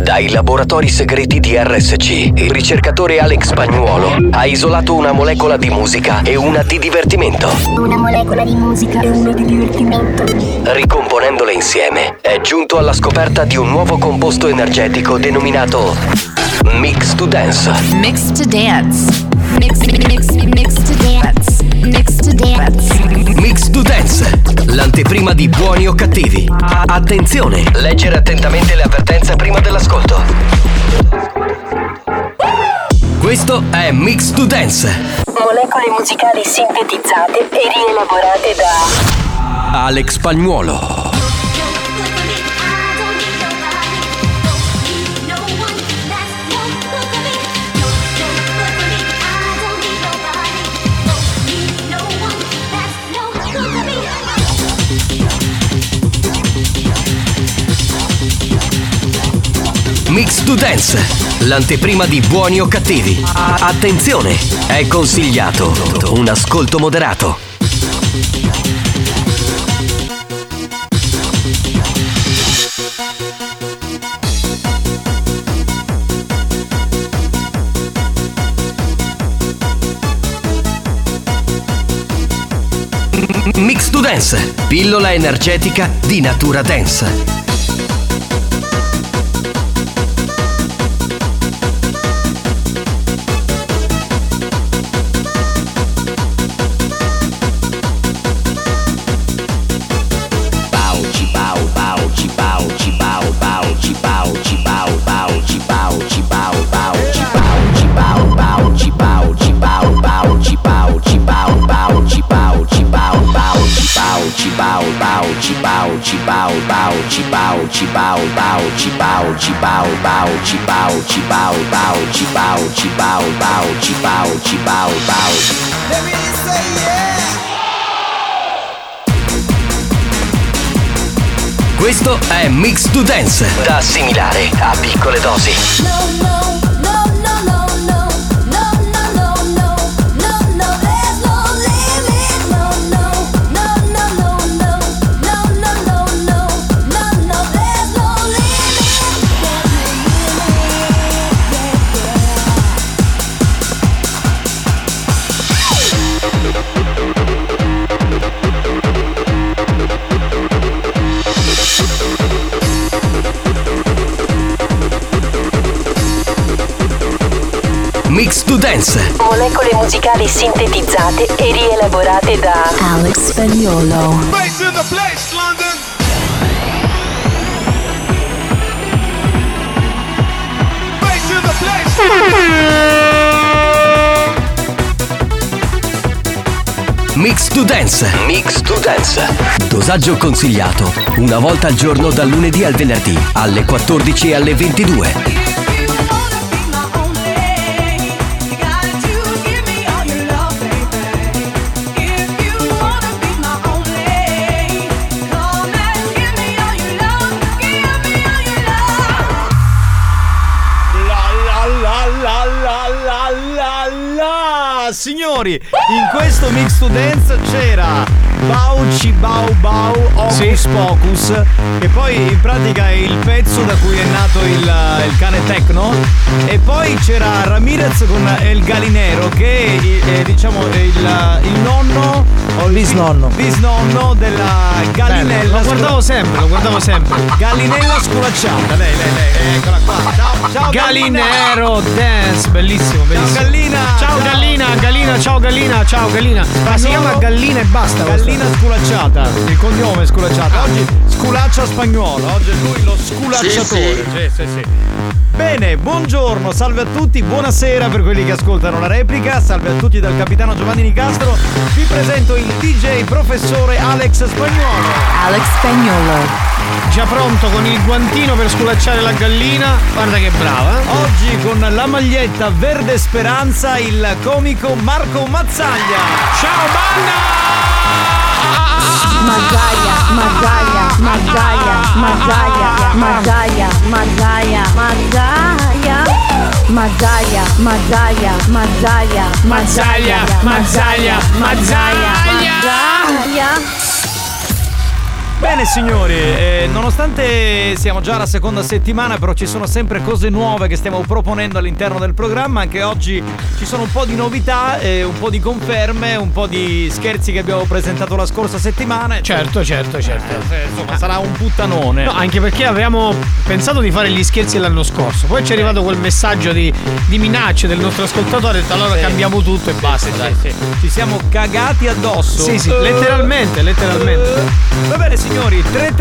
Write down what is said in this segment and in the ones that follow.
Dai laboratori segreti di RSC, il ricercatore Alex Spagnuolo ha isolato una molecola di musica e una di divertimento. Una molecola di musica e una di divertimento. Ricomponendole insieme, è giunto alla scoperta di un nuovo composto energetico denominato Mix to Dance. Mix to Dance. Mix to Dance. Mix to Dance. Mix to Dance, l'anteprima di Buoni o Cattivi. Attenzione, leggere attentamente le avvertenze prima dell'ascolto. Questo è Mix to Dance. Molecole musicali sintetizzate e rielaborate da Alex Spagnuolo. Mix to Dance, l'anteprima di Buoni o Cattivi. Attenzione, è consigliato un ascolto moderato. Mix to Dance, pillola energetica di natura dance. Questo è Mix to Dance, da assimilare a piccole dosi. Mix to Dance. Molecole musicali sintetizzate e rielaborate da Alex Spagnuolo. Bass in the place, London. Bass in the place. Mix to Dance. Mix to Dance. Dosaggio consigliato una volta al giorno dal lunedì al venerdì alle 14 e alle 22. Signori, in questo Mix to Dance c'era Bauci Bau Bau Hocus Pocus, che poi in pratica è il pezzo da cui è nato il cane techno, e poi c'era Ramirez con El Galinero, che è diciamo il nonno o il bisnonno della gallinella. Lo guardavo sempre. Gallinella sculacciata. Lei, eccola qua. Ciao Galinero Dance, bellissimo. Ciao Gallina. Ciao Gallina, ciao Gallina. Ma si chiama Gallina e basta. Gallina sculacciata, il cognome è sculacciata. Oggi sculaccia Spagnuolo, oggi è lui lo sculacciatore. Sì. Bene, buongiorno, salve a tutti, buonasera per quelli che ascoltano la replica, salve a tutti dal capitano Giovanni Nicastro. Vi presento il DJ professore Alex Spagnuolo. Alex Spagnuolo. Già pronto con il guantino per sculacciare la gallina. Guarda che brava. Oggi con la maglietta verde speranza il comico Marco Mazzaglia. Ciao banda! Mazzaglia. Bene signori, nonostante siamo già alla seconda settimana, però ci sono sempre cose nuove che stiamo proponendo all'interno del programma. Anche oggi ci sono un po' di novità, un po' di conferme, un po' di scherzi che abbiamo presentato la scorsa settimana. Certo. Insomma, sarà un puttanone. No, anche perché avevamo pensato di fare gli scherzi l'anno scorso. Poi ci è arrivato quel messaggio di minacce del nostro ascoltatore. Allora cambiamo tutto e basta. Sì. Ci siamo cagati addosso. Sì, letteralmente. Va bene signori,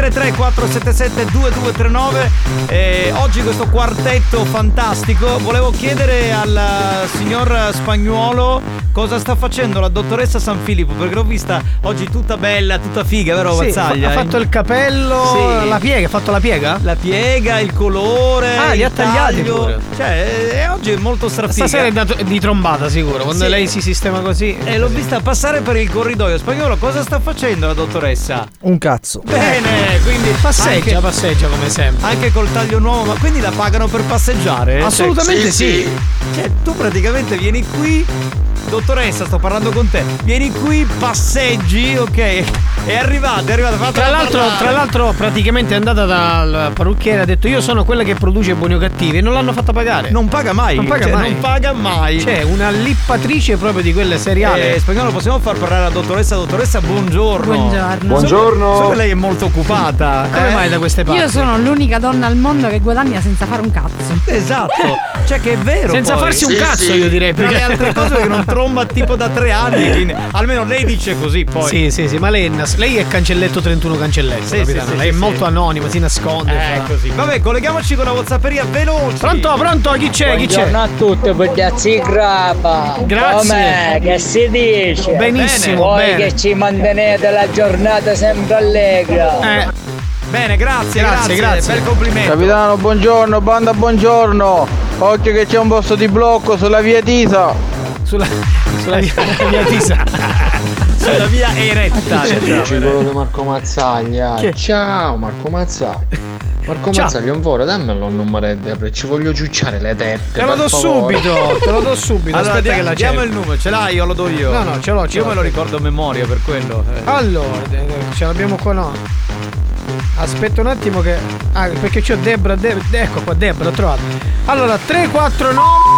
333-477-2239. Oggi questo quartetto fantastico. Volevo chiedere al signor Spagnuolo cosa sta facendo la dottoressa San Filippo, perché l'ho vista oggi tutta bella, tutta figa, vero Vazzaglia? Ha fatto il capello, la piega, ha fatto la piega? La piega, il colore, li ha tagliati pure. Cioè, oggi è molto strafiga. Stasera è di trombata sicuro, quando lei si sistema così. E l'ho vista passare per il corridoio. Spagnolo, cosa sta facendo la dottoressa? Un cazzo. Bene, quindi passeggia come sempre. Anche col taglio nuovo, ma quindi la pagano per passeggiare? Assolutamente sì. Cioè, tu praticamente vieni qui, dottoressa, sto parlando con te. Vieni qui, passeggi, ok? È arrivata. Tra l'altro praticamente è andata dal parrucchiere, ha detto io sono quella che produce Buoni o Cattivi e non l'hanno fatta pagare. Non paga mai. Non paga mai. Cioè, una lippatrice proprio di quelle seriali. Spagnolo, possiamo far parlare la dottoressa? Dottoressa, buongiorno. Buongiorno. So che lei è molto occupata. Come mai da queste parti? Io sono l'unica donna al mondo che guadagna senza fare un cazzo. Esatto. Cioè che è vero. Senza farsi un cazzo, io direi. Per le altre cose che non tromba tipo da 3 anni. Quindi, almeno lei dice così poi. Sì, ma lei è cancelletto 31 cancelletto. Sì, lei è molto anonima, si nasconde. Così. Vabbè, colleghiamoci con la WhatsApperia veloce. Pronto? Chi c'è? Buongiorno a tutti, ragazzi, graba. Grazie. Com'è? Che si dice? Benissimo. Voi che ci mantenete la giornata sempre allegra. Bene, grazie. Bel complimento. Capitano, buongiorno, banda, buongiorno. Occhio che c'è un posto di blocco sulla via Tisa. Sulla via Tisa. Sulla via Eretta. C'è quello di Marco Mazzaglia. Ciao Marco Mazzaglia. Marco Mazzaglia, un volo, dammelo un numero di apre, ci voglio ciucciare le tette. Te lo do subito. Allora, aspetta che la diamo il numero, ce l'hai o lo do io? No, ce l'ho. Io me lo ricordo a memoria per quello. Allora, ce l'abbiamo qua, no? Aspetta un attimo che. Perché c'ho Debra, ecco qua, Debra, l'ho trovato. Allora, 349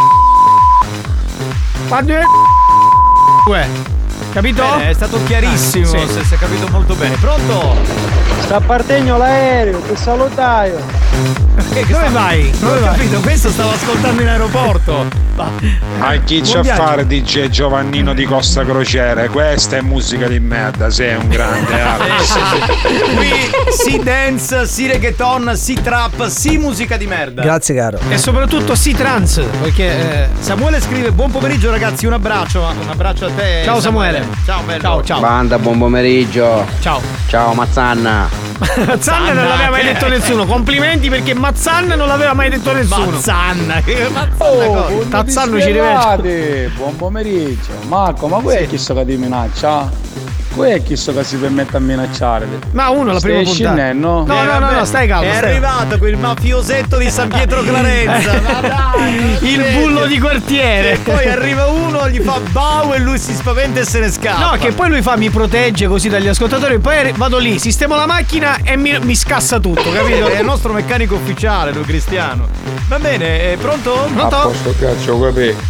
Capito? Bene, è stato chiarissimo, si è capito molto bene. Pronto? Sta partendo l'aereo, ti salutaio. Dove vai? Non ho capito, questo stavo ascoltando in aeroporto. A chi c'è a fare DJ Giovannino di Costa Crociere? Questa è musica di merda, sei un grande. Qui si dance, si reggaeton, si trap, si musica di merda. Grazie caro. E soprattutto si trans, perché Samuele scrive buon pomeriggio ragazzi, un abbraccio a te. Ciao Samuele. Ciao bello. Ciao. Banda, buon pomeriggio. Ciao Mazzanna. Mazzanna non l'aveva mai detto nessuno. Complimenti perché Mazzanna non l'aveva mai detto nessuno. Mazzanna Tazzanno ci rivede. Buon pomeriggio. Marco, ma qui è chi so che ti minaccia? Qui è chi so che si permette a minacciare? Ma uno la prima puntata. No, stai calmo. È arrivato quel mafiosetto di San Pietro Clarenza. Ma dai, il bullo di quartiere. E poi arriva uno, gli fa bau e lui si spaventa e se ne scappa. No, che poi lui mi protegge così dagli ascoltatori. Poi vado lì, sistemo la macchina e mi scassa tutto, capito? È il nostro meccanico ufficiale, lui Cristiano. Va bene, è pronto? A posto, cazzo, capì.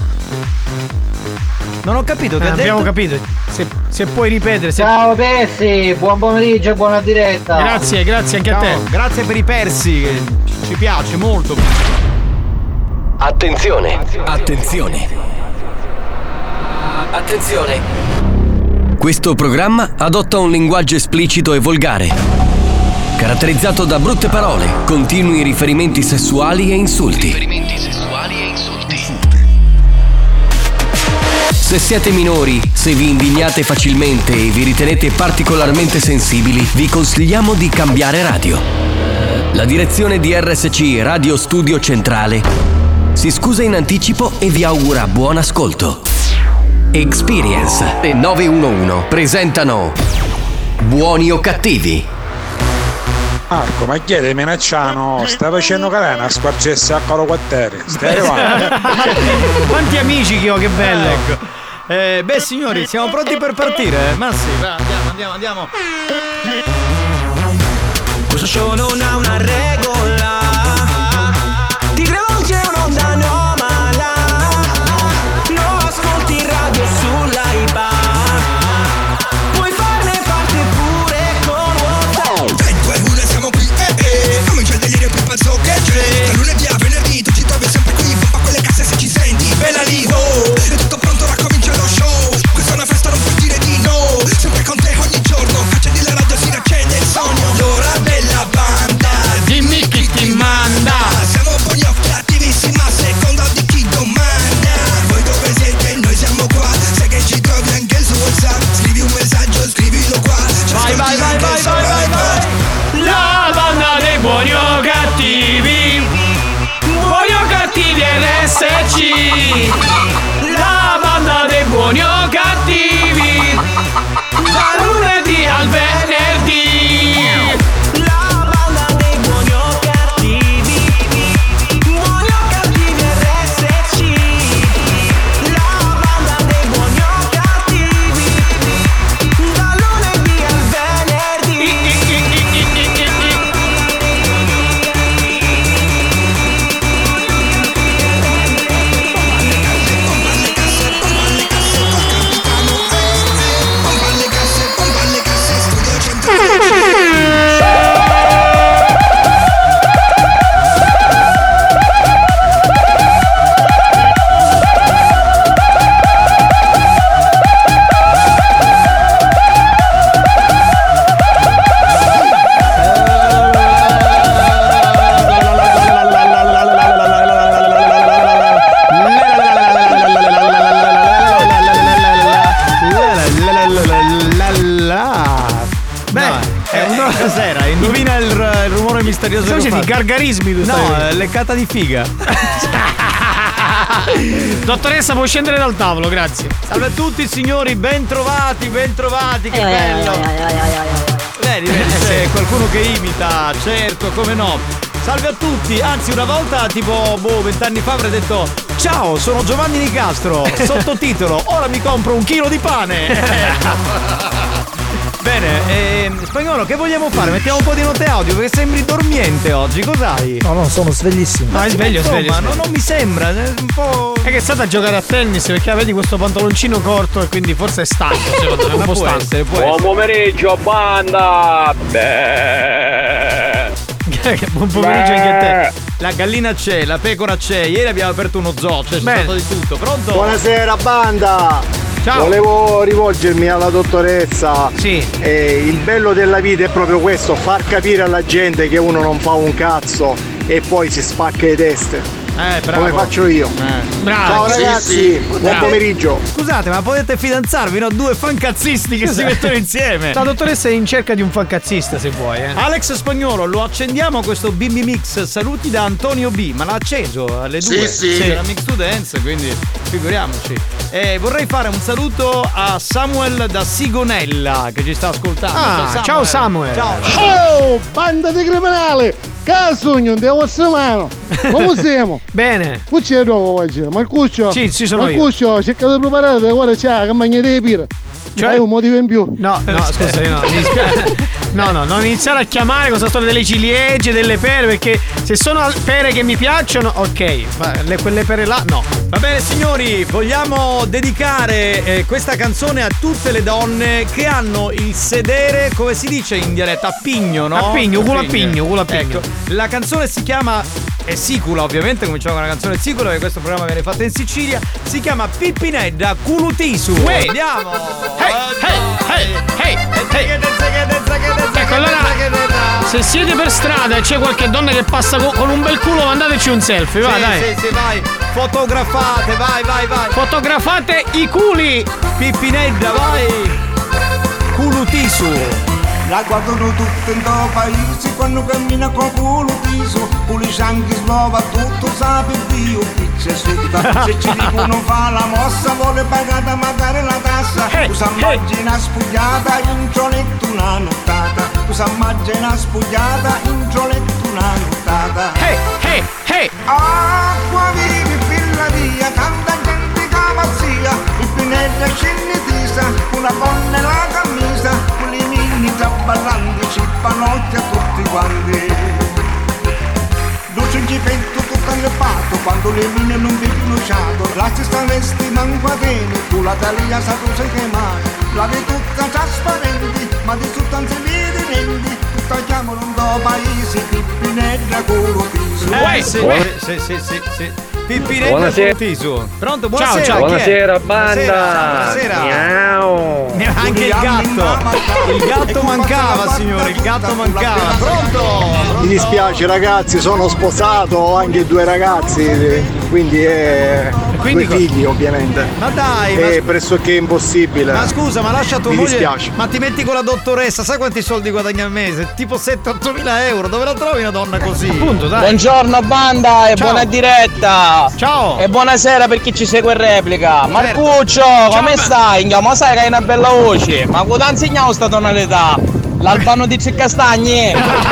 Non ho capito che ha detto. Abbiamo capito. Se puoi ripetere. Ciao Persi, buon pomeriggio e buona diretta. Grazie anche a te. Grazie per i persi, che ci piace molto. Attenzione. Questo programma adotta un linguaggio esplicito e volgare, caratterizzato da brutte parole, continui riferimenti sessuali e insulti. Se siete minori, se vi indignate facilmente e vi ritenete particolarmente sensibili, vi consigliamo di cambiare radio. La direzione di RSC Radio Studio Centrale si scusa in anticipo e vi augura buon ascolto. Experience e 911 presentano Buoni o Cattivi. Marco, ma chiede minacciano, sta facendo calena a squarcersi a calo quatteri. Stai arrivando. Quanti amici che ho, che bello. Ecco. Beh signori, siamo pronti per partire? Ma sì, va, andiamo. show non ha una regola. Ti rivolge un'onda anomala. Non ascolti radio sull'Aiba. Puoi farne parte pure con WhatsApp. 3, 2, 1 siamo qui, comincia il delirio più pazzo che c'è. Da lunedì a venerdì tu ci trovi sempre qui. Pompa quelle casse se ci senti. Bella lì, oh, è tutto pronto, ora comincia lo show. Questa è una festa, non puoi dire di no. Sempre con te ogni giorno. Accendi la radio, si riaccende il sogno. L'ora della banda. Dimmi chi ti manda. Siamo buoni o cattivissimi a seconda di chi domanda. Voi dove siete? Noi siamo qua. Sai che ci trovi anche su WhatsApp. Scrivi un messaggio, scrivilo qua. Vai, vai, vai, vai, vai, vai, vai. La banda dei buoni o cattivi. Buoni o cattivi RSC. La banda dei buoni o cattivi. Da lunedì al venerdì. La banda dei buoni o cattivi. Buoni o cattivi RSC. La banda dei buoni o cattivi. Da lunedì al venerdì. Cos'era? Indovina il rumore misterioso. Cosa di gargarismi? No, leccata di figa. Dottoressa, può scendere dal tavolo, grazie. Salve a tutti signori, bentrovati, che bello. Vedi, c'è qualcuno che imita, certo, come no. Salve a tutti, anzi una volta tipo 20 anni fa avrei detto: ciao, sono Giovanni Nicastro, sottotitolo, ora mi compro 1 chilo di pane. Bene, Spagnolo, che vogliamo fare? Mettiamo un po' di note audio perché sembri dormiente oggi, cos'hai? No, sono sveglissimo. Ma sveglio. Ma non mi sembra, è un po'. È che è stata a giocare a tennis perché vedi questo pantaloncino corto e quindi forse è stanco, secondo me, un po' stanco. Buon pomeriggio, banda! Buon pomeriggio anche a te. La gallina c'è, la pecora c'è, ieri abbiamo aperto uno zoo, c'è stato di tutto, pronto? Buonasera banda! Ciao. Volevo rivolgermi alla dottoressa. Sì. Il bello della vita è proprio questo, far capire alla gente che uno non fa un cazzo e poi si spacca le teste. Bravo. Come faccio io. Bravo. Ciao ragazzi, buon pomeriggio. Scusate, ma potete fidanzarvi, no? 2 fancazzisti che si mettono insieme. La dottoressa è in cerca di un fancazzista, se vuoi. Alex Spagnolo, lo accendiamo questo BB Mix. Saluti da Antonio B. Ma l'ha acceso alle 2. Sì. Era Mix to Dance, quindi figuriamoci. Vorrei fare un saluto a Samuel da Sigonella che ci sta ascoltando. Ciao Samuel. Ciao. Oh, banda di criminali! Casugno, devo essere mano! Come siamo? Bene. Qui c'è nuovo oggi, Marcuccio? Sì, sono io. Marcuccio, cerca di preparare, guarda c'è la campagna dei pire. Cioè? Hai un motivo in più. No, scusa, no, mi dispiace. No, non iniziare a chiamare questa storia delle ciliegie, delle pere, perché se sono pere che mi piacciono, ok, ma quelle pere là, no. Va bene signori, vogliamo dedicare questa canzone a tutte le donne che hanno il sedere, come si dice in dialetto, a pigno, no? A pigno, culo a pigno. Ecco, la canzone si chiama, è sicula ovviamente, cominciamo con una canzone sicula perché questo programma viene fatto in Sicilia, si chiama Pippinedda Culutisu. Andiamo! Hey. Ecco, allora, se siete per strada e c'è qualche donna che passa con un bel culo, mandateci un selfie, va, dai. Sì, vai. Fotografate, vai. Fotografate i culi. Pippinedda, vai. Culutisu. La guardano tutti in tuo paese quando cammina con culo tiso, puliscianchi slova tutto sape Dio pizza setta. Se ci dico non fa la mossa vuole pagata magari la tassa. Usa immagina spugliata in gioletto una nottata. Usa immagina spugliata in gioletto una nottata. Hey. Acqua vivi filla via, tanta gente cavazzia, il pinello scenetisa, una gonna e la camisa, ballando ci panotti a tutti quanti. tu le mine non vi conosciato, la stessa vesti manco a bene, tu la talia sa tu sei che mai, la vedi tutta trasparenti, ma di tutto non si vede niente, tutta chiamano un do paese, Pippinetta culo piso. Sì. Pippinetta Buonasera. Curtisu. Pronto, buonasera. Ciao. Buonasera, banda. Buonasera. Miau. Anche il gatto mancava, signore, il gatto mancava. Pronto? Mi dispiace ragazzi, sono sposato, ho anche 2 ragazzi, quindi Quindi 2 figli ovviamente. Ma dai, È pressoché impossibile. ma scusa, ma lascia tua Mi moglie. dispiace. Ma ti metti con la dottoressa, sai quanti soldi guadagna al mese? Tipo 7-8 mila euro, dove la trovi una donna così? Appunto, dai. Buongiorno banda e Ciao. buona diretta. Ciao. E buonasera per chi ci segue in replica. Marcuccio, come stai? Ma sai che hai una bella voce. Ma cosa ti insegniamo sta tonalità? L'Albano di Ciccastagni.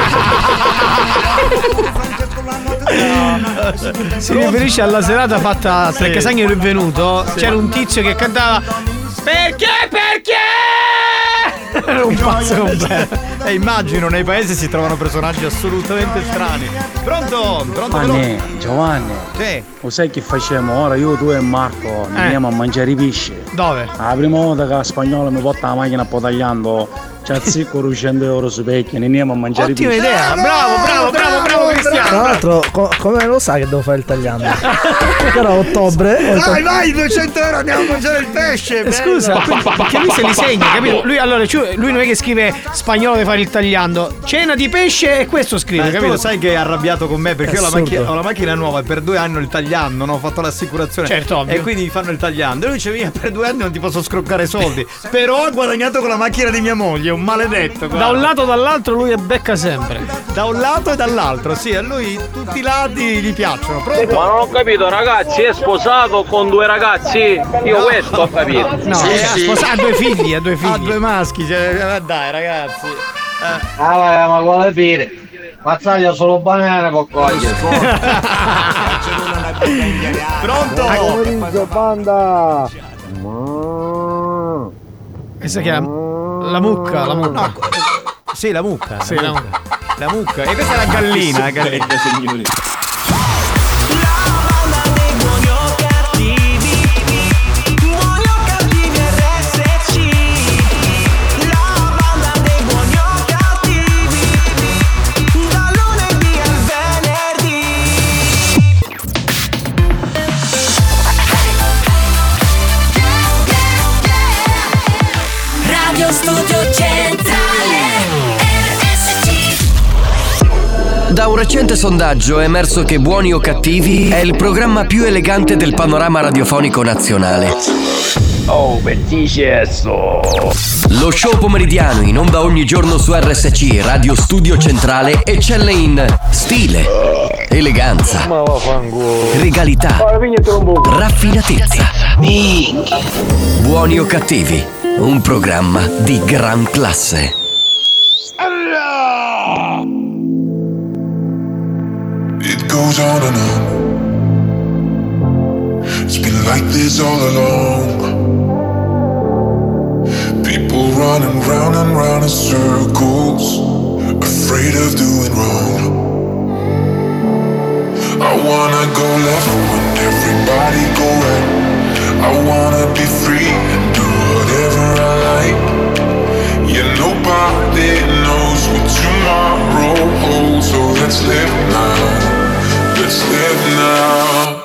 Si riferisce alla serata fatta perché Sagno è venuto. C'era un tizio che cantava Perché? Era un pazzo completo. Immagino nei paesi si trovano personaggi assolutamente strani. Pronto? Giovanni, Sì. lo sai che facciamo ora? Io, tu e Marco andiamo a mangiare i pesci. Dove? La prima volta che la spagnola mi porta la macchina un po' tagliando, c'è zicco 100 euro su pecchi, ne andiamo a mangiare i pesci. Ottima idea, bravo Cristiano. Tra l'altro, come lo sai che devo fare il tagliando? Però a ottobre. Vai, 200 euro andiamo a mangiare il pesce. Scusa, perché lui se li segna, capito? Lui non è che scrive spagnolo deve fare il tagliando. Cena di pesce e questo scrive, Tu capito? lo sai che è arrabbiato con me perché io ho la macchina nuova e per 2 anni ho il tagliando, non ho fatto l'assicurazione. Certo, ovvio. E quindi fanno il tagliando. E lui dice via, per 2 anni non ti posso scroccare soldi. Però ho guadagnato con la macchina di mia moglie, un maledetto. Da un lato o dall'altro lui becca sempre. Da un lato e dall'altro, sì, a lui tutti i lati gli piacciono. Pronto? Ma non ho capito, ragazzi, è sposato con 2 ragazzi? Io questo ho capito. No, ha 2 figli, Ha 2 maschi, cioè, dai ragazzi. Ma vuole dire? Mazzaglia solo banane può cogliere. Pronto? Pomeriggio banda. Questa che è la mucca. Sì, la mucca. Sì, la mucca. La mucca. E questa è la gallina, signori. Radio Studio Centrale RSC. Da un recente sondaggio è emerso che Buoni o Cattivi è il programma più elegante del panorama radiofonico nazionale. Oh, bellissimo. Lo show pomeridiano in onda ogni giorno su RSC Radio Studio Centrale eccelle in stile, eleganza, regalità, raffinatezza. Buoni o Cattivi, un programma di gran classe. It goes on and on. It's been like this all along. People running round and round in circles, afraid of doing wrong. I wanna go left when everybody go right. I wanna be free and do whatever I like. Yeah, nobody knows what tomorrow holds, so let's live now. Let's live now.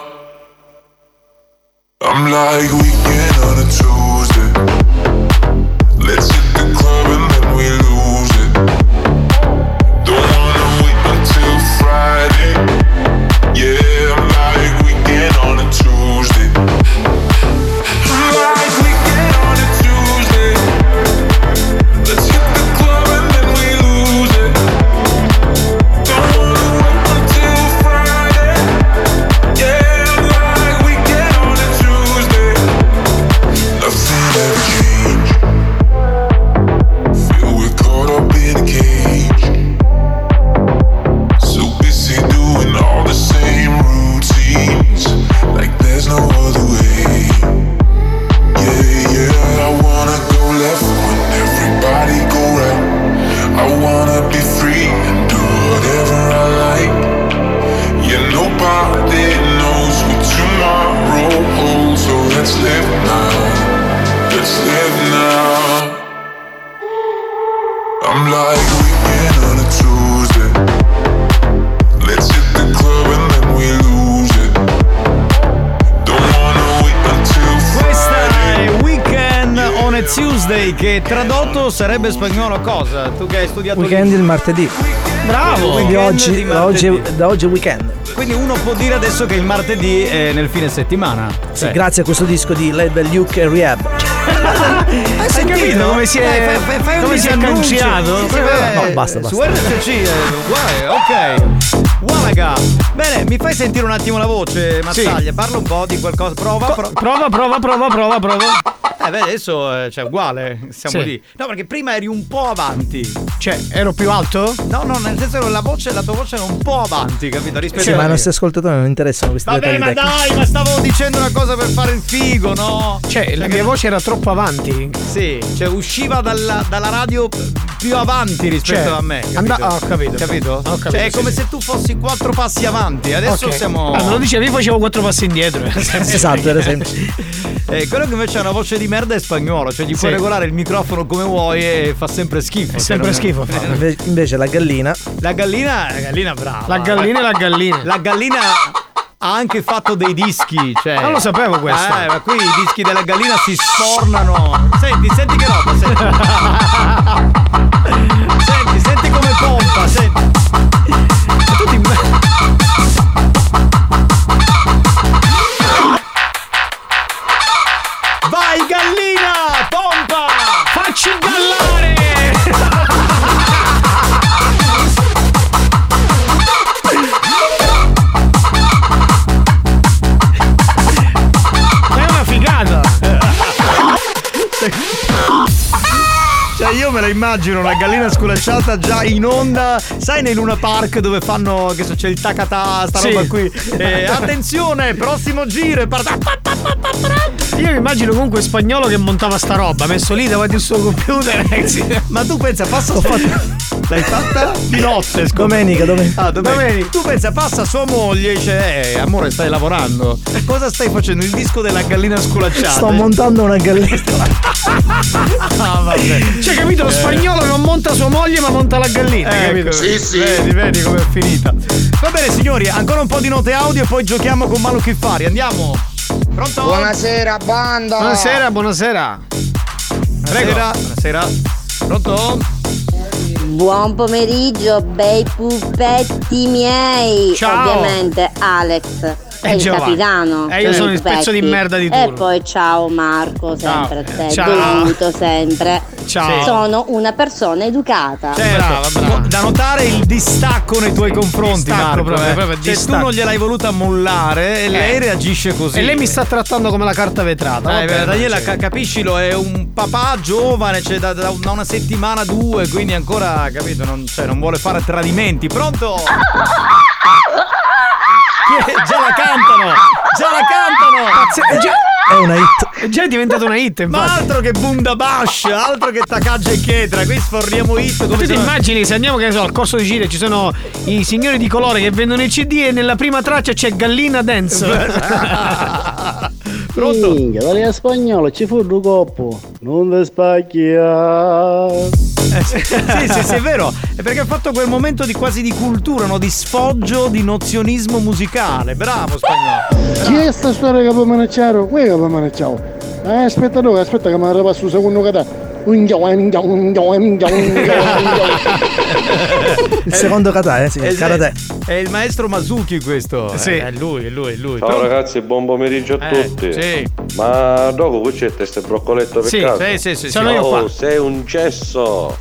I'm like weekend on a Tuesday. Let's hit the club and then we lose it. Don't wanna wait until Friday. Yeah, I'm like weekend on a Tuesday. I'm like weekend on a Tuesday. Let's hit the club and then we lose it. Don't wanna wait until Friday. Yeah, I'm like weekend on a Tuesday. Tuesday, che tradotto sarebbe spagnolo cosa? Tu che hai studiato Weekend il martedì. Bravo! Quindi da oggi è weekend. Quindi uno può dire adesso che il martedì è nel fine settimana. Sì, grazie a questo disco di Label Luke e Rehab. Hai capito come si è canciato? No, basta. Su RSC è uguale, ok. Walaga. Bene, mi fai sentire un attimo la voce, Mazzaglia? Parla un po' di qualcosa. Prova. Beh, adesso cioè uguale, siamo lì. No, perché prima eri un po' avanti. Cioè, ero più alto? No, nel senso che la tua voce era un po' avanti, capito? Rispetto ma ai nostri ascoltatori non interessano questi dettagli. Vabbè, ma dai, ma stavo dicendo una cosa per fare il figo, no? Cioè, la mia voce era troppo avanti. Sì, cioè usciva dalla radio più avanti rispetto a me. Ho capito. Cioè, è come se tu fossi 4 passi avanti. Adesso siamo. Me lo dicevi, io facevo 4 passi indietro. Esatto, era semplice. Quello che invece ha una voce di merda è spagnolo, cioè gli puoi regolare il microfono come vuoi e fa sempre schifo. È sempre schifo. Invece la gallina brava. La gallina. La gallina ha anche fatto dei dischi, cioè. Non lo sapevo questo. Ma qui i dischi della gallina si sfornano. Senti che roba, senti come pompa, senti. Vai gallina, pompa! Facci gallare! È una figata! Cioè io me la immagino una gallina sculacciata già in onda, sai nei Luna Park dove fanno, che so, c'è il tacatà, sta roba qui. Attenzione, prossimo giro. Io mi immagino comunque spagnolo che montava sta roba, messo lì davanti al suo computer. Ma tu pensa, l'hai fatta di notte, domenica. Tu pensa, passa sua moglie e dice amore, stai lavorando? Cosa stai facendo? Il disco della gallina sculacciata. Sto montando una gallina. Vabbè. Cioè, capito, lo spagnolo non monta sua moglie ma monta la gallina, capito? Sì. Vedi com'è finita. Va bene signori, ancora un po' di note audio e poi giochiamo con Malu Kiffari. Andiamo. Pronto? Buonasera banda. Buonasera. Prego. Buonasera. Pronto? Buon pomeriggio, bei pupetti miei. Ciao. Ovviamente Alex è il capitano. Io sono il pezzo di merda di turno. E poi ciao Marco, sempre a te. Ciao. Dovuto sempre. Ciao. Sono una persona educata. Brava. Da notare il distacco nei tuoi confronti, Marco. Proprio Cioè, tu non gliel'hai voluta mollare e lei reagisce così. E lei mi sta trattando come la carta vetrata. Daniela, capiscilo, è un papà giovane, cioè da una settimana, 2, quindi ancora, capito, non vuole fare tradimenti. Pronto? Già la cantano! È una hit. È già diventata una hit, infatti. Ma altro che Bundabash, altro che Takagi e Chetra, qui sforniamo hit. Ma tu ti immagini se andiamo, che ne so, al corso di Cile ci sono i signori di colore che vendono i CD e nella prima traccia c'è Gallina Dance. Pronto? Minchia, dalle spagnolo ci fu un coppo. Non te spacchia. Sì, è vero. È perché ha fatto quel momento di quasi di cultura, no? Di sfoggio, di nozionismo musicale. Bravo spagnolo. Chi è sta storia che può maneggiare? Qui che può maneggiare? Aspetta che mi arriva sul secondo kata. Il secondo kata, sì, karate. È il maestro Masuki questo. Sì. È lui. Ciao ragazzi, buon pomeriggio a tutti. Sì. Ma dopo qui c'è questo broccoletto per caso? Sì. Sono io qua. Sei un cesso.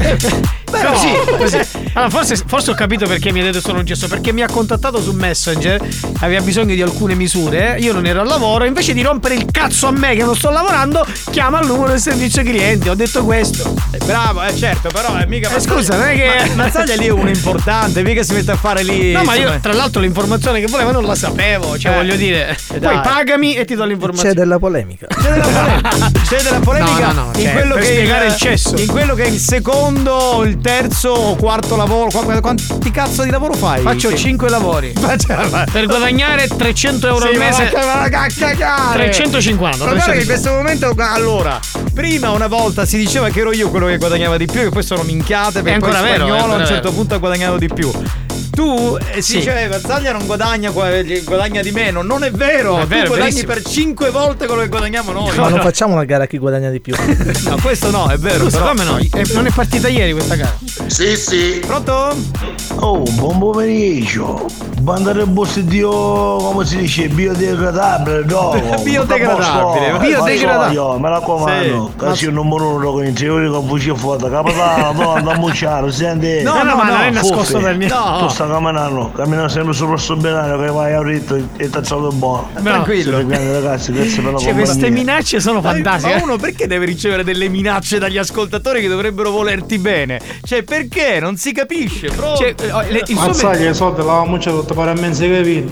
Così. Allora, forse ho capito perché mi ha detto sono un gesso, perché mi ha contattato su Messenger, aveva bisogno di alcune misure, io non ero al lavoro, invece di rompere il cazzo a me che non sto lavorando, chiama il numero del servizio clienti, ho detto questo. Bravo, certo, però mica scusa, non è che Mazzaglia lì è uno importante, mica si mette a fare lì. No, ma io tra l'altro l'informazione che volevo non la sapevo, cioè voglio dire, poi pagami e ti do l'informazione. C'è della polemica. C'è della polemica no, in quello per che spiegare il cesso. In quello che è il secondo, il terzo o quarto lavoro. Quanti cazzo di lavoro fai? Faccio 5 lavori. Per guadagnare 300 euro al mese. 350. Ma guarda che in questo momento, allora, prima una volta si diceva che ero io quello che guadagnava di più, che poi sono minchiate perché poi spagnolo a un certo punto ha guadagnato di più. tu si dice Mazzaglia non guadagna di meno. Non è vero, tu guadagni verissimo. Per 5 volte quello che guadagniamo noi. Ma non facciamo una gara a chi guadagna di più. No, questo no, è vero. Però. Come no? Non è partita ieri questa gara. Sì. Pronto? Oh, buon pomeriggio. Banda del Dio, come si dice, biodegradabile, no? Biodegradabile. Me raccomando, casi il numero 1 con i teori con voce forte, capitano, da mucciare, senti? No, ma non è nascosto dal mio. No. Tu stai camminando sempre sopra sto binario che vai a ritmo e tazzato buono. Tranquillo. Ragazzi, grazie per la compagnia. Queste minacce sono fantastiche. Ma uno perché deve ricevere delle minacce dagli ascoltatori che dovrebbero volerti bene? Cioè, perché? Non si capisce, bro. Mazzaglia, i soldi l'avevamo mucciato tutto per mezzo ai capelli.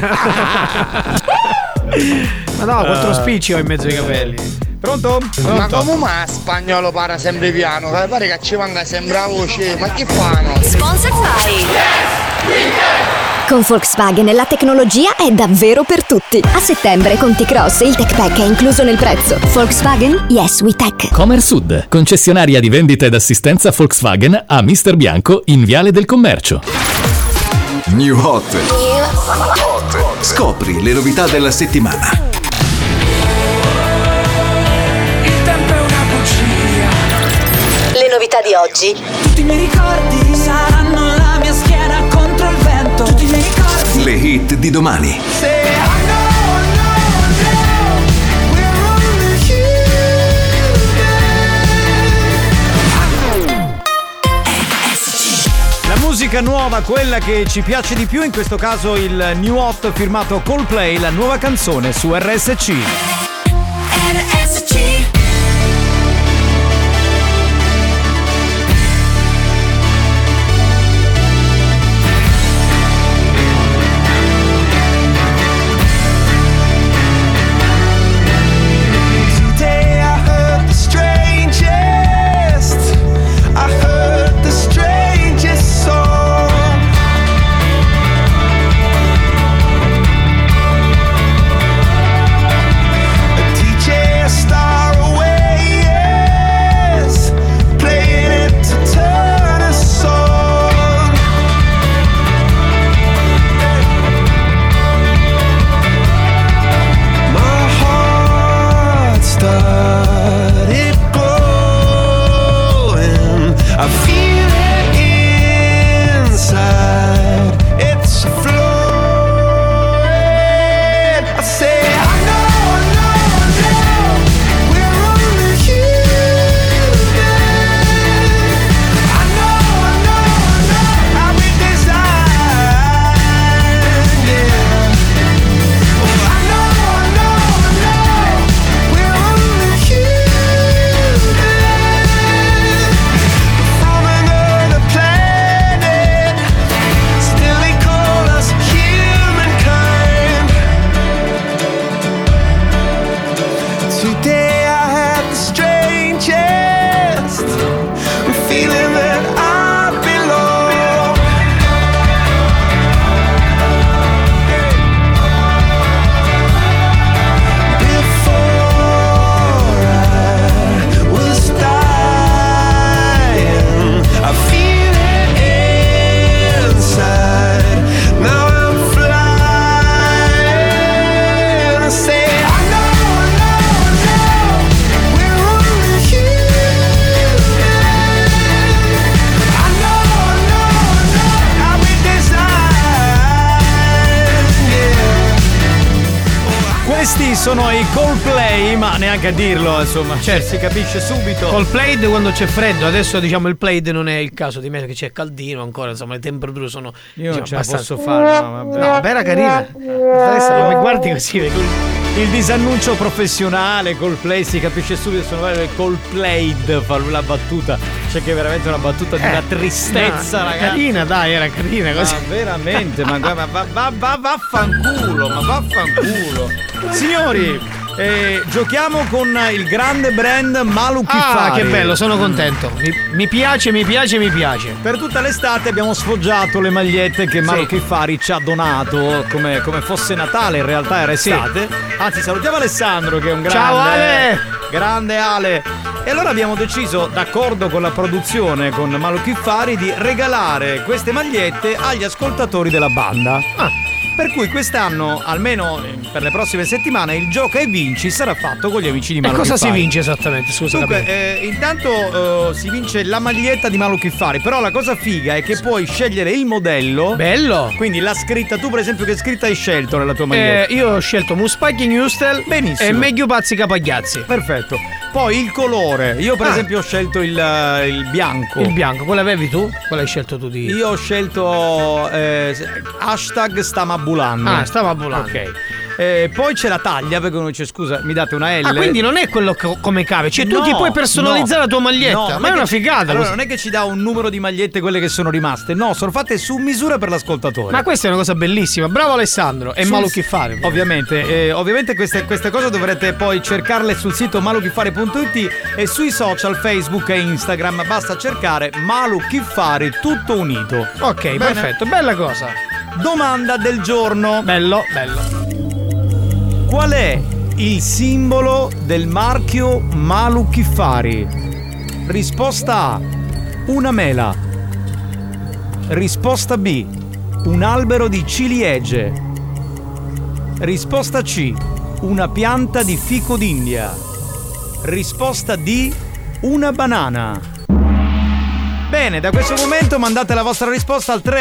Ma no, 4 spicci ho in mezzo ai capelli. Pronto? Ma come mai spagnolo parla sempre piano? Pare che ci manca sempre la voce, ma che fanno? Sponsor by con Volkswagen la tecnologia è davvero per tutti. A settembre con T-Cross il Tech Pack è incluso nel prezzo. Volkswagen, yes we tech. Comersud, concessionaria di vendita ed assistenza Volkswagen a Mister Bianco in Viale del Commercio. New Hot. Scopri le novità della settimana. Il tempo è una bugia. Le novità di oggi. Tutti i miei ricordi saranno la mia schiena contro il vento. Tutti i miei ricordi. Le hit di domani. Musica nuova, quella che ci piace di più, in questo caso il New Hot firmato Coldplay, la nuova canzone su RSC. Sono i Coldplay, ma neanche a dirlo, insomma, cioè si capisce subito. Coldplay quando c'è freddo, adesso diciamo il Plaid non è il caso di me che c'è caldino ancora, insomma le temperature sono io non ce la posso fare, no, vabbè, era carina. Adesso non mi guardi così, il disannuncio professionale, Coldplay si capisce subito, sono Coldplayed, fa la battuta, cioè che è veramente una battuta di una tristezza, ragazzi. Carina, dai, era carina così. Ma veramente, ma vaffanculo, ma vaffanculo. Signori, giochiamo con il grande brand Malu Kiffari. Che bello, sono contento. Mi piace. Per tutta l'estate abbiamo sfoggiato le magliette che Malu Kiffari ci ha donato come fosse Natale, in realtà era estate. Anzi, salutiamo Alessandro che è un grande. Ciao Ale! Grande Ale. E allora abbiamo deciso, d'accordo con la produzione, con Malu Kiffari, di regalare queste magliette agli ascoltatori della banda. Per cui quest'anno, almeno per le prossime settimane, il Gioca e Vinci sarà fatto con gli amici di Malu Kiffari. E cosa si vince esattamente? Scusa. Dunque, intanto si vince la maglietta di Malu Kiffari, però la cosa figa è che puoi scegliere il modello. Bello! Quindi la scritta, tu per esempio che scritta hai scelto nella tua maglietta? Io ho scelto Muspacchi Ustel. Benissimo. E Meglio Pazzi Capagliazzi. Perfetto. Poi il colore, io per esempio ho scelto il bianco. Il bianco, quello avevi tu? Quello hai scelto tu di... Io ho scelto hashtag Stamabulando. Stamabulando. Ok. Poi c'è la taglia, perché uno dice scusa, mi date una L. Quindi non è quello come cave, cioè tu ti puoi personalizzare la tua maglietta. Ma è una figata. Allora non è che ci dà un numero di magliette quelle che sono rimaste, no, sono fatte su misura per l'ascoltatore. Ma questa è una cosa bellissima, bravo Alessandro. E Malu Kiffari. Ovviamente queste cose dovrete poi cercarle sul sito malukiffari.it e sui social Facebook e Instagram, basta cercare Malu Kiffari tutto unito. Ok, bene. Perfetto, bella cosa. Domanda del giorno. Bello. Qual è il simbolo del marchio Malu Kiffari? Risposta A: una mela. Risposta B: un albero di ciliegie. Risposta C: una pianta di fico d'India. Risposta D: una banana. Bene, da questo momento mandate la vostra risposta al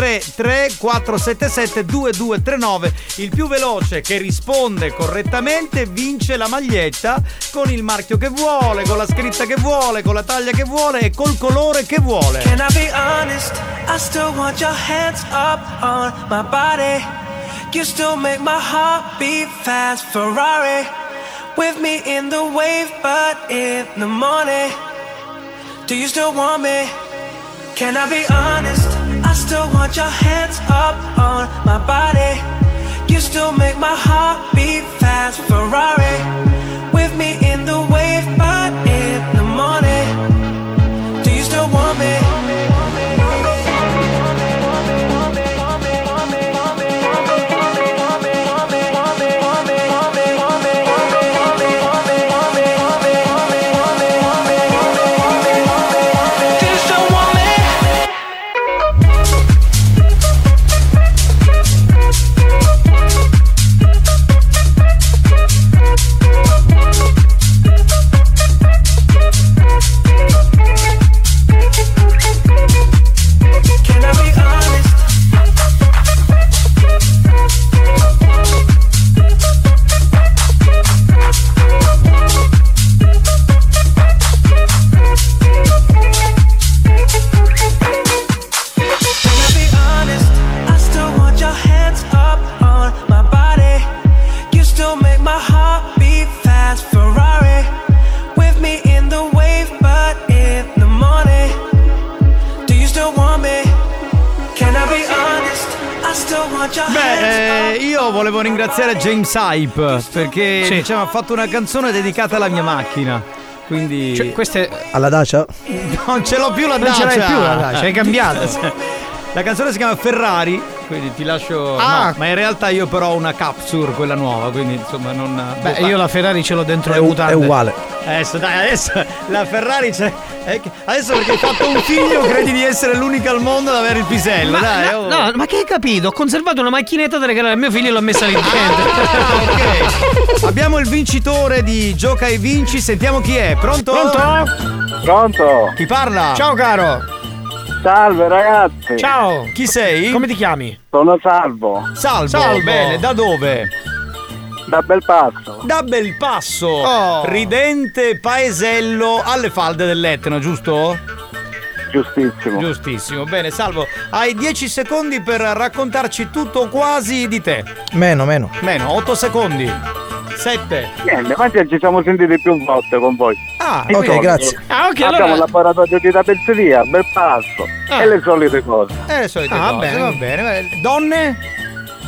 333-477-2239. Il più veloce che risponde correttamente vince la maglietta con il marchio che vuole, con la scritta che vuole, con la taglia che vuole e col colore che vuole. Can I be honest? I still want your hands up on my body. You still make my heart beat fast. Ferrari with me in the wave, but in the morning. Do you still want me? Can I be honest? I still want your hands up on my body. You still make my heart beat fast. Ferrari with me in the wave, but in the morning. Do you still want me? Io volevo ringraziare James Hype perché diciamo, ha fatto una canzone dedicata alla mia macchina. Quindi queste alla Dacia? Non ce l'ho più la Dacia. Non ce l'hai più la Dacia, hai cambiato. La canzone si chiama Ferrari, quindi ti lascio. No, ma in realtà io però ho una Capture, quella nuova, quindi insomma non. Beh, io la Ferrari ce l'ho dentro le mutande. È uguale. Adesso la Ferrari c'è. Adesso perché hai fatto un figlio credi di essere l'unica al mondo ad avere il pisello, dai. No, ma che hai capito? Ho conservato una macchinetta da regalare a mio figlio e l'ho messa lì dentro. Ok. Abbiamo il vincitore di Gioca e Vinci, sentiamo chi è. Pronto? Pronto? Chi parla? Ciao caro. Salve ragazzi. Ciao. Chi sei? Come ti chiami? Sono Salvo. Salvo. Bene, da dove? Da Belpasso. Da Belpasso. Ridente paesello alle falde dell'Etna, giusto? Giustissimo. Bene, Salvo, hai 10 secondi per raccontarci tutto o quasi di te. Meno. 8 secondi. 7. Niente, ma ci siamo sentiti più volte con voi. Ok, grazie. Ok, abbiamo un laboratorio di tappezzeria, Belpasso. E le solite cose. Va bene. Donne?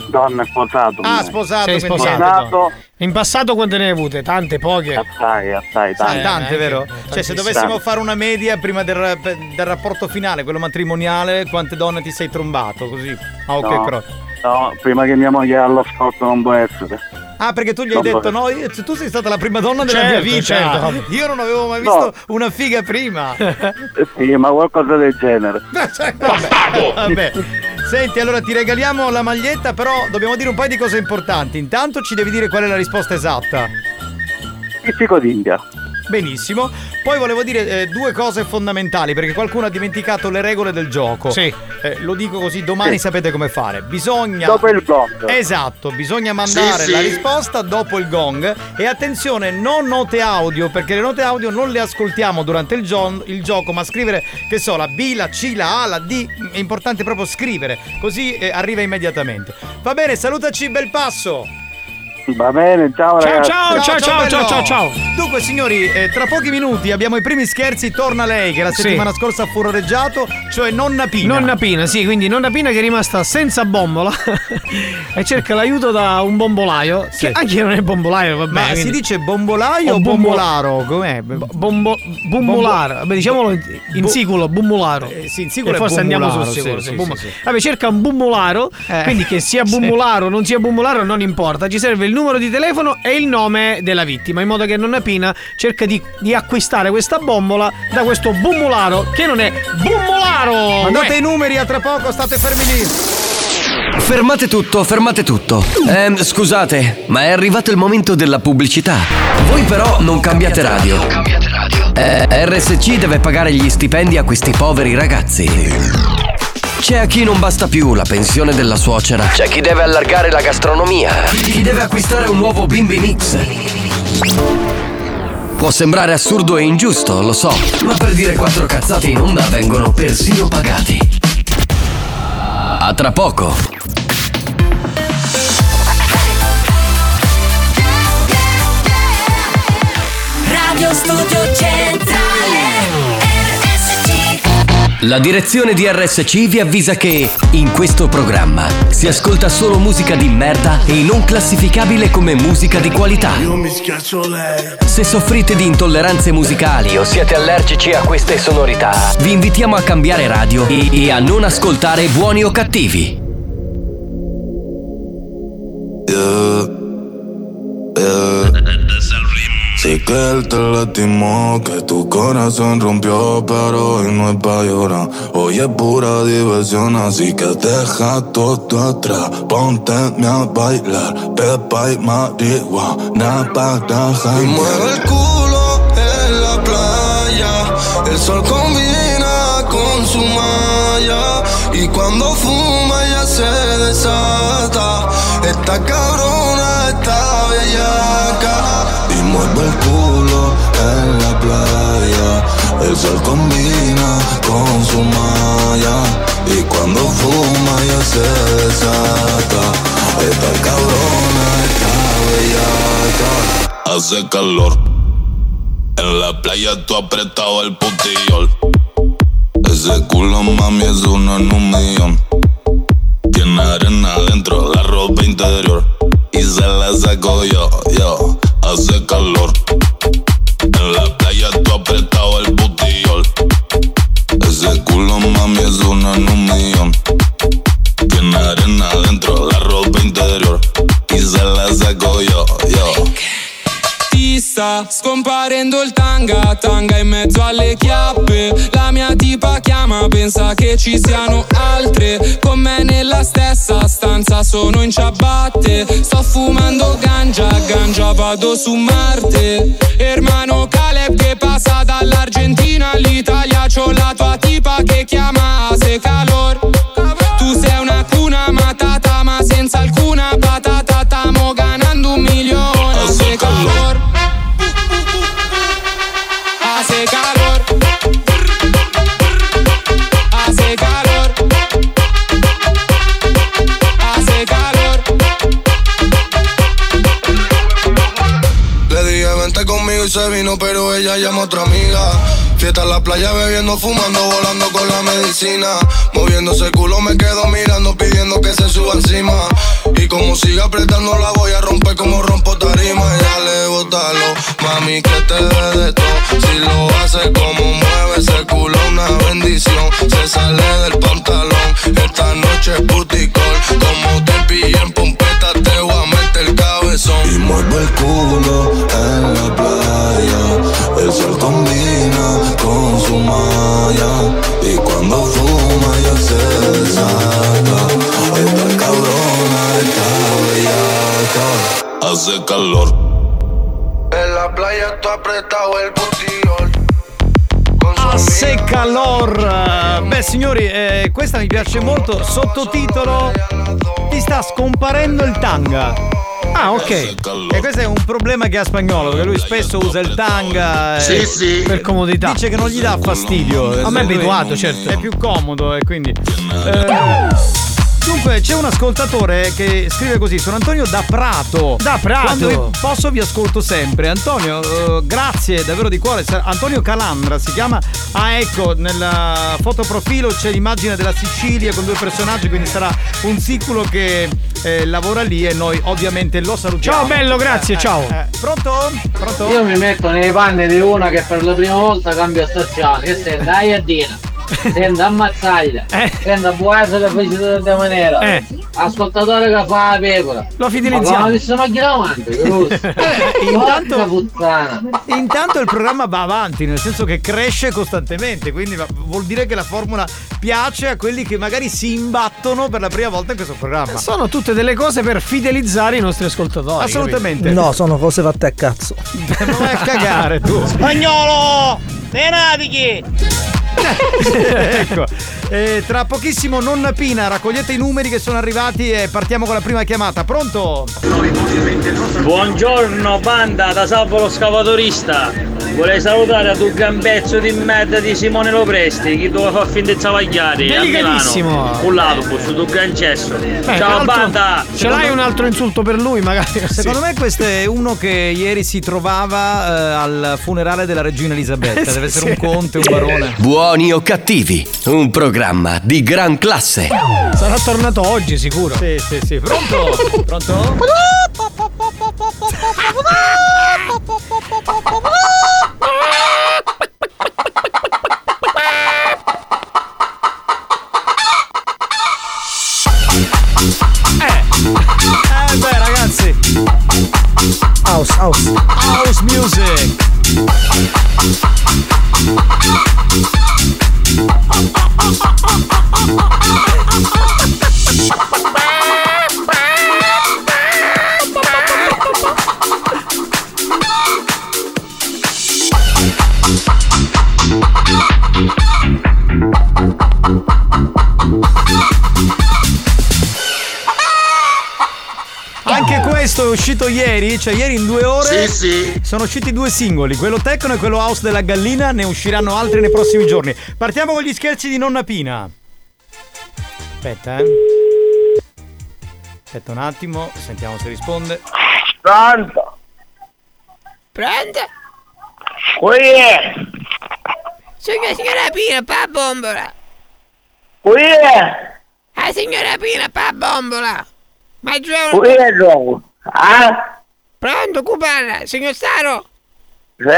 Donna, sposato. Ah, sposato. Sei quindi- sposato. In passato quante ne hai avute? Tante, poche? Assai, Tante, vero? Cioè, se dovessimo Tante. fare una media prima del rapporto finale, quello matrimoniale, quante donne ti sei trombato? Così. Ah, ok, No. croce. No, prima che mia moglie all'ascolto non può essere. Ah, perché tu gli hai Non detto, può- no, tu sei stata la prima donna della Certo, mia vita. certo. Io non avevo mai visto una figa prima. Sì, ma qualcosa del genere. Vabbè. Senti, allora ti regaliamo la maglietta, però dobbiamo dire un paio di cose importanti. Intanto ci devi dire qual è la risposta esatta. Pizzico d'India. Benissimo. Poi volevo dire due cose fondamentali, perché qualcuno ha dimenticato le regole del gioco. Sì. Lo dico così, domani Sì. sapete come fare. Bisogna... Dopo il gong. Esatto, bisogna mandare Sì, la sì. risposta dopo il gong. E attenzione, non note audio, perché le note audio non le ascoltiamo durante il gioco, ma scrivere, che so, la B, la C, la A, la D. È importante proprio scrivere, così arriva immediatamente. Va bene, salutaci, bel passo. Va bene, ciao ragazzi. Ciao. Dunque signori, tra pochi minuti abbiamo i primi scherzi. Torna lei che la Sì. settimana scorsa ha furoreggiato, cioè Nonna Pina. Nonna Pina, sì, quindi Nonna Pina che è rimasta senza bombola e cerca l'aiuto da un bombolaio. Che anche non è bombolaio, vabbè. Ma quindi- si dice bombolaio o O bombolaro? Com'è? Bummolaro, vabbè, diciamolo in siculo, bummolaro. sì, in siculo è forse andiamo sul bummolaro, sicuro. sì, sì, sì, bummo- sì, sì. Vabbè, cerca un bummolaro, quindi che sia bummolaro o non sia bummolaro non importa, ci serve il numero di telefono e il nome della vittima, in modo che Nonna Pina cerca di acquistare questa bombola da questo bummolaro che non è bummolaro. Mandate i numeri, a tra poco, state fermi lì. Fermate tutto. Scusate, ma è arrivato il momento della pubblicità. Voi però non cambiate radio. RSC deve pagare gli stipendi a questi poveri ragazzi. C'è a chi non basta più la pensione della suocera. C'è chi deve allargare la gastronomia. Chi deve acquistare un nuovo Bimbi Mix. Può sembrare assurdo e ingiusto, lo so, ma per dire 4 cazzate in onda vengono persino pagati. A tra poco. Radio Studio Centrale RSC. La direzione di RSC vi avvisa che in questo programma si ascolta solo musica di merda e non classificabile come musica di qualità. Io mi schiaccio lei. Se soffrite di intolleranze musicali o siete allergici a queste sonorità, vi invitiamo a cambiare radio e a non ascoltare Buoni o Cattivi. Sí que él te lastimó, que tu corazón rompió, pero hoy no es pa' llorar. Hoy es pura diversión, así que deja todo atrás. Ponte a bailar, pepa y marihuana para janguear. Y mueve el culo en la playa, el sol combina con su malla, y cuando fuma ya se desata. Esta cabrona está bellaca. Y mueve el culo en la playa, el sol combina con su malla, y cuando fuma ya se desata. Esta cabrona está bellaca. Hace calor, en la playa tú apretado el putillol. Ese culo mami es uno en un millón. Tiene arena adentro, la ropa interior, y se la saco yo. Hace calor, en la playa tú apretado el botillol. Ese culo mami es uno en un millón. Tiene arena adentro, la ropa interior, y se la saco yo. Ti sta scomparendo il tanga in mezzo alle chiappe. La mia tipa chiama, pensa che ci siano altre con me nella stessa stanza, sono in ciabatte. Sto fumando ganja, vado su Marte. Hermano Caleb che passa dall'Argentina all'Italia, c'ho la tua tipa che chiama Hace calor. Tu sei una cuna matata, ma senza alcuna patata, stiamo ganando 1 milione. Hace calor. Hace calor. Hace calor. Hace calor. Le dije vente conmigo y se vino, pero ella llama a otra amiga. Fiesta en la playa, bebiendo, fumando, volando con la medicina. Moviéndose el culo me quedo mirando, pidiendo que se suba encima. Y como siga apretando la voy a romper como rompo tarima. Y dale, bótalo, mami, que te dé de todo. Si lo hace como mueve ese culo, una bendición. Se sale del pantalón, esta noche es puticol. Como te pillé en pompeta, te voy a meter el cabezón. Y mueve el culo en la playa. El sol combina con su malla. Y cuando fuma ya se desata. Esta cabrona está bellaca. Hace calor. En la playa está apretado el botillón. Hace calor. Beh signori, questa mi piace molto. Sottotitolo: ti sta scomparendo il tanga. Ah, ok. E questo è un problema che ha Spagnolo, che lui spesso usa il tanga. Sì. Per comodità. Dice che non gli dà fastidio. A me è abituato, certo. È più comodo e quindi. Dunque c'è un ascoltatore che scrive così: sono Antonio da Prato. Quando posso vi ascolto sempre. Antonio, grazie davvero di cuore. Antonio Calandra si chiama. Ah, ecco, nel fotoprofilo c'è l'immagine della Sicilia con 2 personaggi, quindi sarà un siculo che lavora lì e noi ovviamente lo salutiamo. Ciao bello, grazie, ciao. Pronto? Io mi metto nei panni di una che per la prima volta cambia stazione. Che sei? Dai a Dina. Senta ammazzaglia, senta può essere facile da maniera, ascoltatore che fa la pecora, lo fidelizziamo. Ma questa macchina avanti, intanto il programma va avanti, nel senso che cresce costantemente, quindi vuol dire che la formula piace a quelli che magari si imbattono per la prima volta in questo programma. Sono tutte delle cose per fidelizzare i nostri ascoltatori. Assolutamente. Capito? No, sono cose fatte a cazzo. Ma vai a cagare tu. Spagnolo! Tenatichi! Ecco, tra pochissimo Nonna Pina, raccogliete i numeri che sono arrivati e partiamo con la prima chiamata. Pronto? Buongiorno banda da Salvo lo scavatorista. Vorrei salutare a tu gran pezzo di merda di Simone Lopresti, chi doveva far finta di travagliare a Milano con l'autobus, tu gran cesso. Ciao banda. Ce l'hai un altro insulto per lui magari? Secondo me questo è uno che ieri si trovava al funerale della regina Elisabetta. Deve essere un conte, un barone. Buoni o cattivi, un programma di gran classe. Sarà tornato oggi sicuro. Sì. Pronto? Pronto? Beh ragazzi, house music. Anche questo è uscito ieri, cioè ieri in 2 ore sono usciti 2 singoli, quello techno e quello house della gallina, ne usciranno altri nei prossimi giorni. Partiamo con gli scherzi di Nonna Pina. Aspetta un attimo, sentiamo se risponde. Pronto? Pronto? Qui è? Sono la signora Pina, pa bombola. Qui è? La signora Pina, pa bombola. Ma giuro. Qui è gioco. Ah? Pronto, chi parla? Signor Staro? Sì.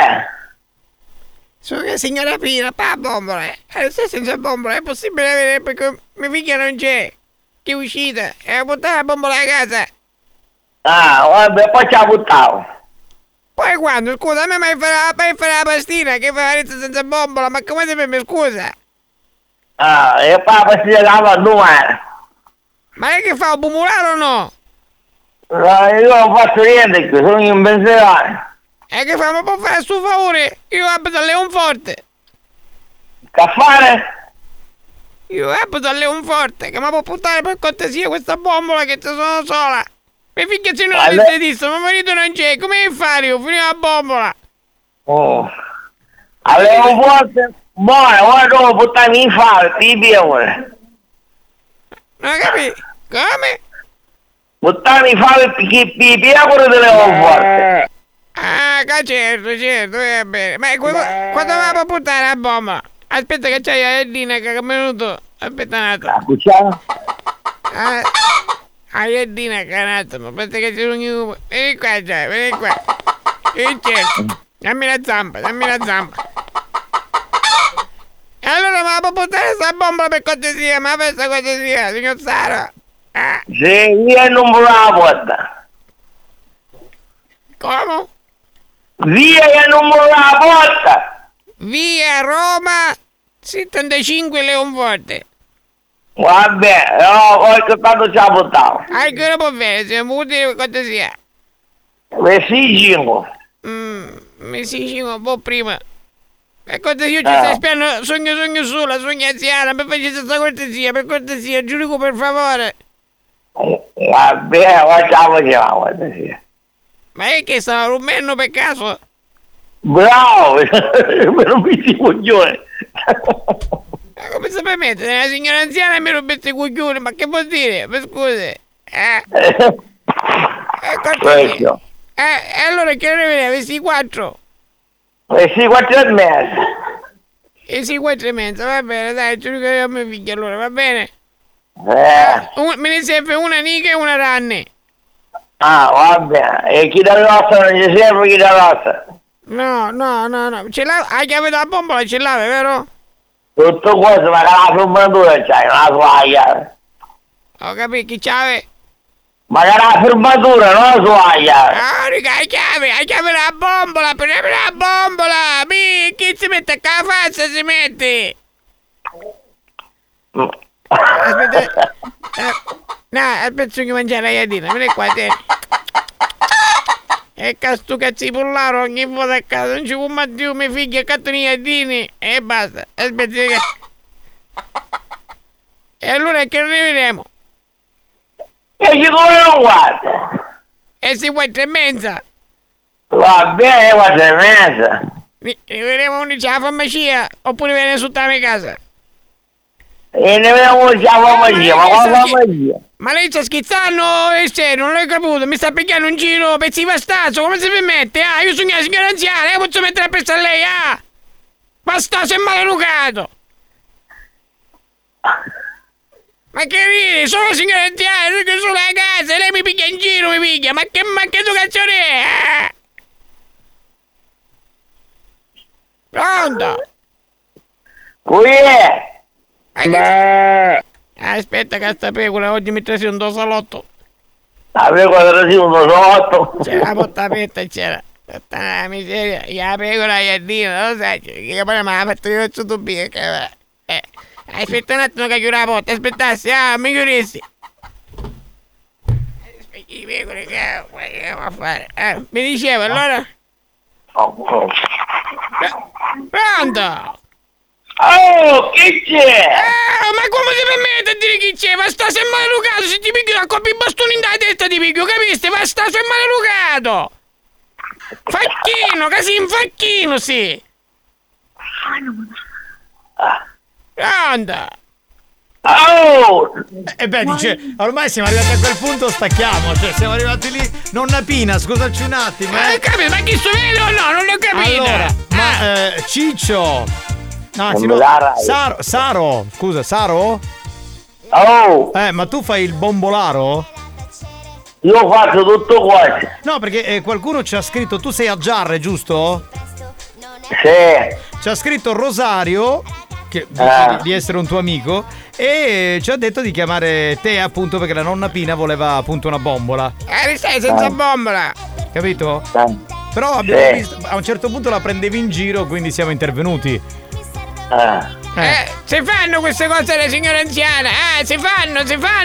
Sono la signora Pina, pa bombola. Adesso senza bombola è possibile avere perché mia figlia non c'è. Che è uscita e ha portato la bombola a casa. Ah, vabbè, poi ci ha buttato. Poi quando? Scusa, a me mai fare la pastina che fa la senza bombola, ma come ti mi scusa? Ah, e poi la pastina la domani. Ma è che fa, bumulare o no? No, io non faccio niente qui, sono in pensione. E che fa, ma può fare il suo favore? Io abito a Leonforte. Che fare? Io abito a Leonforte, che mi può portare per cortesia questa bombola che ci sono sola. Mia figlia c'è una l'estetista, mio marito non c'è, come fare io? Finire la bombola. Oh. A Leonforte? Buono, ora devo portarmi in fare, ti piove. Non capito? Come? Portarmi in fare i pecore delle Leonforte. Ah, certo, va bene. Ma quando va a portare la bomba? Aspetta che c'hai la Edina che è venuto. Aspetta un attimo. Aiardina canazza, ma pensa che c'è un... Vieni qua, già, vieni qua. Che c'è? Dammi la zampa. E allora ma può portare sta bomba per cortesia, ma per questa cortesia, signor Saro? Sì, via non la porta. Come? Via che non la porta. Via Roma 75 Leonforte. Vabbè, no, qualche tanto ci ha portato. Che non può bene, se mi dire per cortesia. Messi 5. Messi 5 un po' prima. Per cortesia, io ci stai spiando, sogno sola, sogno anziana, per farci questa cortesia, per cortesia, giurico per favore. Vabbè, facciamoci la cortesia. Ma è che stava rumendo per caso? Bravo, me lo metti i coglioni. Ma come si permette? Una signora anziana e mi rubette i coglioni, ma che vuol dire? Ma scusi. Questo. E allora che ore veniva? Vesti 4? Vesti 4 e mezza. Vesti 4 e mezza, va bene, dai, ci ricordiamo a mio figlio allora, va bene? Me ne serve una nica e una ranne. Va bene, e chi da nostra non ci serve, chi da nostra? No, ce l'ha, la chiave della bombola ce l'ave, vero? Tutto questo, ma che la fermatura c'hai, non la sua chiave. Ho capito, chi chiave? Ma che la fermatura, non la sua chiave. Raga, la chiave della bombola, per la bombola, chi si mette a la faccia, si mette? Aspetta, aspetta che mangiare la iadina, vieni qua, tieni. E sto cazzo di pollaro ogni volta a casa, non ci può mai più mio figlio a cattoni iadini e basta, aspetta che... E allora che arriveremo? E ci non guarda. E si 4 e mezza. Va bene, 4 e mezza. Vedremo un'unica alla farmacia oppure viene sotto la mia casa. E ne vediamo la farmacia, ma quale farmacia? Ma lei sta scherzando, non l'ho capito, mi sta picchiando un giro, pezzi di bastazo, come si permette? Io sono una signora anziana, posso mettere a presto a lei, Bastazo è maleducato! Ma che ridi, sono una signora anziana, sono solo a casa, e lei mi picchia in giro, ma che educazione è? Pronto? Qui è? Aspetta che sta pecora oggi mi trasì un salotto. La pecora trasì un salotto? C'era la portapetta, c'era. Tutta la miseria, la pecora iardina, lo sai, che poi mi ha fatto io tutto bene, aspetta un attimo che chiudo la porta, aspettassi, mi chiudessi. Aspetti i pecore, che devo fare? Mi diceva allora? Pronto? Oh, chi c'è? Ma come si permette a dire chi c'è? Ma sta sei maleducato, se ti picchio a colpi i bastoni in testa ti picchio, capisci? Ma sta sei maleducato! Facchino, casin facchino, sì! Pronto? Oh! Dice, ormai siamo arrivati a quel punto, stacchiamo, cioè siamo arrivati lì, nonna Pina, scusaci un attimo, capito, ma chi sto vero o no? Non l'ho capito! Allora, ma Ciccio... No, Saro, scusa, Saro? Oh! Ma tu fai il bombolaro? Io faccio tutto questo. No, perché qualcuno ci ha scritto, tu sei a Giarre, giusto? Sì. Ci ha scritto Rosario, che di essere un tuo amico, e ci ha detto di chiamare te appunto perché la nonna Pina voleva appunto una bombola. Stai senza bombola! Capito? Però abbiamo visto, a un certo punto la prendevi in giro, quindi siamo intervenuti. Si fanno queste cose le signore anziane, si fanno,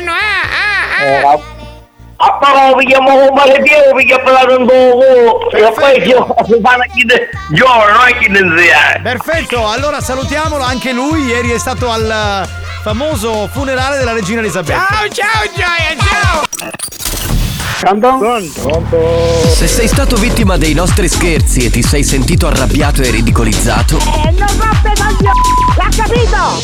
Appena pigliamo un male piede, pigliamo la tonto e poi si fanno chi de giorno, non chi de anziane. Perfetto, allora salutiamolo anche lui, ieri è stato al famoso funerale della regina Elisabetta. Ciao Gioia, ciao! Pronto? Se sei stato vittima dei nostri scherzi e ti sei sentito arrabbiato e ridicolizzato, non roppe coglioni, l'ha capito?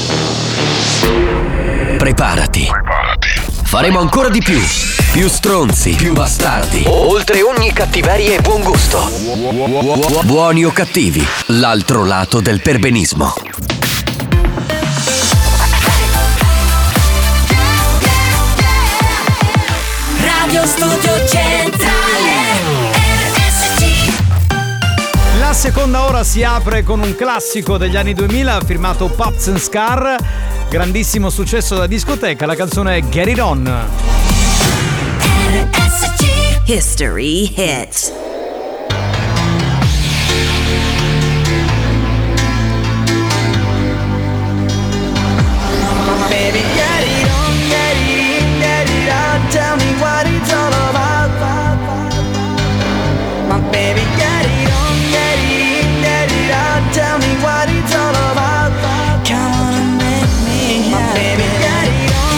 Preparati. Faremo ancora di più. Più stronzi, più bastardi. Oltre ogni cattiveria e buon gusto. Buoni o cattivi, l'altro lato del perbenismo. Nello studio centrale RSC. La seconda ora si apre con un classico degli anni 2000 firmato Pops and Scar, grandissimo successo da discoteca, la canzone è Get It On. RSC History Hit. Baby, get it on, get it in, get it out. Tell me what it's all about. My baby, get it on, get it in, get it out. Tell me what it's all about. Come on and make me happy. My baby, get it on.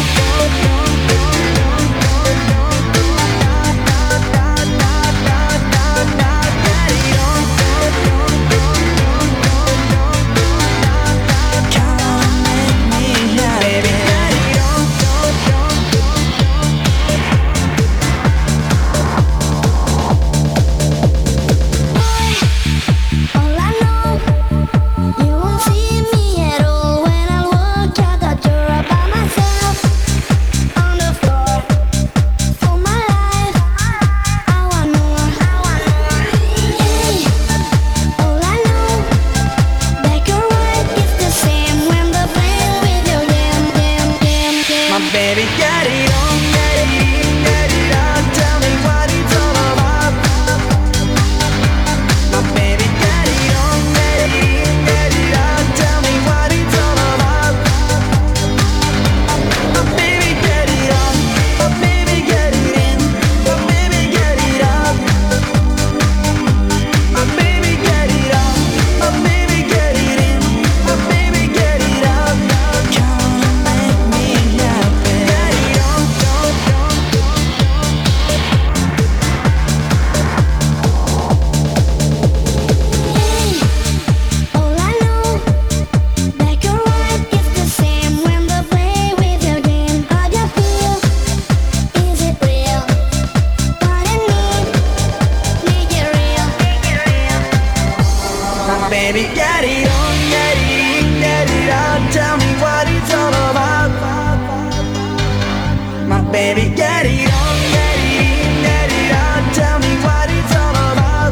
Baby, get it on, get it in, get it out. Tell me what it's all about. My baby, get it on, get it in, get it out. Tell me what it's all about. My baby, get it on, my baby, get it in, my baby, get it out. My baby, get it on, my baby, get it in, my baby, get it out. Come on, make me happy. Baby, get it on, get it in, get it out. Tell me what it's all about. My baby, get it on, get it in, get it out. Tell me what it's all about.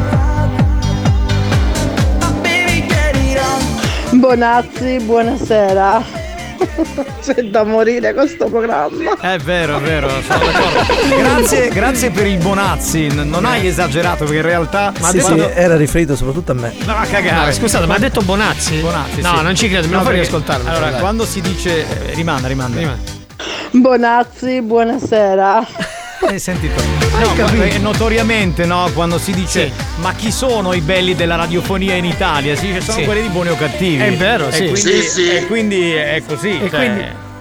My baby, get it on. Bonazzi, buonasera. C'è da morire con sto programma. È vero, sono d'accordo. Grazie per il Bonazzi. Non hai esagerato, perché in realtà. Ma sì, era riferito soprattutto a me. No, a cagare. No, scusate, ma ha detto Bonazzi? Bonazzi, no, sì. non ci credo, me lo fai riascoltarlo. Allora, quando si dice. Rimanda. Bonazzi, buonasera. Hai sentito? No, notoriamente, no, quando si dice ma chi sono i belli della radiofonia in Italia? Si dice sono quelli di buoni o cattivi. È vero, sì. E quindi è così. E quindi.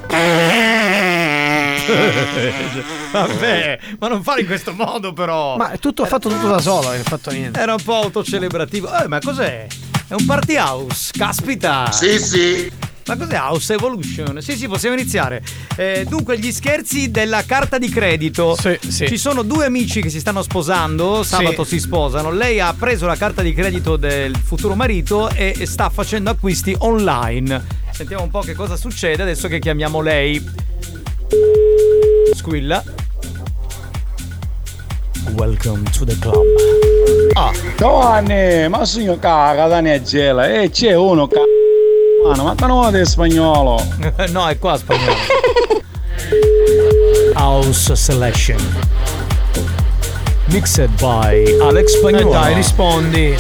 Vabbè, ma non fare in questo modo, però. Ma è fatto tutto da solo, non hai fatto niente. Era un po' autocelebrativo. Ma cos'è? È un party house, caspita. Sì. Ma cos'è House Evolution? Sì, possiamo iniziare. Dunque, gli scherzi della carta di credito. Sì. Ci sono due amici che si stanno sposando. Sabato si sposano. Lei ha preso la carta di credito del futuro marito e sta facendo acquisti online. Sentiamo un po' che cosa succede adesso che chiamiamo lei. Squilla. Welcome to the club. Giovanni, ma signor cara da gela e c'è uno ma non è spagnolo. No, è qua spagnolo. House Selection mixed by Alex Spagnolo. Dai, rispondi.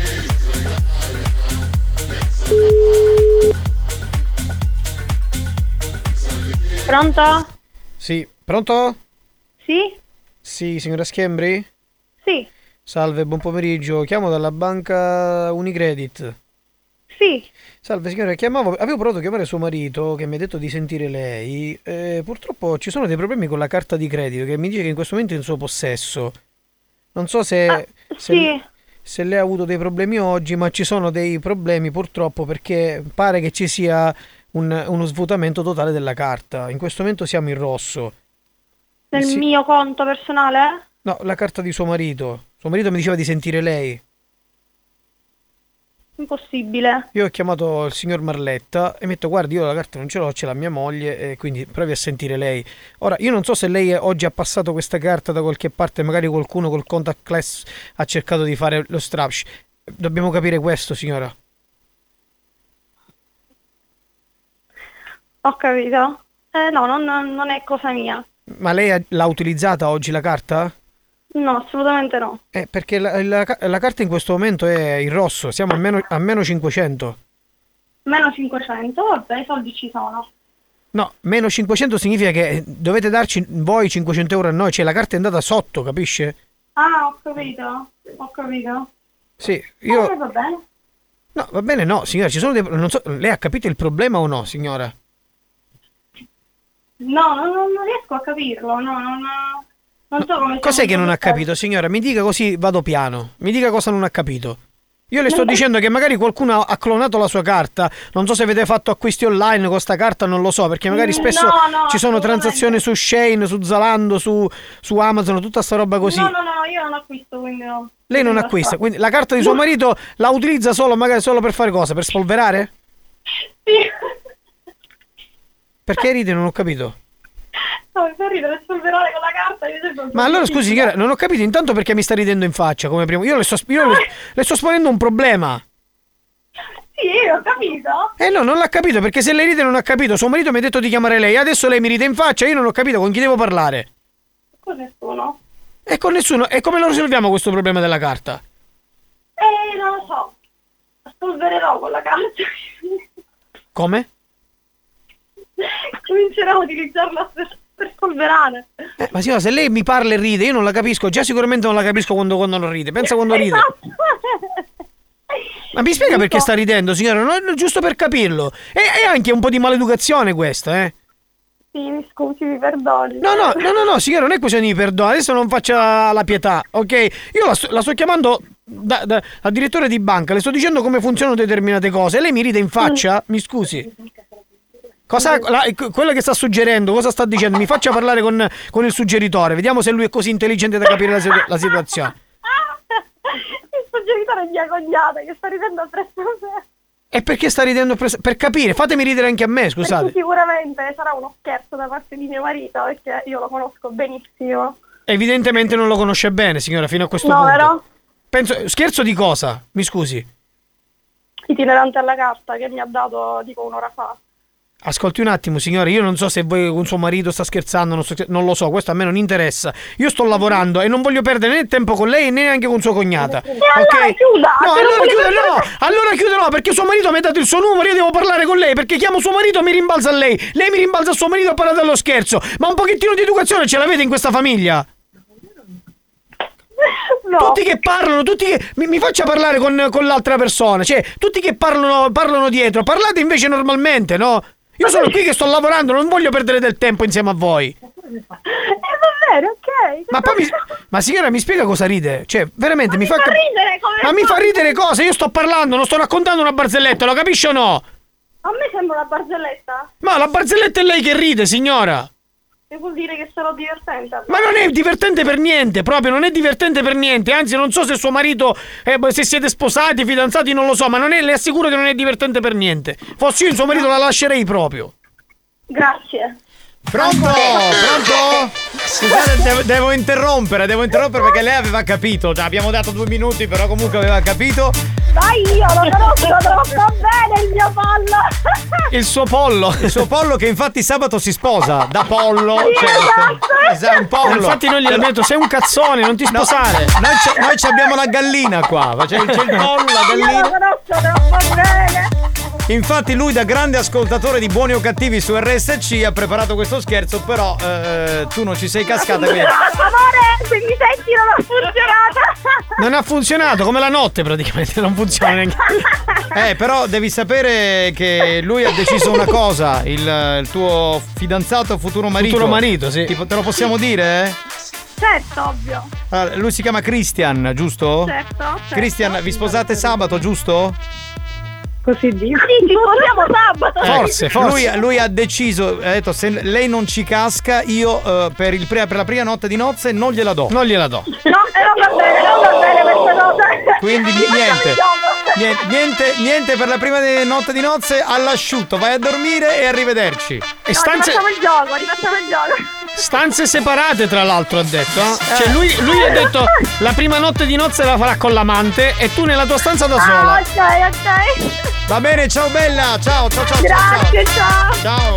Pronto? Sì, pronto? Sì? Sì, signora Schiembri? Sì. Salve, buon pomeriggio. Chiamo dalla banca Unicredit. Sì. Salve signora, avevo provato a chiamare suo marito che mi ha detto di sentire lei. Purtroppo ci sono dei problemi con la carta di credito che mi dice che in questo momento è in suo possesso. Non so se lei ha avuto dei problemi oggi, ma ci sono dei problemi purtroppo perché pare che ci sia uno svuotamento totale della carta. In questo momento siamo in rosso. Nel mio conto personale? No, la carta di suo marito. Suo marito mi diceva di sentire lei. Impossibile. Io ho chiamato il signor Marletta e mi ho detto guardi, io la carta non ce l'ho, c'è la mia moglie, e quindi provi a sentire lei. Ora, io non so se lei oggi ha passato questa carta da qualche parte, magari qualcuno col contactless ha cercato di fare lo strapsh. Dobbiamo capire questo, signora. Ho capito. No, non è cosa mia. Ma lei l'ha utilizzata oggi la carta? No, assolutamente no. Perché la carta in questo momento è in rosso, siamo a meno 500. Meno 500, vabbè, i soldi ci sono. No, meno 500 significa che dovete darci voi 500 euro a noi, cioè la carta è andata sotto, capisce? Ah, ho capito. Sì, io... Va bene. No, va bene, no, signora, ci sono dei... Non so, lei ha capito il problema o no, signora? No, non riesco a capirlo, non so come... Cos'è che non ha capito, signora? Mi dica così vado piano. Mi dica cosa non ha capito. Io le sto dicendo che magari qualcuno ha clonato la sua carta. Non so se avete fatto acquisti online con sta carta, non lo so, perché magari spesso ci sono transazioni su Shein, su Zalando, su Amazon, tutta sta roba così. No, io non acquisto, quindi no. Lei non acquista, quindi la carta di suo marito la utilizza solo, magari solo per fare cosa? Per spolverare? Sì. Perché ride? Non ho capito. No, mi fa ridere spolverare con la carta. Ma allora scusi, signora, non ho capito intanto perché mi sta ridendo in faccia come primo. Io le sto esponendo un problema. Sì, ho capito. No, non l'ha capito, perché se lei ride non ha capito. Suo marito mi ha detto di chiamare lei, adesso lei mi ride in faccia, io non ho capito con chi devo parlare. Con nessuno. E con nessuno. E come lo risolviamo questo problema della carta? Non lo so. Spolvererò con la carta. Come? Comincerò a utilizzarla per spolverare. Ma signora, se lei mi parla e ride, io non la capisco. Già sicuramente non la capisco quando non ride. Pensa quando ride. Ma mi spiega perché sta ridendo, signora? Non, giusto per capirlo. È anche un po' di maleducazione questa, Sì, mi scusi, mi perdoni. No, signora, non è questione di perdono. Adesso non faccia la pietà, ok? Io la sto chiamando da direttore di banca, le sto dicendo come funzionano determinate cose. E lei mi ride in faccia? Mi scusi. Quello che sta suggerendo, cosa sta dicendo? Mi faccia parlare con il suggeritore. Vediamo se lui è così intelligente da capire la situazione. Il suggeritore è mia cognata che sta ridendo appresso a me. E perché sta ridendo per capire? Fatemi ridere anche a me, scusate. Perché sicuramente sarà uno scherzo da parte di mio marito, perché io lo conosco benissimo. Evidentemente non lo conosce bene, signora, fino a questo punto. Vero? Penso, scherzo di cosa? Mi scusi. Itinerante alla carta che mi ha dato tipo un'ora fa. Ascolti un attimo, signore, io non so se voi con suo marito sta scherzando, non lo so, questo a me non interessa. Io sto lavorando e non voglio perdere né tempo con lei né neanche con sua cognata. E allora chiuda! Allora chiuda no, perché suo marito mi ha dato il suo numero, io devo parlare con lei, perché chiamo suo marito e mi rimbalza a lei. Lei mi rimbalza a suo marito e parla dello scherzo. Ma un pochettino di educazione ce l'avete in questa famiglia? No. Tutti che parlano, mi faccia parlare con l'altra persona, cioè tutti che parlano dietro, parlate invece normalmente, no? Io sono qui che sto lavorando, non voglio perdere del tempo insieme a voi. Va bene, ok. Ma signora, mi spiega cosa ride? Cioè, veramente mi fa ridere come... Ma mi fa ridere cosa? Io sto parlando, non sto raccontando una barzelletta, lo capisce o no? A me sembra una barzelletta. Ma la barzelletta è lei che ride, signora. E vuol dire che sarò divertente. Ma non è divertente per niente, proprio non è divertente per niente. Anzi, non so se suo marito, se siete sposati, fidanzati, non lo so, ma le assicuro che non è divertente per niente. Fossi io il suo marito la lascerei proprio. Grazie. Pronto? Scusate, devo interrompere perché lei aveva capito. Abbiamo dato 2 minuti, però comunque aveva capito. Dai, io lo conosco troppo bene il mio pollo. Il suo pollo che infatti sabato si sposa da pollo. Sì, esatto. Un pollo. Infatti noi gli abbiamo detto sei un cazzone, non ti sposare. Noi abbiamo la gallina qua. C'è il pollo, la gallina. Io lo conosco troppo bene. Infatti lui, da grande ascoltatore di Buoni o Cattivi su RSC, ha preparato questo scherzo, però tu non ci sei cascata. Amore, se mi senti non ha funzionato. Non ha funzionato, come la notte praticamente, non funziona neanche. Però devi sapere che lui ha deciso una cosa, il tuo fidanzato futuro marito. Futuro marito, sì. Te lo possiamo dire? Certo, ovvio. Allora, lui si chiama Christian, giusto? Certo. Christian, vi sposate sabato, giusto? Così dico. Sì, ci sposiamo sabato. Forse. Lui ha deciso, ha detto, se lei non ci casca, io per la prima notte di nozze non gliela do. Non gliela do. No, non va bene questa cosa. Quindi niente. Niente per la prima notte di nozze all'asciutto, vai a dormire e arrivederci. E rifacciamo il gioco. Stanze separate, tra l'altro, ha detto. Cioè lui ha detto la prima notte di nozze la farà con l'amante e tu nella tua stanza da sola. Ok. Va bene, ciao bella, ciao. Grazie, ciao. Ciao.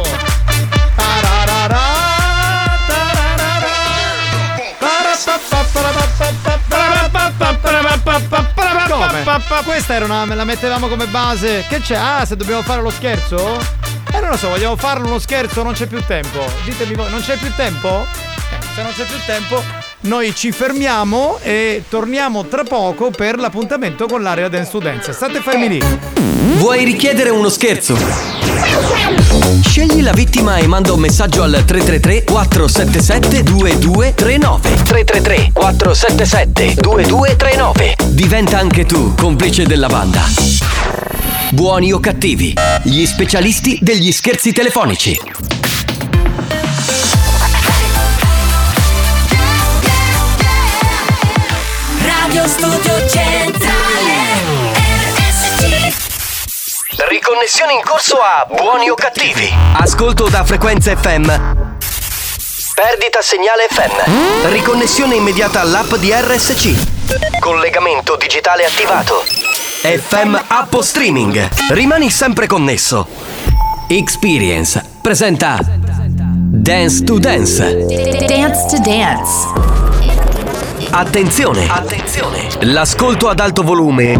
Come? Questa era la mettevamo come base. Che c'è? Se dobbiamo fare lo scherzo? Non lo so, vogliamo farlo uno scherzo? Non c'è più tempo. Ditemi voi, non c'è più tempo? Se non c'è più tempo, noi ci fermiamo e torniamo tra poco per l'appuntamento con l'area Dance to Dance. State fermi lì. Vuoi richiedere uno scherzo? Scegli la vittima e manda un messaggio al 333 477 2239. 333 477 2239. Diventa anche tu complice della banda. Buoni o cattivi, gli specialisti degli scherzi telefonici. Radio Studio Centrale RSC. Riconnessione in corso a Buoni o cattivi. Ascolto da frequenza FM. Perdita segnale FM. Riconnessione immediata all'app di RSC. Collegamento digitale attivato. FM App Streaming. Rimani sempre connesso. Experience presenta Dance to Dance. Dance to Dance. Attenzione. L'ascolto ad alto volume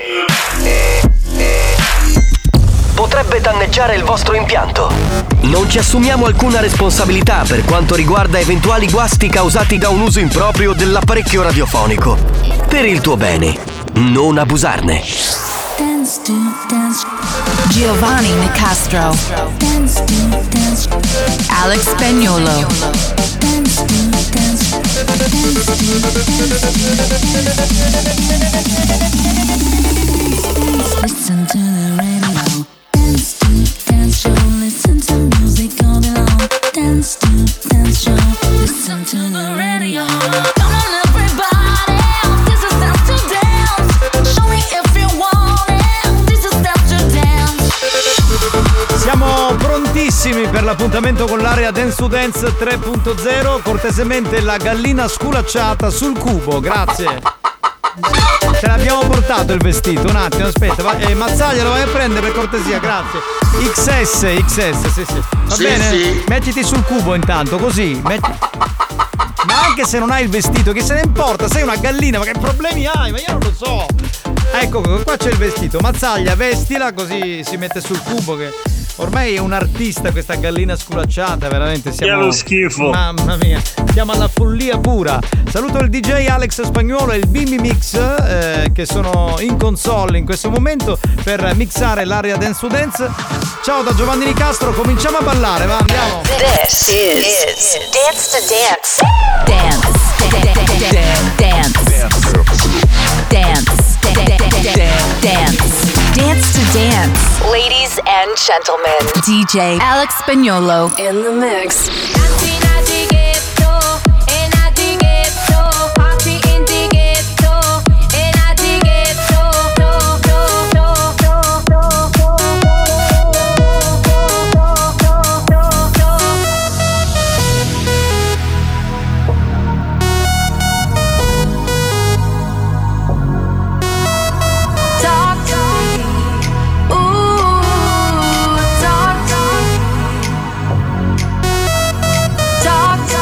potrebbe danneggiare il vostro impianto. Non ci assumiamo alcuna responsabilità per quanto riguarda eventuali guasti causati da un uso improprio dell'apparecchio radiofonico. Per il tuo bene, non abusarne. Dance to Dance. Giovanni Nicastro. Dance to Dance. Alex Spagnuolo. Dance to Dance. Listen to the radio. Dance to Dance Show. Listen to music all day long. Dance to Dance Show. Listen to the radio. Come on everybody, this is Dance to Dance. Show me if you want it. This is Dance to Dance. Siamo prontissimi per l'appuntamento con l'area Dance to Dance 3.0. Cortesemente la gallina sculacciata sul cubo, grazie. Ce l'abbiamo portato il vestito, un attimo, aspetta, Mazzaglia lo vai a prendere per cortesia, grazie. XS, sì. Va bene? Sì. Mettiti sul cubo intanto, così. Ma anche se non hai il vestito, che se ne importa, sei una gallina, ma che problemi hai? Ma io non lo so. Ecco, qua c'è il vestito. Mazzaglia, vestila così si mette sul cubo che... Ormai è un artista questa gallina sculacciata, veramente siamo... Che lo schifo. Mamma mia, siamo alla follia pura. Saluto il DJ Alex Spagnuolo e il Bimbi Mix che sono in console in questo momento per mixare l'area Dance to Dance. Ciao da Giovanni Nicastro, cominciamo a ballare, va, andiamo. This is Dance to Dance. Dance to Dance. Ladies and gentlemen, DJ Alex Spagnuolo in the mix. Talk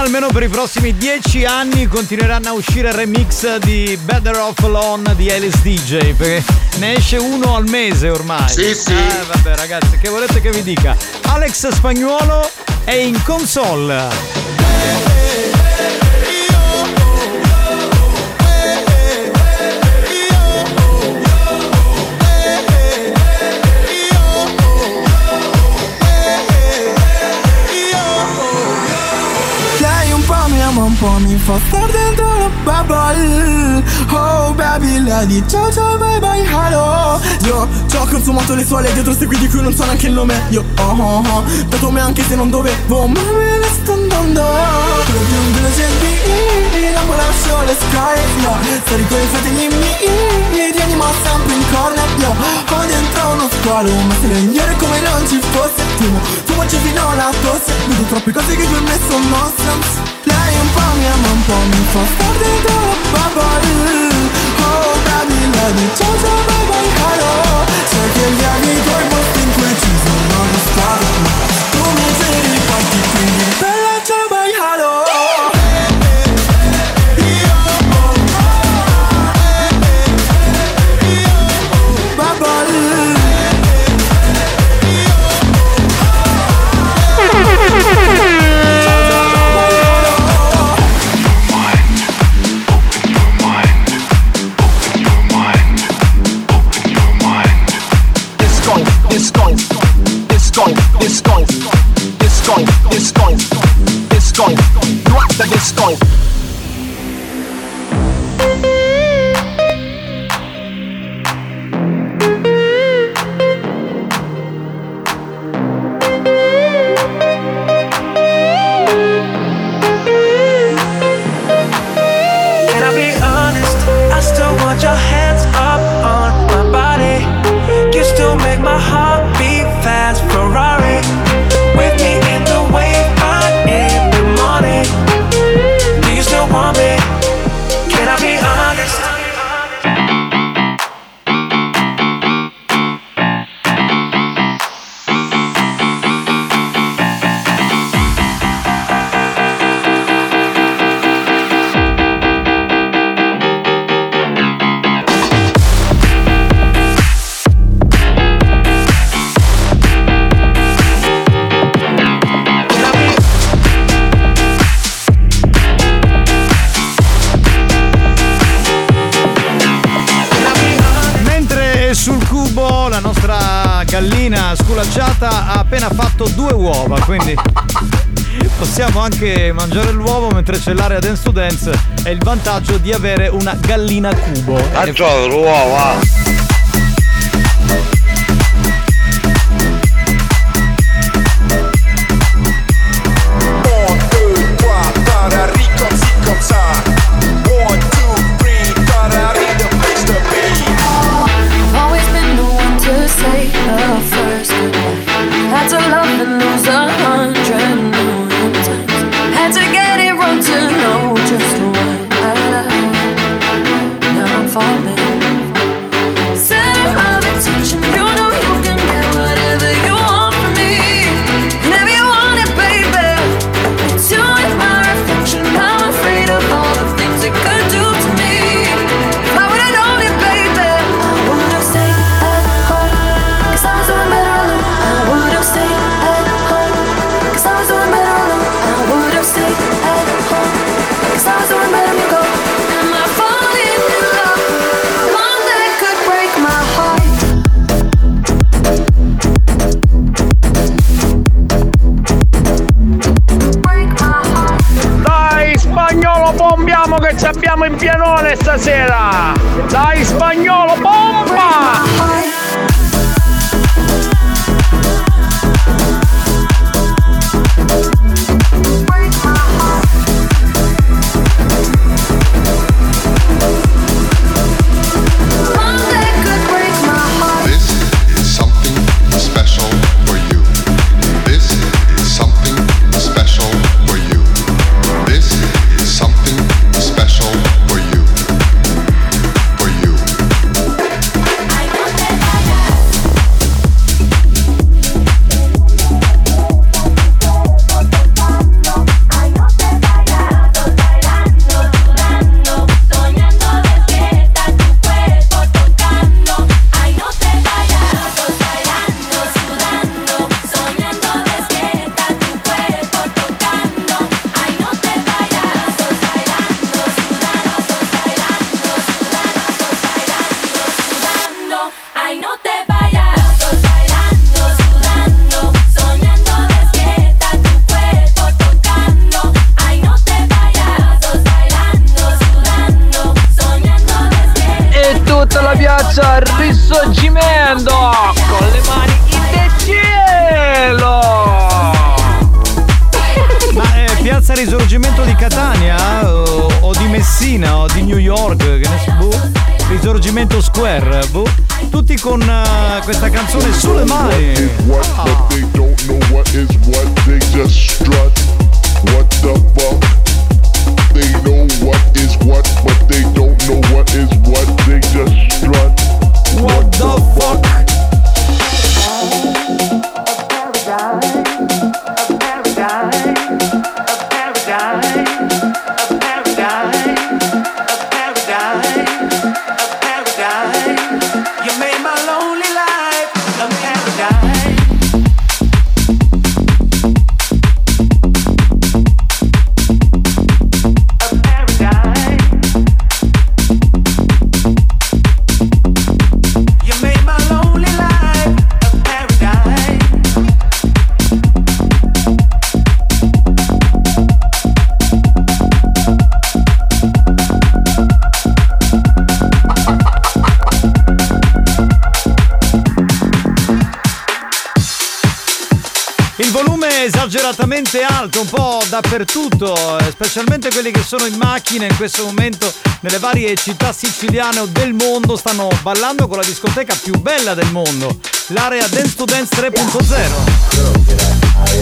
almeno per i prossimi 10 anni continueranno a uscire remix di Better Off Alone di Alice DJ, perché ne esce uno al mese ormai. Sì. Vabbè ragazzi, che volete che vi dica? Alex Spagnuolo è in console. Un po' mi fa star dentro la bubble. Oh baby, lei di ciao ciao bye bye hello. Io ci ho consumato le suole dietro questi qui di cui non so neanche il nome. Io dato me anche se non dovevo, ma me ne sto andando. Prendi un veloce dopo lascio le sky. Io stare con i fratelli miei, rianimo sempre in corner. Io ho dentro uno squalo, ma se legnare come non ci fosse. Fumo c'è fino alla tosse. Vedo troppe cose che per me sono nonsense. Lei un po' mi ama, un po' mi fa star dentro la bubble. Oh baby, lei di ciao ciao bye bye hello. Sai che gli anni tuoi posti in cui ci sono lo stato. Tu mi sei riparti, quindi bella ciao bye hello. Gallina sculacciata ha appena fatto 2 uova, quindi possiamo anche mangiare l'uovo mentre c'è l'area Dance to Dance. È il vantaggio di avere una gallina cubo. Mangiare l'uova. Che abbiamo in pianone stasera. Dai Spagnolo, bomba! Special for you. Piazza Risorgimento con le mani in cielo. Ma Piazza Risorgimento di Catania o di Messina o di New York, che ne so, Risorgimento Square, tutti con questa canzone sulle mani. What they don't know what is what, they just strut. What the fuck? They know what is what, but they don't know what is what, they just strut. What the fuck? Esageratamente alto, un po' dappertutto, specialmente quelli che sono in macchina in questo momento nelle varie città siciliane o del mondo stanno ballando con la discoteca più bella del mondo, l'area Dance to Dance 3.0.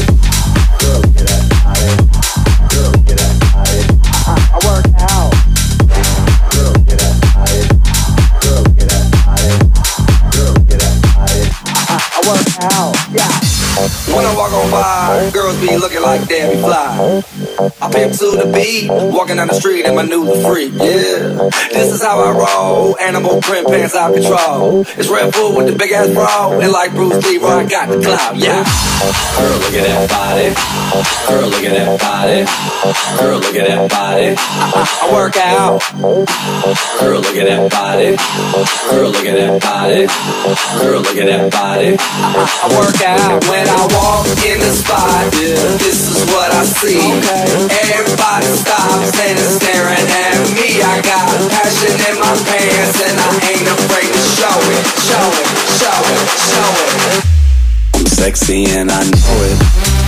When I walk on by, girls be looking like Debbie Fly. I pimp to the beat, walking down the street in my new freak, yeah. This is how I roll, animal print pants out control. It's Red Bull with the big ass bra, and like Bruce Lee, I got the clout, yeah. Girl, look at that body. Girl, look at that body. Girl, look at that body. I work out. Girl, look at that body. Girl, look at that body. Girl, look at that body. I work out when I walk in the spot. Yeah, this is what I see. Everybody stops and is staring at me. I got passion in my pants and I ain't afraid to show it, show it, show it, show it. I'm sexy and I know it.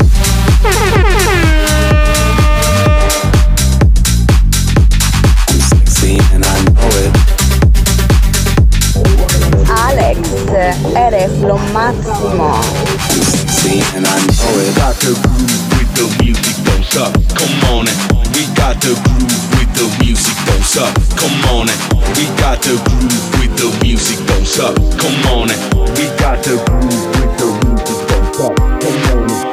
I'm sexy and I know it. Alex, eres lo máximo. I'm sexy and I know it. Got the groove with the music, don't stop. Come on it. We got the groove with the music, don't stop. Come on it. We got the groove with the music, don't stop. Come on it. We got the groove with the music, don't stop. Come on it.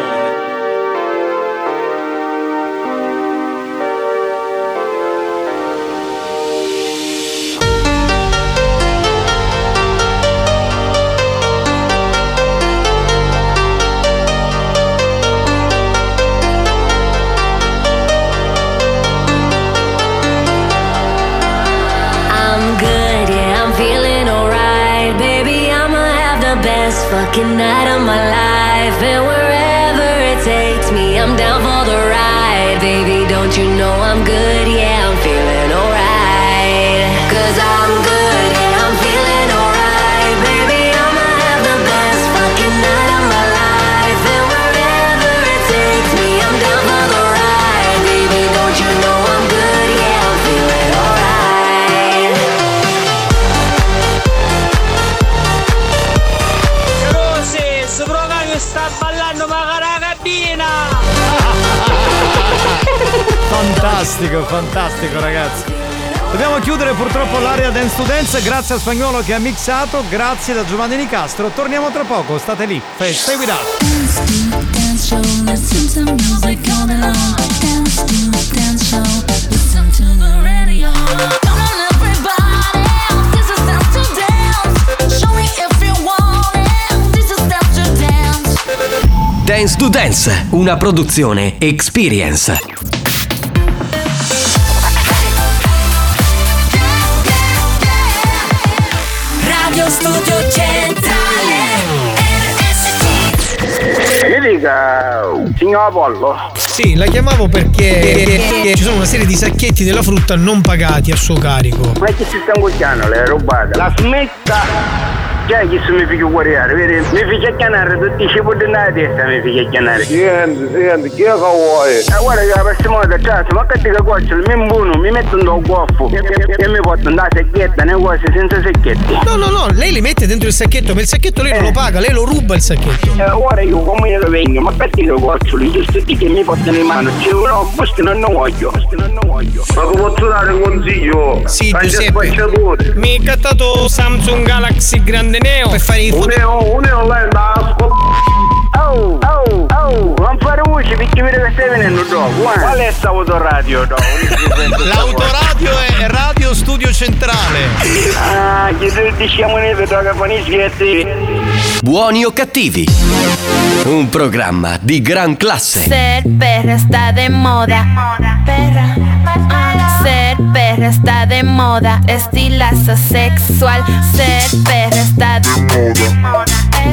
Fucking night of my life, and wherever it takes me, I'm down for the ride. Baby, don't you know I'm good? Yeah, I'm feeling alright. 'Cause I'm good, yeah, I'm feeling alright. Baby, I'ma have the best fucking night of my life, and wherever it takes me, I'm down for the ride. Baby, don't you know I'm good? Yeah, I'm feeling alright. Sta ballando magari la cabina. Fantastico, fantastico ragazzi. Dobbiamo chiudere purtroppo l'area Dance to Dance. Grazie a Spagnolo che ha mixato. Grazie da Giovanni Nicastro. Torniamo tra poco, state lì. Stay with us. Dance show, listen to music all day long. Dance to dance show, listen to the radio. Come on everybody, this is dance to dance. Show me if you want it, this is dance to dance. Dance to Dance, una produzione Experience. Radio Studio Centrale RSC. dica, signor Apollo. Sì, la chiamavo perché ci sono una serie di sacchetti della frutta non pagati a suo carico. Ma che si sta ingoiando le rubate? La smetta! Già che se mi figlio guardare, vedi? Mi figlio chiamare, tutti i cibi della testa mi figlio chiamare. Senti, chi è che vuoi? Guarda che la prossima volta, cazzo, ma che ti cagoccelo, mi imbuno, mi metto un goffo e mi porto una sacchetta, negozi senza sacchetti. No, lei li mette dentro il sacchetto, ma il sacchetto lei non lo paga, lei lo ruba il sacchetto. Ora io come lo vengo, ma che ti cagoccelo, giusto che mi portano in mano, cioè no, questo non ne voglio. Ma come posso dare un consiglio? Sì, Giuseppe, mi hai cattato Samsung Galaxy Grande Neo per fare il un neo lei da Oh, non fare voce perché vedo che stai venendo dopo. Qual è sta autoradio? L'autoradio è Radio Studio Centrale. Ah, che diciamo ne vedo che fanno i schietti. Buoni o cattivi? Un programma di gran classe. Ser perra está de moda. Perra. Ser perra está de moda. Estilazo sexual. Ser perra está de moda.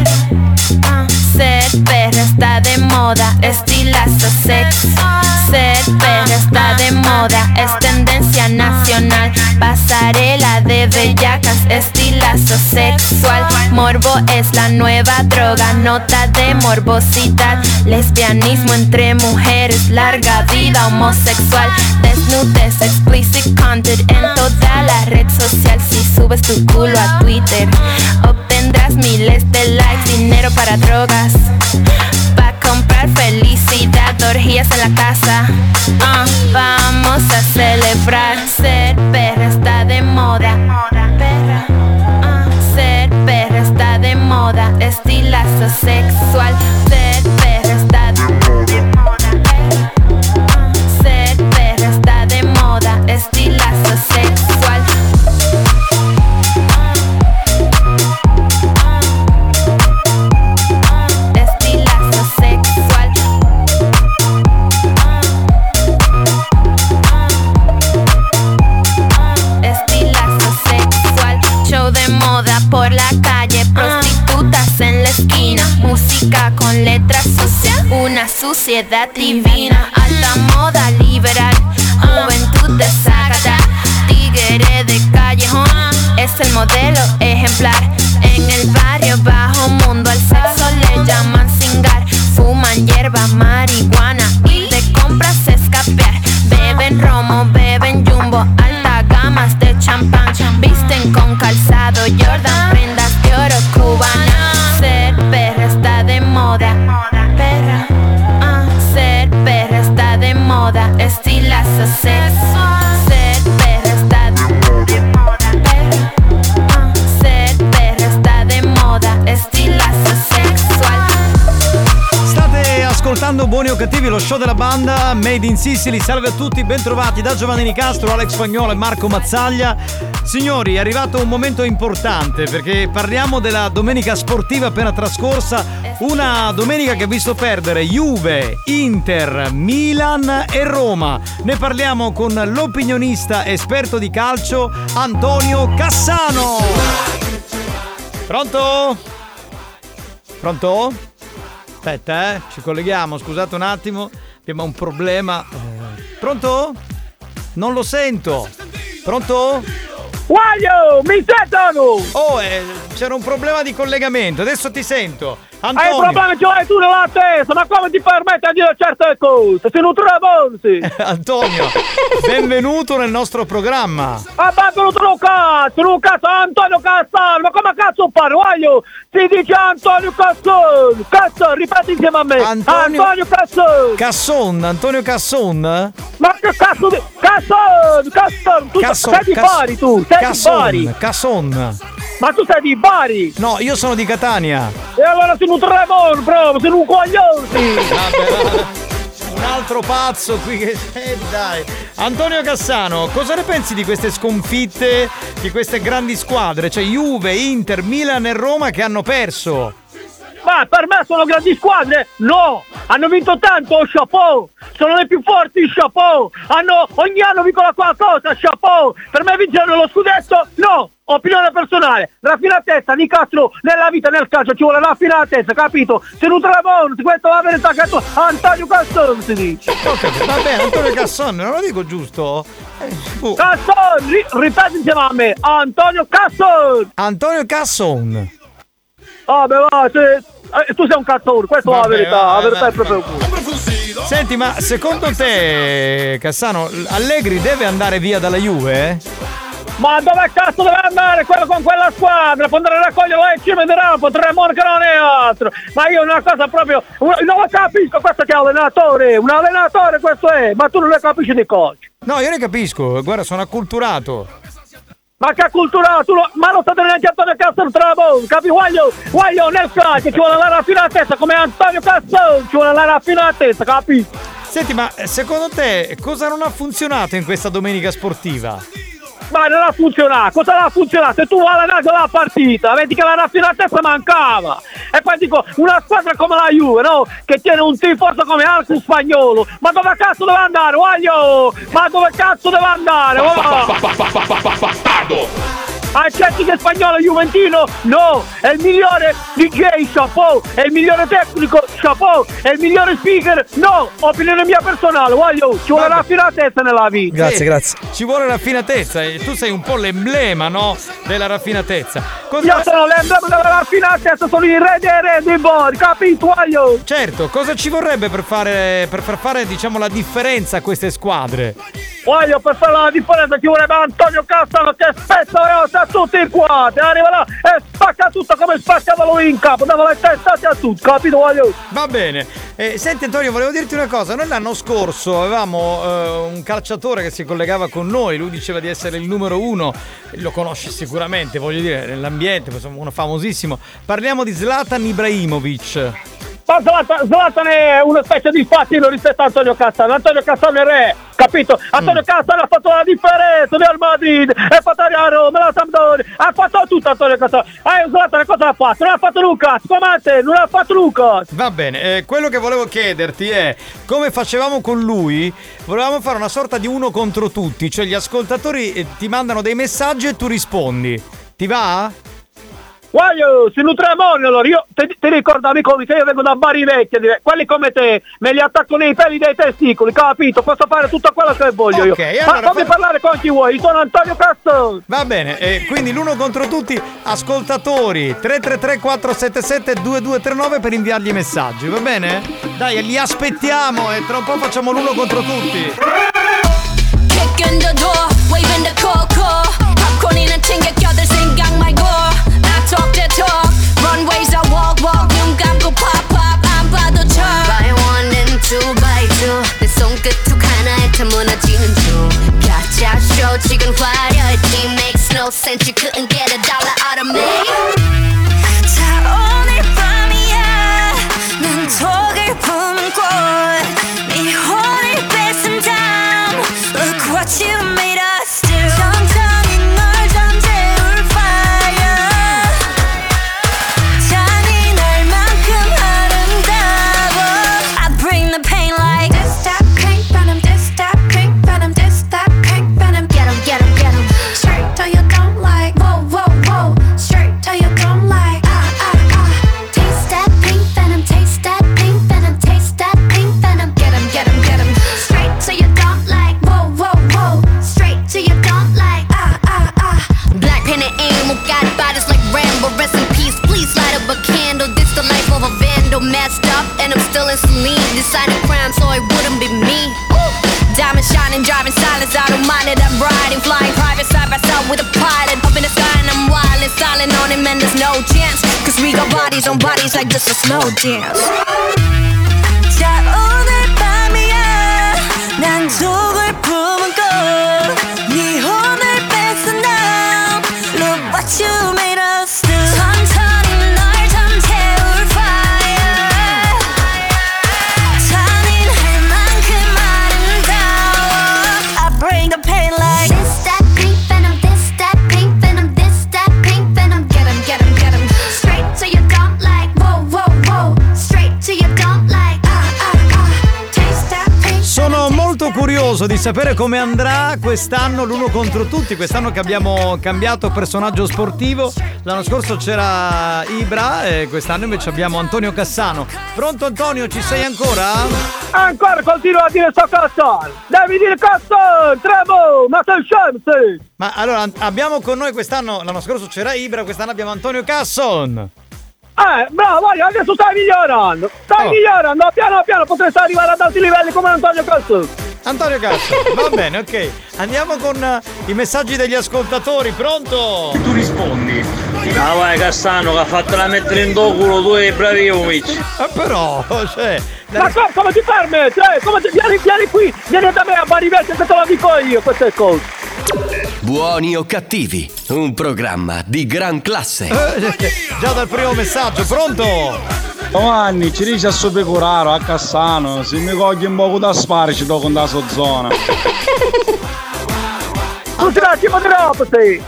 Ser perra está de moda, estilazo sexual. Ser perra está de moda, es tendencia nacional. Pasarela de bellacas, estilazo sexual. Morbo es la nueva droga, nota de morbosidad. Lesbianismo entre mujeres, larga vida homosexual. Desnudez, explicit content en toda la red social. Si subes tu culo a Twitter, obtendrás miles de likes, dinero para drogas, pa' comprar felicidad, orgías en la casa. Vamos a celebrar. Ser perra está de moda. Perra. Ser perra está de moda. Estilazo sexual. Ser perra está de moda. Ser perra está de moda. Estilazo sexual. Por la calle, prostitutas en la esquina, música con letras sucias, una suciedad divina, alta moda liberal, juventud desagrada, tigre de callejón, es el modelo ejemplar. En el barrio bajo mundo al sexo le llaman cingar, fuman hierba, marihuana y de compras escapear, beben romo, beben jumbo, alta gamas de champán, visten con calzado Jordan, prendas de oro cubana. Ser perra está de moda. Perra. Ser perra está de moda. Estilazo sexual. Ser perra está de moda. Perra. Ser perra está de moda. Estilazo sexual. State ascoltando Buoni o Cattivi, lo show della banda Made in Sicily. Salve a tutti, bentrovati da Giovanni Nicastro, Alex Spagnuolo e Marco Mazzaglia. Signori, è arrivato un momento importante perché parliamo della domenica sportiva appena trascorsa, una domenica che ha visto perdere Juve, Inter, Milan e Roma. Ne parliamo con l'opinionista esperto di calcio Antonio Cassano. Pronto? Pronto? Aspetta, ci colleghiamo, scusate un attimo, abbiamo un problema. Pronto? Non lo sento. Pronto? Guaglio, mi sentono! Oh, c'era un problema di collegamento, adesso ti sento. Antonio. Hai problemi ce l'hai tu nella testa, ma come ti permetti di dire certe cose? Sei un travolsi! Antonio, benvenuto nel nostro programma. Ma benvenuto un cazzo, Antonio Cassano, ma come cazzo parli, guaglio? Si dice Antonio Cassano, Cassano, ripeti insieme a me. Antonio Cassano. Casson, Antonio Casson? Ma che cazzo di... Cassano, tu sei di Bari tu, sei di Bari. Casson. Ma tu sei di Bari? No, io sono di Catania. E allora sei un tremore proprio, sei un coglione. Un altro pazzo qui che... dai. Antonio Cassano, cosa ne pensi di queste sconfitte, di queste grandi squadre? Cioè Juve, Inter, Milan e Roma che hanno perso. Ma per me sono grandi squadre? No! hanno vinto tanto, chapeau, sono le più forti, chapeau, ogni anno vincono qualcosa, chapeau, per me vinceranno lo scudetto? No, opinione personale, raffinatezza, Nicastro, nella vita, nel calcio ci vuole raffinatezza, capito? Se non trovo, questo va bene, Antonio Casson si dice. Ok, va bene, Antonio Casson, non lo dico giusto? Casson, ripeti insieme a me, Antonio Casson. Antonio Casson. Vabbè, va, tu sei un cazzone, questa è la verità, la verità è proprio qui. Senti, ma secondo te, Cassano, Allegri deve andare via dalla Juve? Ma dove cazzo deve andare quello con quella squadra? Può andare a raccogliere la cima di Rampo, Tremor che non è altro. Ma io una cosa proprio, non lo capisco, questo che è un allenatore questo è, ma tu non ne capisci di coach. No, io ne capisco, guarda, sono acculturato. Ma che acculturato, ma non state neanche Antonio Casson Trabon, capi? Voglio nel calcio, ci vuole la raffinatezza come Antonio Casson, ci vuole la raffinatezza, capi? Senti, ma secondo te cosa non ha funzionato in questa domenica sportiva? Ma non ha funzionato, cosa non ha funzionato? Se tu vuoi allenare la partita, vedi che la raffinatezza mancava. E poi dico, una squadra come la Juve, no? Che tiene un tifoso come Alco Spagnolo. Ma dove cazzo deve andare? Ma dove cazzo deve andare? Accetti che Spagnolo è Juventino? No, è il migliore DJ, chapeau, è il migliore tecnico, chapeau, è il migliore speaker, no, opinione mia personale, ci vuole raffinatezza nella vita. Grazie. Ci vuole raffinatezza e tu sei un po' l'emblema, no? Della raffinatezza. Io sono l'emblema della raffinatezza, sono il re dei bori, capito? Certo, cosa ci vorrebbe per far fare, diciamo, la differenza a queste squadre? Per fare la differenza ci vorrebbe Antonio Cassano che spezza tutti i quadri, arriva là e spacca tutto come spaccava lui in capo, dava le testate a tutti, capito? Va bene. Senti Antonio, volevo dirti una cosa, noi l'anno scorso avevamo un calciatore che si collegava con noi, lui diceva di essere il numero 1, lo conosci sicuramente, voglio dire, nell'ambiente, uno famosissimo. Parliamo di Zlatan Ibrahimovic. Ma Zlatan è una specie di fattino rispetto a Antonio Cassano. Antonio Cassano è re, capito? Antonio Cassano ha fatto la differenza del Madrid, è fatto a Roma, la Sampdoria, ha fatto tutto Antonio Cassano. Zlatan cosa ha fatto? Non ha fatto Lucas, come a te, non ha fatto Lucas. Va bene, quello che volevo chiederti è, come facevamo con lui, volevamo fare una sorta di uno contro tutti, cioè gli ascoltatori ti mandano dei messaggi e tu rispondi. Ti va? Se Nutramone, allora io ti ricordo amico che io vengo da Bari Vecchia, quelli come te me li attacco nei peli dei testicoli, capito? Posso fare tutto quello che voglio io. Allora, ma fammi parlare con chi vuoi, sono Antonio Casson. Va bene, quindi l'uno contro tutti, ascoltatori 333 477 2239 per inviargli i messaggi, va bene? Dai, li aspettiamo e tra un po' facciamo l'uno contro tutti. Kick in the door, waving the coco, popcorn이나 챙겨 껴들 생각 말고 talk the talk, runways I walk, 눈 감고 pop, 안 봐도 쳐. Buy one and two, buy two. 내 손끝 툭 하나에 다 무너지는 중. 가짜 쇼 지금 화려했지. Makes no sense, you couldn't get a dollar out of me. 자 오늘 밤이야, 난 독을 품은 꽃. 네 혼을 뺏은 다음, look what you made us do. 천천히 널 잠재울 fire. Messed up and I'm still in saline. Deciding crime so it wouldn't be me. Diamond shining, driving silence, I don't mind it. I'm riding, flying private side by side with a pilot. Up in the sky and I'm wild and silent on him and there's no chance. Cause we got bodies on bodies like this a slow dance. 자 오늘 밤이야, 난 독을 품은 꽃. 네 혼을 뺏은 now. Look what you made us do. 천천히 널 잠재울 bring the pain like this, that pink venom, this, that pink venom, this, that pink venom. Get him, get him, get him. Straight to your dump like, whoa, whoa, whoa. Straight to your dump like, curioso di sapere come andrà quest'anno l'uno contro tutti. Quest'anno che abbiamo cambiato personaggio sportivo. L'anno scorso c'era Ibra e quest'anno invece abbiamo Antonio Cassano. Pronto Antonio, ci sei ancora? Ancora continua a dire sto Cassano. Devi dire Cassano, Tremo, ma sei scemo, sì. Ma allora abbiamo con noi quest'anno, l'anno scorso c'era Ibra, quest'anno abbiamo Antonio Casson. Bravo, adesso stai migliorando. Migliorando, piano piano potresti arrivare ad alti livelli come Antonio Casson. Antonio Casson, va bene, ok. Andiamo con i messaggi degli ascoltatori, pronto? Tu rispondi. Ah vai Cassano che ha fatto la mettere in do culo tu e Braviovic. Però, cioè... Ma come ti permetti? Vieni qui, vieni da me a Barivecchia che te lo dico io queste cose. Buoni o cattivi, un programma di gran classe. Già dal primo messaggio, pronto? Giovanni, ci dice a Sopecuraro, a Cassano, se mi cogli un poco da spari ci do con la sua zona. Non ti lasci troppo, sei.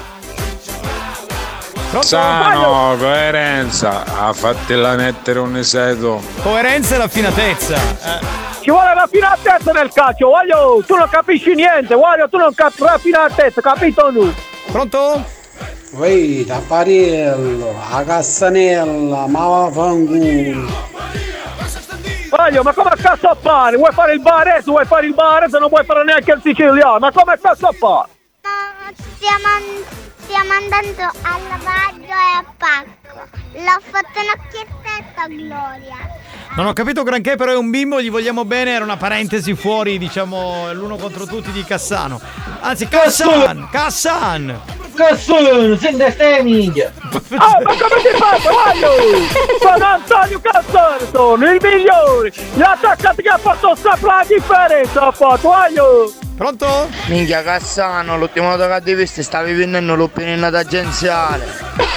Cassano, coerenza, ha fatela mettere un eseto. Coerenza e raffinatezza. Ci vuole raffinatezza nel calcio, voglio, tu non capisci niente, voglio, tu non capisci raffinatezza, capito tu? Pronto? Ehi, Tappariello, a Cassanella, ma vaffanculo. Voglio, ma come cazzo a fare? Vuoi fare il barese, vuoi fare il barese, non vuoi fare neanche il siciliano, ma come cazzo a fare? Stiamo andando al lavaggio e a pacco. L'ho fatto un occhietto a Gloria. Non ho capito granché, però è un bimbo, gli vogliamo bene, era una parentesi fuori, diciamo, l'uno contro tutti di Cassano. Anzi, Cassan! Cassan, senti stai minchia! Ma come ti fate, voglio? Sono Antonio Cassano, sono il migliore! Gli attaccati che ha fatto sempre la differenza, ha fatto, voglio! Pronto? Minchia Cassano, l'ultima volta che hai visto stavi vendendo l'opinione agenziale.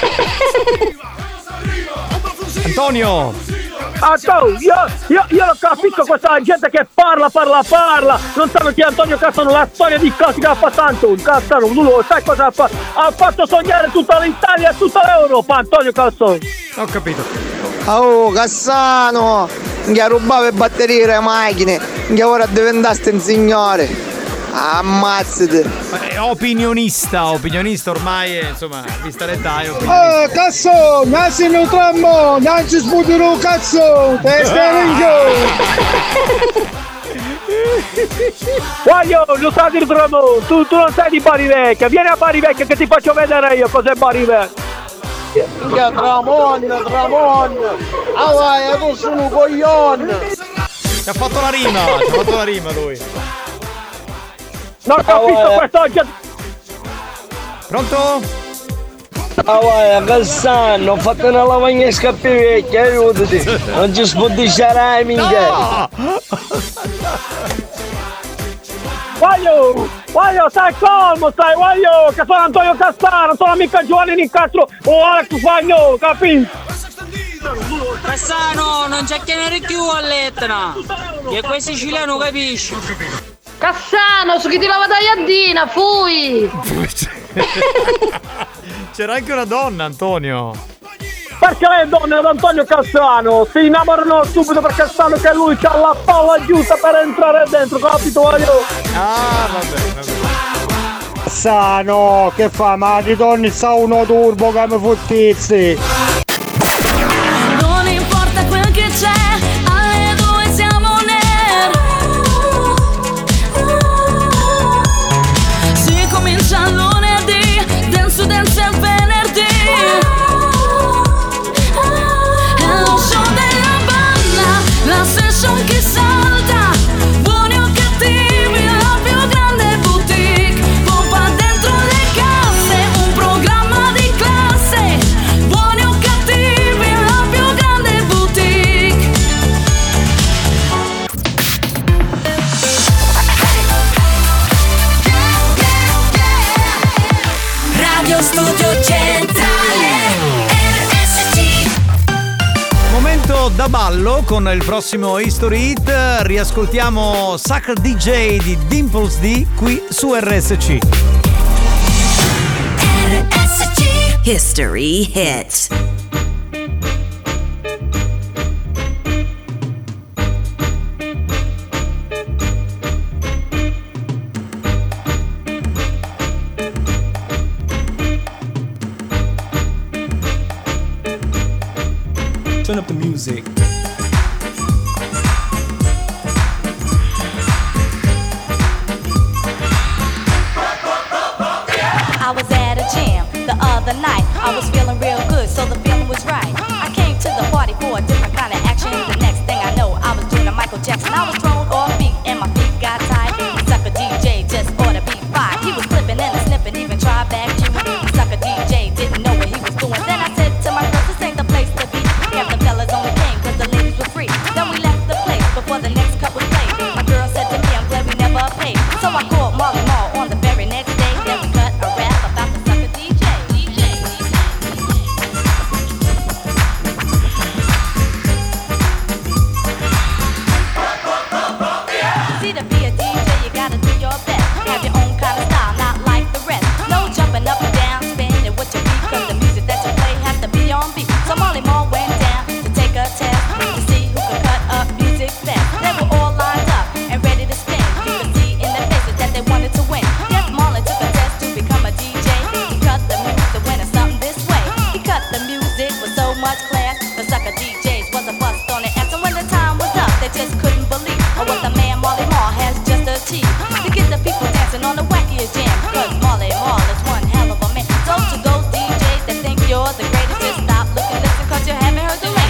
Antonio, io non capisco questa gente che parla. Non sanno chi è Antonio Cassano, la storia di cose che ha fatto Antonio Cassano. Tu lo sai cosa ha fatto? Ha fatto sognare tutta l'Italia e tutta l'Europa, Antonio Cassano. Ho capito. Oh Cassano, che rubava le batterie le macchine, che ora diventaste un signore. Ammazzate. Opinionista ormai, insomma, vista l'età è opinionista. Cazzo, nasci nel trammo, non ci sputerò cazzo, te stai Voglio, lo sai di trammo, tu non sei di Barivecchia, vieni a Barivecchia che ti faccio vedere io cos'è Barivecchia. Minchia Tramon, ah vai, tu sono un coglione. Ci ha fatto la rima lui. Non capisco questo oggi. Pronto? Ah vai, Cassano, ho fatto una lavagna e scappi vecchia, aiutati. Non ci spuddiccerai, minchia. No! Voglio, stai calmo, voglio, che sono Antonio Cassano, sono mica Giovanni Nicastro o Alex Fagnolo, capisci? Cassano, non c'è che ne più all'Etna, che quel siciliano capisci. Cassano, su chi ti lava tagliandina, fui! C'era anche una donna, Antonio. Perché le donne ad Antonio Cassano si innamorano subito perché sanno che lui c'ha la palla giusta per entrare dentro, capito? Voglio? Vabbè. Cassano, che fa? Ma di donne sa uno turbo che mi fottizzi. Non importa quel che c'è. Dance il venerdì è lo show della banda, la session che salta, buoni o cattivi, la più grande boutique, pompa dentro le casse, un programma di classe, buoni o cattivi, la più grande boutique. Radio Studio Centrale RSC. Momento da ballo con il prossimo History Hit. Riascoltiamo Sacred DJ di Dimples D qui su RSC. RSC History Hit. Music. I was at a jam the other night. I was feeling real good, so the feeling was right. I came to the party for a different kind of action. The next thing I know, I was doing a Michael Jackson. I was thrown off beat and my feet got tied. Sucker DJ just ought to be fired. He was flipping and snipping, even tried back you. Sucker DJ didn't know what he was doing. Then I said to my girls, this ain't the place to be. Half the fellas only came cause the ladies were free. Then we left the place before the next couple played. My girl said to me, I'm glad we never paid. So I called Marley Marl on the very next day. Then we cut a rap about the sucker DJ. See, to be a DJ, you gotta do your best. Have your own kind of style, not like the rest. No jumping up and down, spinning with your feet, cause the music that you play has to be on beat. So Marley Marl went down to take a test to see who could cut up music best. They were all lined up and ready to spin. You could see in their faces that they wanted to win. Yes, Marley took a test to become a DJ. He cut the music when it's something this way. He cut the music with so much class. The sucker DJs was a bust on the ass. And when the time was up, they just couldn't believe what the man Marley Marl has just achieved. To get the people dancing on the wackiest jam. Cause Marley Marl is one hell of a man. So to those DJs that think you're the greatest, just stop, look and listen, cause you haven't heard the latest.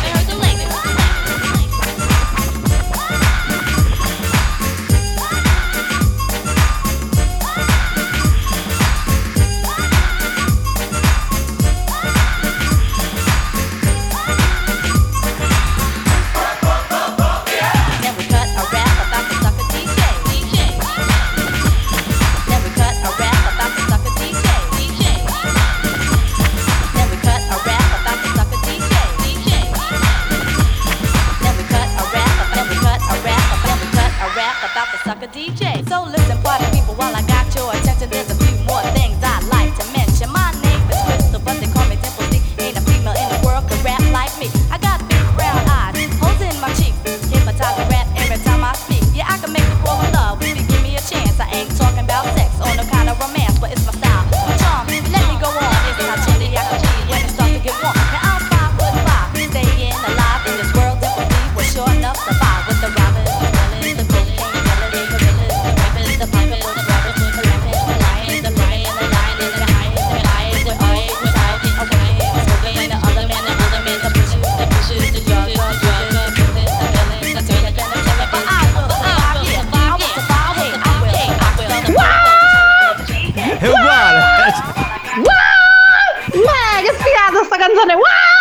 Then we cut a rap about the sucker DJ. Then we cut a rap about the sucker DJ. Then we cut a rap about the sucker DJ. Then we cut a rap about the sucker DJ. So listen, party people, while I got your attention, there's a few more things I'd like to mention. My name is Crystal, but they call me Dimple D. Ain't a female in the world could rap like me. I got big brown eyes, holes in my cheeks, hypnotize the rap every time I speak. Yeah, I can make you fall in love if you give me a chance. I ain't talking about sex or no kind of romance, but it's my style, my charm. Let me go on, it's how chilly I can be when it starts to get warm. Now I'm 5'5", staying alive in this world. Dimple D was sure enough to survive with the robbers, the villains, the cocaine, the gorillas, the rappers, the puppets, the rappers, the rappers, the lions, the lion, the lion, the lion, the lion, the lion, the lion, the lion, the smoking, the other man, the pushes, the drugs, the villains, the villains, the villains. But I will survive, yeah, I will survive, hey, I will. È uguale. Che figata sta canzone!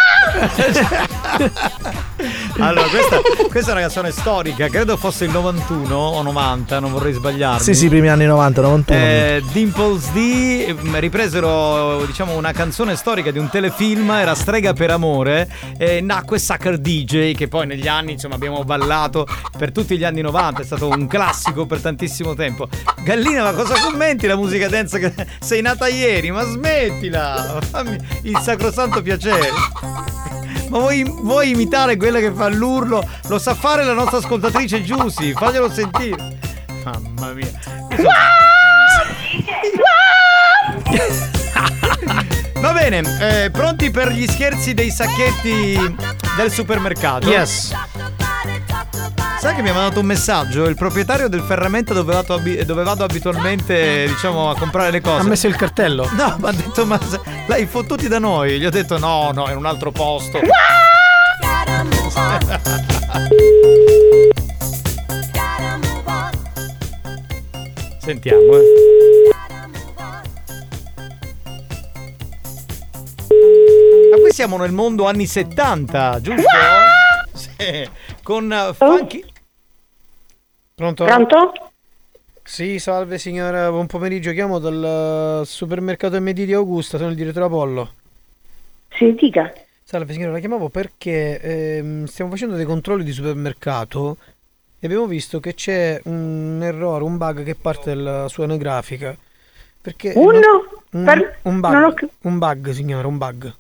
Allora, questa è una canzone storica, credo fosse il 91 o 90, non vorrei sbagliarmi. Sì, primi anni 90, 91. Dimples D ripresero, diciamo, una canzone storica di un telefilm, era Strega per amore, e nacque Sucker DJ, che poi negli anni, insomma, abbiamo ballato per tutti gli anni 90, è stato un classico per tantissimo tempo. Gallina, ma cosa commenti la musica dance che sei nata ieri? Ma smettila, fammi il sacrosanto piacere. Ma vuoi imitare quella che fa l'urlo? Lo sa fare la nostra ascoltatrice Giusy, faglielo sentire. Mamma mia. Va bene, pronti per gli scherzi dei sacchetti del supermercato? Yes. Sai che mi ha mandato un messaggio il proprietario del ferramenta dove vado abitualmente, diciamo, a comprare le cose. Ha messo il cartello? No, mi ha detto, ma l'hai fottuti da noi? Gli ho detto no, è in un altro posto. Sentiamo, Ma qui siamo nel mondo anni 70, giusto? Sì, con Funky. Pronto? Pronto? Sì, salve signora, buon pomeriggio, chiamo dal supermercato MD di Augusta, sono il direttore Apollo. Sì, dica. Salve signora, la chiamavo perché stiamo facendo dei controlli di supermercato e abbiamo visto che c'è un errore, un bug che parte dalla sua anagrafica. Perché un bug, un bug signora, un bug.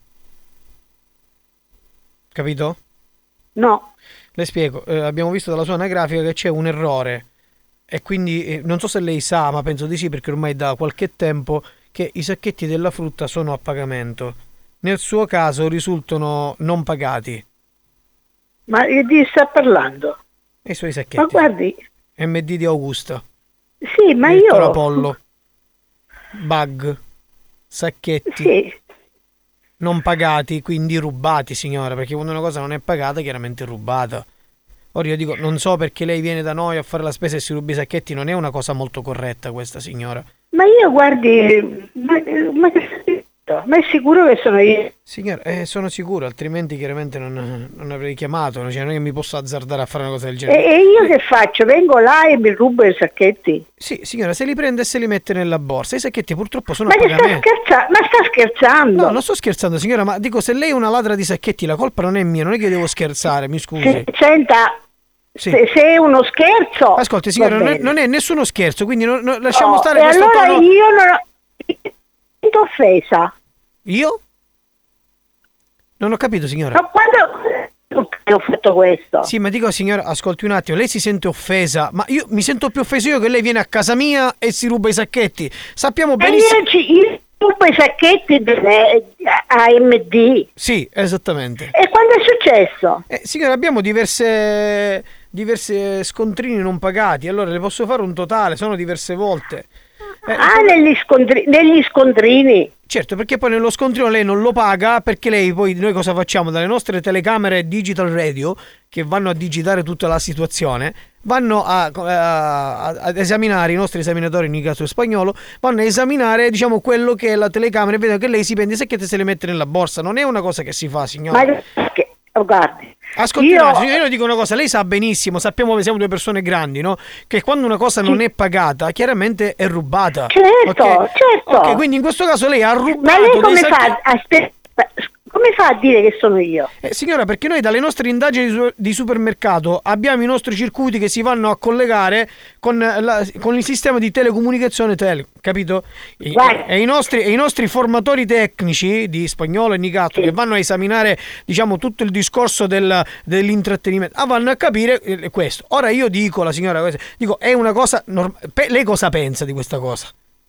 Capito? No. Le spiego, abbiamo visto dalla sua anagrafica che c'è un errore e quindi non so se lei sa, ma penso di sì perché ormai da qualche tempo che i sacchetti della frutta sono a pagamento. Nel suo caso risultano non pagati. Ma di sta parlando? E i suoi sacchetti. Ma guardi. MD di Augusta. Sì, ma Direttore io... Apollo. Bug. Sacchetti. Sì. Non pagati, quindi rubati, signora, perché quando una cosa non è pagata, chiaramente è rubata. Ora io dico, non so perché lei viene da noi a fare la spesa e si ruba i sacchetti, non è una cosa molto corretta questa, signora. Ma io guardi, ma è sicuro che sono io? Signora, sono sicuro, altrimenti chiaramente non avrei chiamato, cioè non è che mi posso azzardare a fare una cosa del genere. E io che faccio? Vengo là e mi rubo i sacchetti? Sì, signora, se li prende e se li mette nella borsa, i sacchetti purtroppo sono Ma a pagamento. Ma sta scherzando? No, non sto scherzando, signora, ma dico, se lei è una ladra di sacchetti, la colpa non è mia, non è che devo scherzare, mi scusi. Senta, sì. Se è uno scherzo... Ascolti, signora, non è nessuno scherzo, quindi lasciamo stare e questo allora tono. Io non ho... Sento offesa. Io? Non ho capito, signora. Ma quando ho fatto questo? Sì, ma dico, signora, ascolti un attimo, lei si sente offesa, ma io mi sento più offeso io che lei viene a casa mia e si ruba i sacchetti. Sappiamo benissimo... Io rubo i sacchetti AMD. Sì, esattamente. E quando è successo? Signora, abbiamo diverse scontrini non pagati, allora le posso fare un totale, sono diverse volte. Negli scontrini? Certo, perché poi nello scontrino lei non lo paga, perché noi cosa facciamo? Dalle nostre telecamere digital radio, che vanno a digitare tutta la situazione, vanno ad esaminare, i nostri esaminatori in caso spagnolo, vanno a esaminare, diciamo, quello che è la telecamera e vedono che lei si prende i sacchetti e se le mette nella borsa. Non è una cosa che si fa, signora. Ma guardi, ascolti, io dico una cosa, lei sa benissimo, sappiamo che siamo due persone grandi, no? Che quando una cosa non è pagata, chiaramente è rubata. Certo, okay? certo. Ok, quindi in questo caso lei ha rubato. Ma lei come fa? Aspetta, come fa a dire che sono io? Signora, perché noi dalle nostre indagini di supermercato abbiamo i nostri circuiti che si vanno a collegare con il sistema di telecomunicazione capito? E i nostri formatori tecnici di spagnolo e nicato, che vanno a esaminare, diciamo, tutto il discorso dell'intrattenimento, vanno a capire questo. Ora io dico, la signora, dico, è una cosa lei cosa pensa di questa cosa?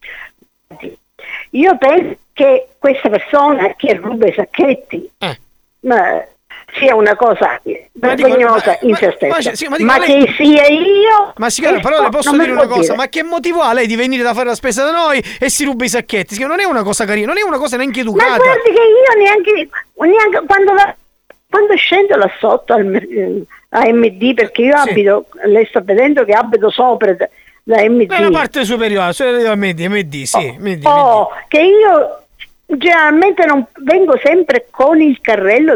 Io penso che questa persona che ruba i sacchetti sia una cosa vergognosa in se stessa, ma lei... che sia io... Ma signora, però le posso dire una cosa, ma che motivo ha lei di venire da fare la spesa da noi e si ruba i sacchetti? Signora, non è una cosa carina, non è una cosa neanche educata. Ma guardi che io neanche quando scendo là sotto al AMD, perché io abito, lei sta vedendo che abito sopra la MD. La parte superiore, MD, sì. MD. Che io generalmente non vengo sempre con il carrello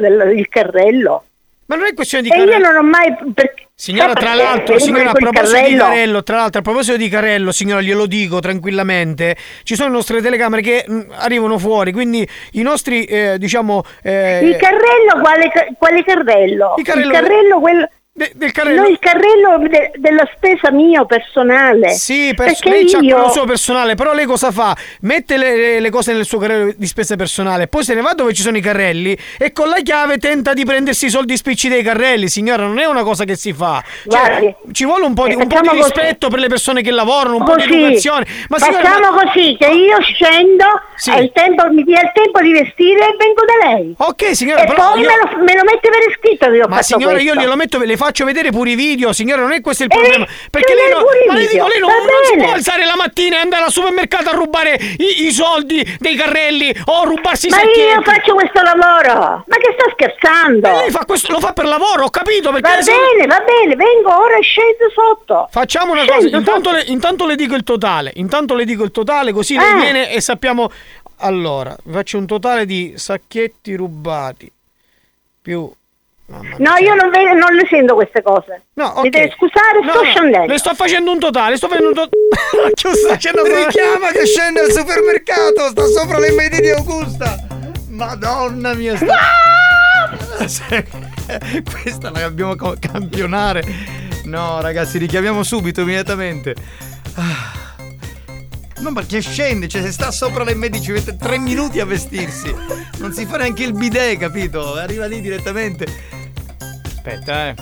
Ma non è questione di carrello. E io non ho mai... Signora, tra l'altro, signora, a proposito di carrello, tra l'altro, a proposito di carrello, signora, glielo dico tranquillamente, ci sono le nostre telecamere che arrivano fuori, quindi i nostri, diciamo... Il carrello, quale carrello? Il carrello quello... Del carrello. No, il carrello della spesa mio personale. Sì, perché lei c'ha quello suo personale, però lei cosa fa? Mette le cose nel suo carrello di spesa personale, poi se ne va dove ci sono i carrelli e con la chiave tenta di prendersi i soldi spicci dei carrelli. Signora, non è una cosa che si fa. Cioè, ci vuole un po' di rispetto per le persone che lavorano, un po' di educazione. Ma facciamo così, che io scendo, mi dia il tempo di vestire e vengo da lei. Ok, signora, e però poi me lo mette per iscritto che io ma signora, questo. Io glielo metto, le faccio vedere pure i video, signora, non è questo il problema. Perché lei non si può alzare la mattina e andare al supermercato a rubare i soldi dei carrelli o rubarsi i sacchetti. Ma io faccio questo lavoro. Ma che sta scherzando? Lei fa questo, lo fa per lavoro, ho capito. Perché va bene, vengo ora e scendo sotto. Facciamo una cosa, intanto le dico il totale, così lei viene e sappiamo. Allora, faccio un totale di sacchetti rubati più... No, io non le sento queste cose. No, okay. Mi deve scusare, sto scendendo. Le sto facendo un totale, sto facendo richiama che scende al supermercato, sta sopra le medie di Augusta. Madonna mia, questa la dobbiamo campionare. No, ragazzi, richiamiamo subito, immediatamente. No, perché scende, cioè se sta sopra le medie ci mette 3 minuti a vestirsi. Non si fa neanche il bidet, capito? Arriva lì direttamente. Aspetta,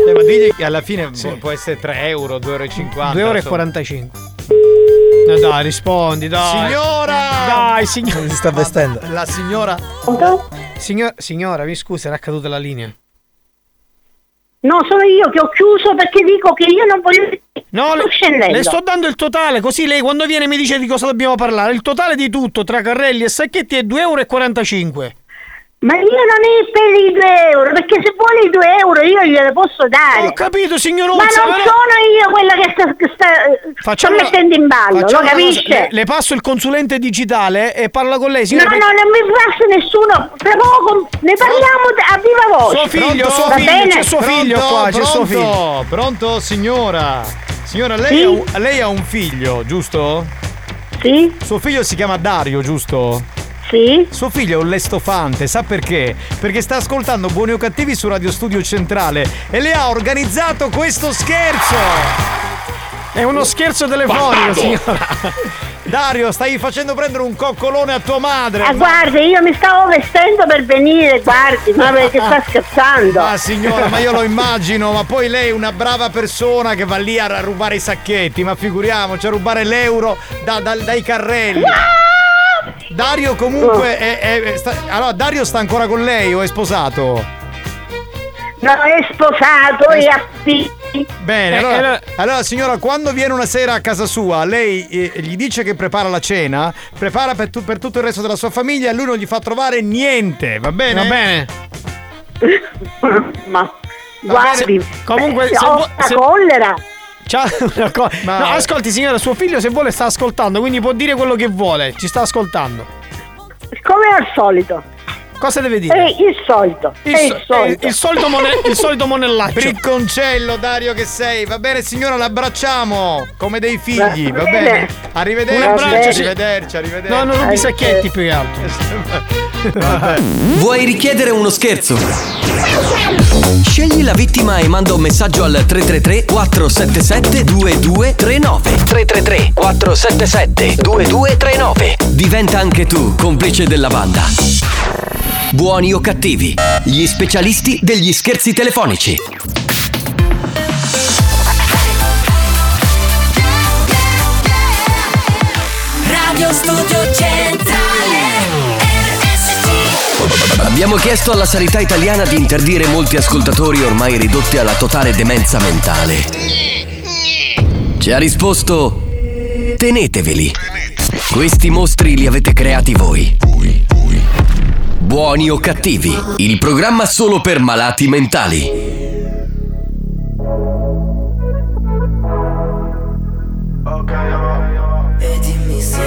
Ma digli che alla fine può essere 3 euro, 2,50 euro. 2,45 euro. Dai, rispondi, dai. Signora! Dai, signora. Si sta vestendo. La signora. Signora, mi scusi, era caduta la linea. No, sono io che ho chiuso perché dico che io non voglio. No, le sto dando il totale, così lei quando viene mi dice di cosa dobbiamo parlare. Il totale di tutto tra carrelli e sacchetti è 2,45 euro. Ma io non è per i 2 euro, perché se vuole i 2 euro io gliele posso dare. Ho capito, signoruzza. Ma non sono io quella che sta mettendo in ballo, lo capisce? Le passo il consulente digitale e parla con lei, signora. No, non mi passa nessuno. Ne parliamo a viva voce. C'è suo figlio qua, c'è suo figlio. Pronto, signora? Signora, lei ha un figlio, giusto? Sì. Suo figlio si chiama Dario, giusto? Sì. Suo figlio è un lestofante, sa perché? Perché sta ascoltando Buoni o Cattivi su Radio Studio Centrale e le ha organizzato questo scherzo. È uno scherzo telefonico, signora. Dario, stai facendo prendere un coccolone a tua madre. Guardi, io mi stavo vestendo per venire, guardi, ma perché sta scherzando? Ma signora, ma io lo immagino, ma poi lei è una brava persona che va lì a rubare i sacchetti, ma figuriamoci, a rubare l'euro dai carrelli. Dario comunque allora Dario sta ancora con lei o è sposato? No, è sposato e ha figli. Bene, allora signora, quando viene una sera a casa sua, lei gli dice che prepara la cena, prepara per tutto il resto della sua famiglia e lui non gli fa trovare niente, va bene? Va bene. Ma guardi, comunque se collera. No, ascolti signora, suo figlio se vuole sta ascoltando, quindi può dire quello che vuole, ci sta ascoltando. Come al solito. Cosa deve dire? Il solito. Il solito monellaccio. Bricconcello, Dario che sei. Va bene signora, l'abbracciamo come dei figli, va bene? Arrivederci. Un abbraccio, arrivederci. No, non rubi sacchetti più che altro. Vuoi richiedere uno scherzo? Scegli la vittima e manda un messaggio al 333 477 2239. 333 477 2239. Diventa anche tu complice della banda. Buoni o cattivi, gli specialisti degli scherzi telefonici. Radio Studio Centrale RSC. Abbiamo chiesto alla sanità italiana di interdire molti ascoltatori ormai ridotti alla totale demenza mentale. Ci ha risposto: teneteveli. Questi mostri li avete creati voi. Buoni o cattivi, il programma solo per malati mentali. E dimmi se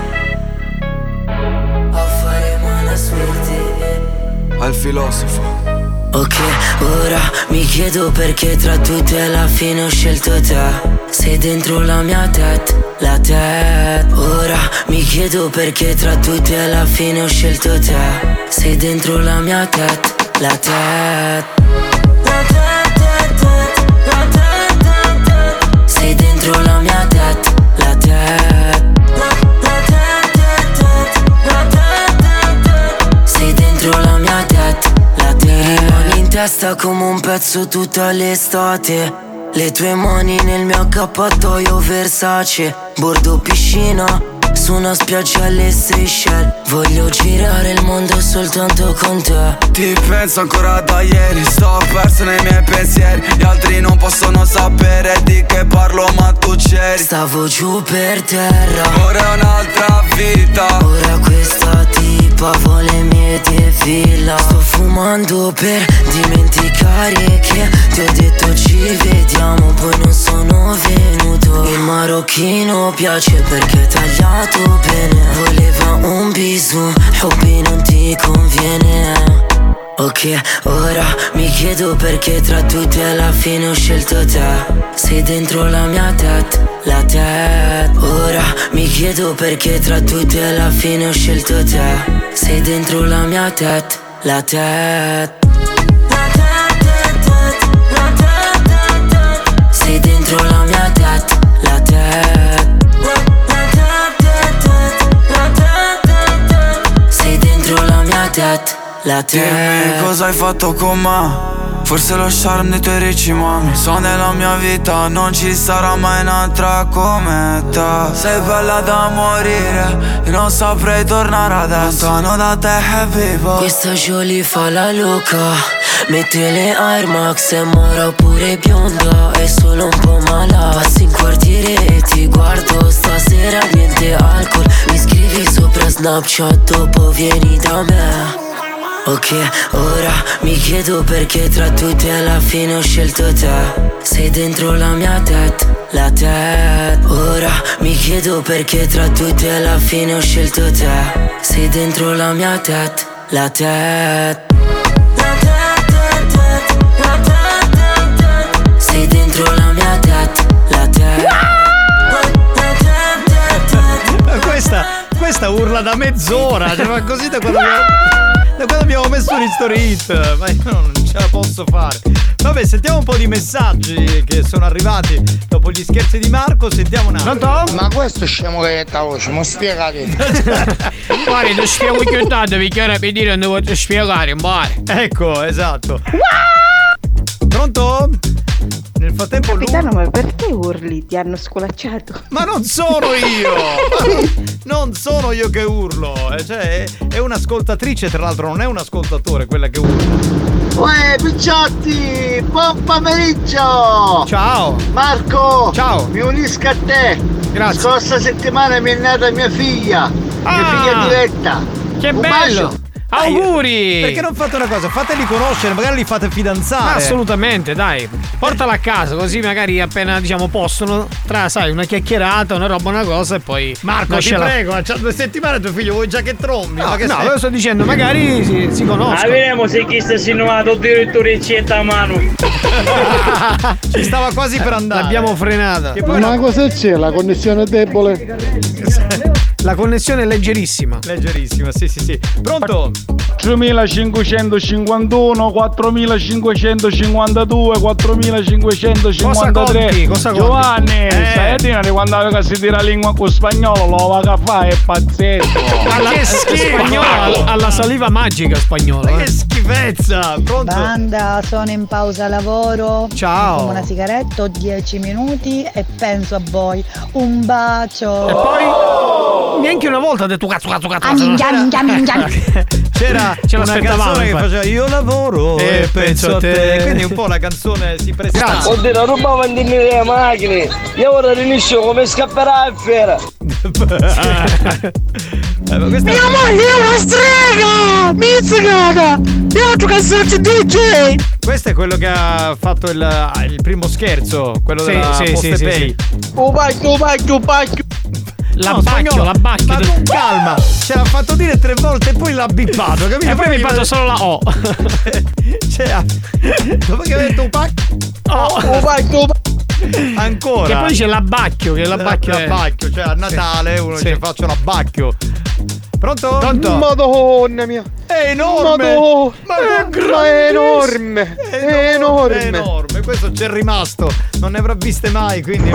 faremo una suerte al filosofo. Ok, ora mi chiedo perché tra tutti alla fine ho scelto te. Sei dentro la mia testa. Ora mi chiedo perché tra tutti alla fine ho scelto te. Sei dentro la mia testa. Sei dentro la mia testa. Sei dentro la mia testa. Rimani in testa come un pezzo tutta l'estate. Le tue mani nel mio accappatoio Versace. Bordo piscina su una spiaggia alle Seychelles. Voglio girare il mondo soltanto con te. Ti penso ancora da ieri, sto perso nei miei pensieri. Gli altri non possono sapere di che parlo ma tu c'eri. Stavo giù per terra, ora è un'altra vita. Ora questa tipa vuole mie defila. Sto fumando per dimenticare che ti ho detto ci vediamo, poi non sono venuto. Il marocchino piace perché è tagliato bene. Voleva un bisou, hobby non ti conviene. Ok, ora mi chiedo perché tra tutti alla fine ho scelto te. Sei dentro la mia testa. Ora mi chiedo perché tra tutti alla fine ho scelto te. Sei dentro la mia testa. Sei dentro la mia testa. Sei dentro la mia testa. Dimmi cosa hai fatto con me. Forse lo charme dei tuoi ricci mami. Sono nella mia vita, non ci sarà mai un'altra come te. Sei bella da morire, io non saprei tornare adesso. Lontano da te è vivo. Questa Jolie fa la loca, mette le Air Max e mora pure bionda. È solo un po' malata. Passi in quartiere e ti guardo. Stasera niente alcol. Mi scrivi sopra Snapchat, dopo vieni da me. Ok, ora mi chiedo perché tra tutti alla fine ho scelto te. Sei dentro la mia la tête. Ora mi chiedo perché tra tutti alla fine ho scelto te. Sei dentro la mia la tête. Sei dentro la mia la tête. Questa urla da mezz'ora, cioè, ma così da quando abbiamo messo l'History Hit, ma io non ce la posso fare. Vabbè, sentiamo un po' di messaggi che sono arrivati dopo gli scherzi di Marco. Sentiamo un attimo. Ma questo scemo che è voce, ma spiegate. Guarda, ti spiego più tanto perché ora per dire non devo spiegare, mare. Ecco, esatto. Pronto? Nel frattempo Capitano, ma perché urli? Ti hanno scolacciato. Ma non sono io! Non sono io che urlo, cioè è un'ascoltatrice, tra l'altro non è un ascoltatore quella che urla. Uè, picciotti, buon pomeriggio! Ciao! Marco! Ciao! Mi unisco a te! Grazie! Scorsa settimana mi è nata mia figlia! Mia figlia Diletta! Che un bello! bacio. Auguri! Perché non fate una cosa? Fateli conoscere, magari li fate fidanzare. Assolutamente, dai. Portala a casa, così magari appena possono, tra sai, una chiacchierata, una roba, una cosa e poi. Marco, ti prego, c'ha 2 settimane tuo figlio, vuoi già che trombi? No, lo sto dicendo, magari si conoscono. Vedremo se chi sta insinuato addirittura ricetta a mano. Ci stava quasi per andare. L'abbiamo frenata. Che poi cosa c'è? La connessione è debole? La connessione è leggerissima. Leggerissima, sì. Pronto? 3551, 4552, 4553. Cosa Giovanni, stai a dire quando avevo si tira la lingua con spagnolo, lo va a fare, è pazzesco. Ma che schifo! Spagnolo, alla saliva magica spagnolo. Ma che schifezza! Pronto? Banda, sono in pausa lavoro. Ciao. Fumo una sigaretta, ho 10 minuti e penso a voi. Un bacio. E poi neanche una volta ha detto cazzo. C'era una canzone che faceva io lavoro e penso a te. Quindi un po' la canzone si prestava. Ho detto rubavo in le macchine. Io ora all'inizio come scapperà a fiera. Mia moglie è una strega! Mizzicata! Io ho canzone DJ! Questo è quello che ha fatto il primo scherzo, quello della Postepay. L'abbacchio. Ma con calma, ce l'ha fatto dire 3 volte e poi l'ha bippato, capito? E poi ha bippato solo la O. Cioè, dopo che ha detto ancora. Che poi c'è l'abbacchio, che l'abbacchio cioè a Natale uno dice faccio l'abbacchio. Pronto? Madonna mia! È enorme! Ma è enorme! È enorme! Questo c'è rimasto, non ne avrà viste mai, quindi.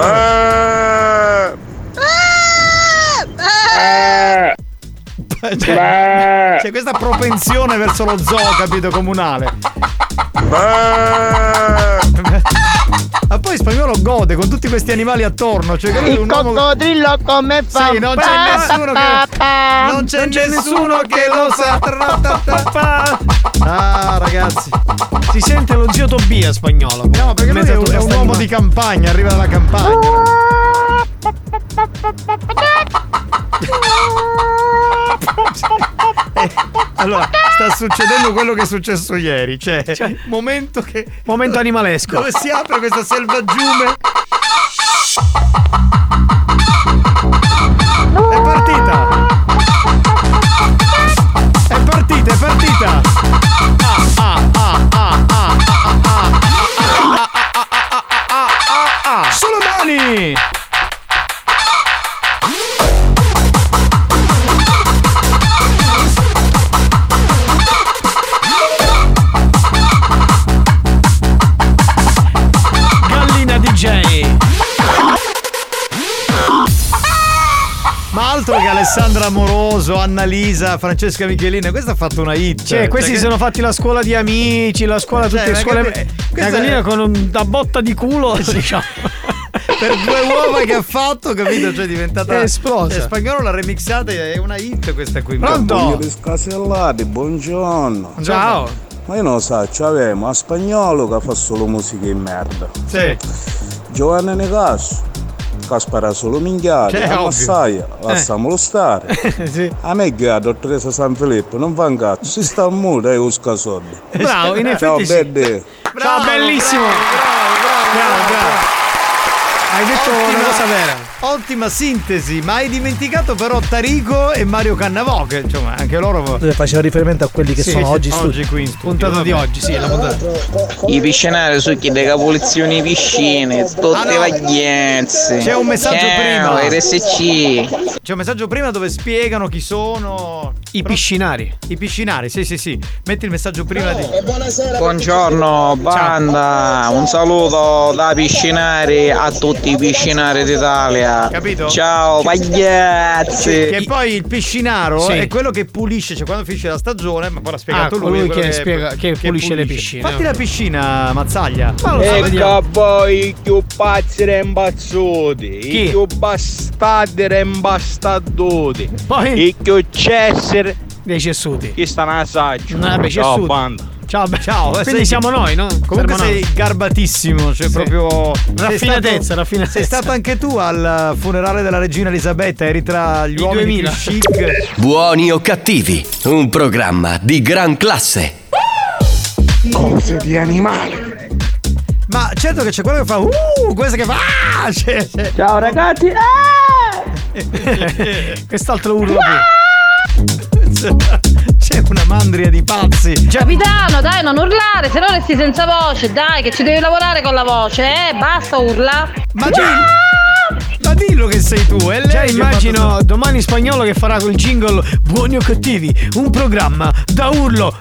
C'è questa propensione verso lo zoo, capito, comunale. Ma poi Spagnolo gode con tutti questi animali attorno, cioè il coccodrillo come fa? Sì, non c'è nessuno che lo sa. Ah, ragazzi, si sente lo zio Tobia Spagnolo. No, perché lui è un uomo di campagna, arriva dalla campagna. Allora, sta succedendo quello che è successo ieri, cioè momento animalesco, dove si apre questa selvaggiume. È partita. Solo mani. Ma altro che alle Alessandra Amoroso, Annalisa, Francesca Michelina, questa ha fatto una hit. Cioè, questi si sono fatti la scuola di amici, la scuola, tutte le scuole. La gallina con una botta di culo, diciamo. Per 2 uova che ha fatto, capito? Cioè è diventata. È esplosa. Spagnolo l'ha remixata, è una hit questa qui. Pronto? Scasellati, buongiorno. Ciao. Ma io non lo so, c'avevamo a Spagnolo che fa solo musica in merda. Sì. Giovanni Necasso che spara solo minchiate, a Massaia lasciamolo stare. Sì. A me che la dottoressa San Filippo non fa un cazzo, si sta muto e usca soldi. Bravo, in effetti ciao, ciao, bellissimo. Bravo. Hai detto una cosa vera. Ottima sintesi, ma hai dimenticato però Tarico e Mario Cannavò, che insomma anche loro faceva riferimento a quelli che sono oggi qui in studio. Puntata di oggi, sì, la puntata. I piscinari succhi delle capolizioni piscine, tutte vaglienze. C'è un messaggio prima. RSC. C'è un messaggio prima dove spiegano chi sono i piscinari. I piscinari, sì. Metti il messaggio prima di. Buongiorno banda, un saluto da piscinari a tutti i piscinari d'Italia. Capito? Ciao ragazzi. Che poi il piscinaro è quello che pulisce, cioè quando finisce la stagione, ma poi l'ha spiegato lui che pulisce le piscine. Fatti la piscina, Mazzaglia. Ecco a voi i più pazzi e imbazzuti, i più bastardi e imbastaduti, i più cesseri dei cessuti. Chi sta nella saggio? Ciao banda. Ciao, quindi siamo noi, no? Comunque sei garbatissimo, cioè proprio raffinatezza. Sei stato anche tu al funerale della regina Elisabetta, eri tra gli uomini più chic. Buoni o cattivi, un programma di gran classe. Cose di animale. Ma certo che c'è quello che fa questo che fa Ciao ragazzi. Quest'altro urlo qui. C'è una mandria di pazzi. Capitano, dai, non urlare, se no resti senza voce. Dai, che ci devi lavorare con la voce, basta urla. Ma dillo che sei tu, è lei. Cioè, immagino domani Spagnolo che farà quel jingle Buoni o cattivi, un programma da urlo.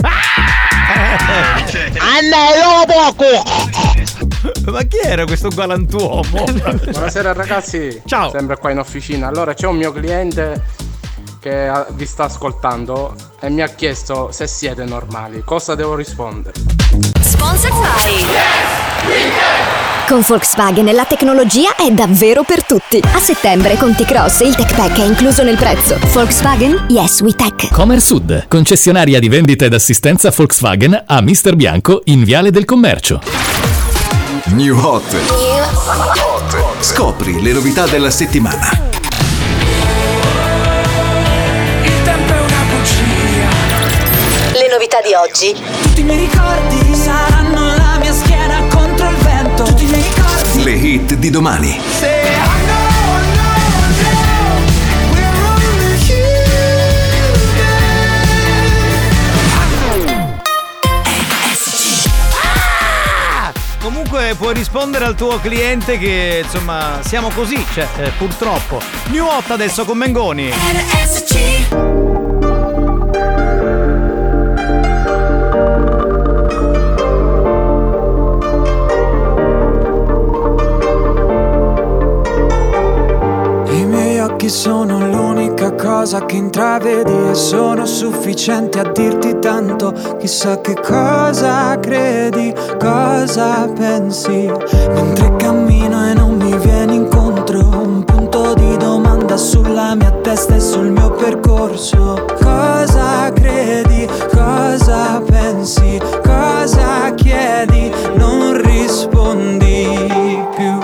Ma chi era questo galantuomo? Buonasera ragazzi. Ciao. Sempre qua in officina. Allora c'è un mio cliente che vi sta ascoltando e mi ha chiesto se siete normali. Cosa devo rispondere? Sponsored by Con Volkswagen la tecnologia è davvero per tutti. A settembre con T-Cross il Tech Pack è incluso nel prezzo. Volkswagen, yes we tech. Comer Sud, concessionaria di vendita ed assistenza Volkswagen a Mister Bianco in Viale del Commercio. New Hot. Scopri le novità della settimana. Le novità di oggi. Tutti i miei ricordi saranno la mia schiena contro il vento. Tutti i miei ricordi. Le hit di domani. Comunque puoi rispondere al tuo cliente che insomma siamo così, cioè purtroppo. New Hot adesso con Mengoni. I miei occhi sono l'unica cosa che intravedi e sono sufficienti a dirti tanto. Chissà che cosa credi, cosa pensi mentre cammino e non mi vieni incontro. Un punto di domanda sulla mia testa e sul mio percorso. Cosa credi, cosa pensi, cosa chiedi, non rispondi più.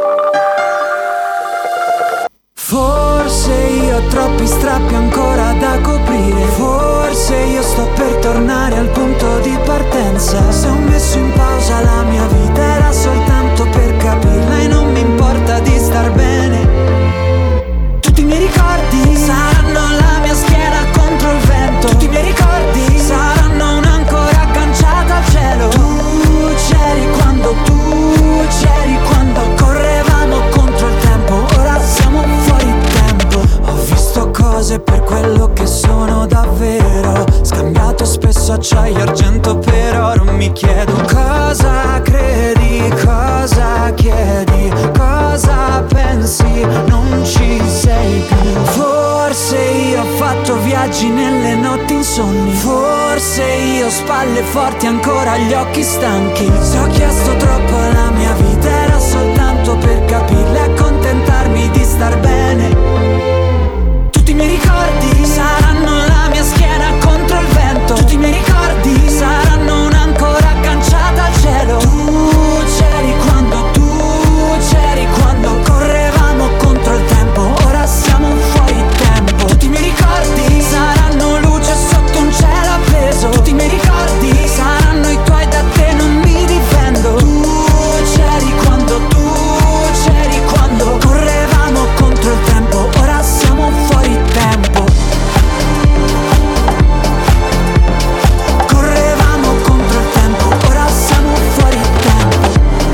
Forse io ho troppi strappi ancora da coprire. Forse io sto per tornare al punto di partenza. Se ho messo in pausa la mia vita era soltanto per capirla e non mi importa di star bene. Tutti i miei ricordi saranno la mia schiena contro il vento. Tutti i miei ricordi saranno un'ancora agganciata al cielo. Tu c'eri quando correvamo contro il tempo. Ora siamo fuori tempo. Ho visto cose per quello che sono davvero. Scambiato spesso acciaio spalle forti, ancora gli occhi stanchi. Se ho chiesto troppo alla mia vita era soltanto per capirla e accontentarmi di star bene. Tutti i miei ricordi saranno la mia schiena contro il vento. Tutti i miei ricordi saranno un'ancora agganciata al cielo. Tu c'eri quando correvamo contro il tempo. Ora siamo fuori tempo. Tutti i miei ricordi saranno luce sotto un cielo appeso. Tutti i miei ricordi saranno i tuoi, da te non mi difendo. Tu c'eri quando correvamo contro il tempo. Ora siamo fuori tempo. Correvamo contro il tempo. Ora siamo fuori tempo.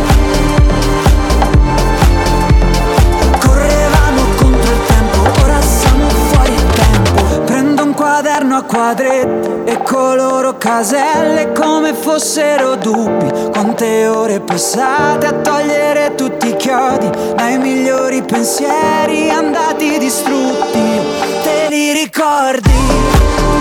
Correvamo contro il tempo. Ora siamo fuori tempo. Prendo un quaderno a quadretti e coloro caselle come fossero dubbi. Quante ore passate a togliere tutti i chiodi dai migliori pensieri andati distrutti. Te li ricordi?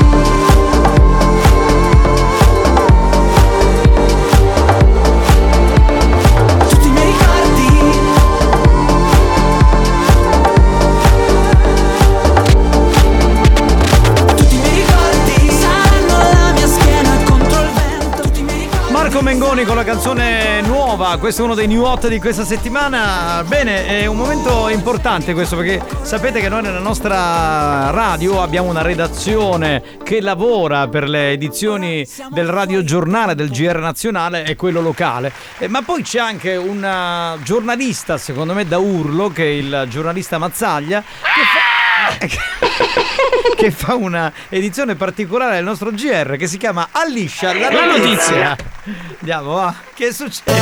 Marco Mengoni con la canzone nuova, questo è uno dei new hot di questa settimana. Bene, è un momento importante questo, perché sapete che noi nella nostra radio abbiamo una redazione che lavora per le edizioni del radiogiornale, del GR nazionale e quello locale, ma poi c'è anche un giornalista, secondo me da urlo, che è il giornalista Mazzaglia, che fa una edizione particolare del nostro GR che si chiama Alliscia la notizia. Andiamo, va. Che succede?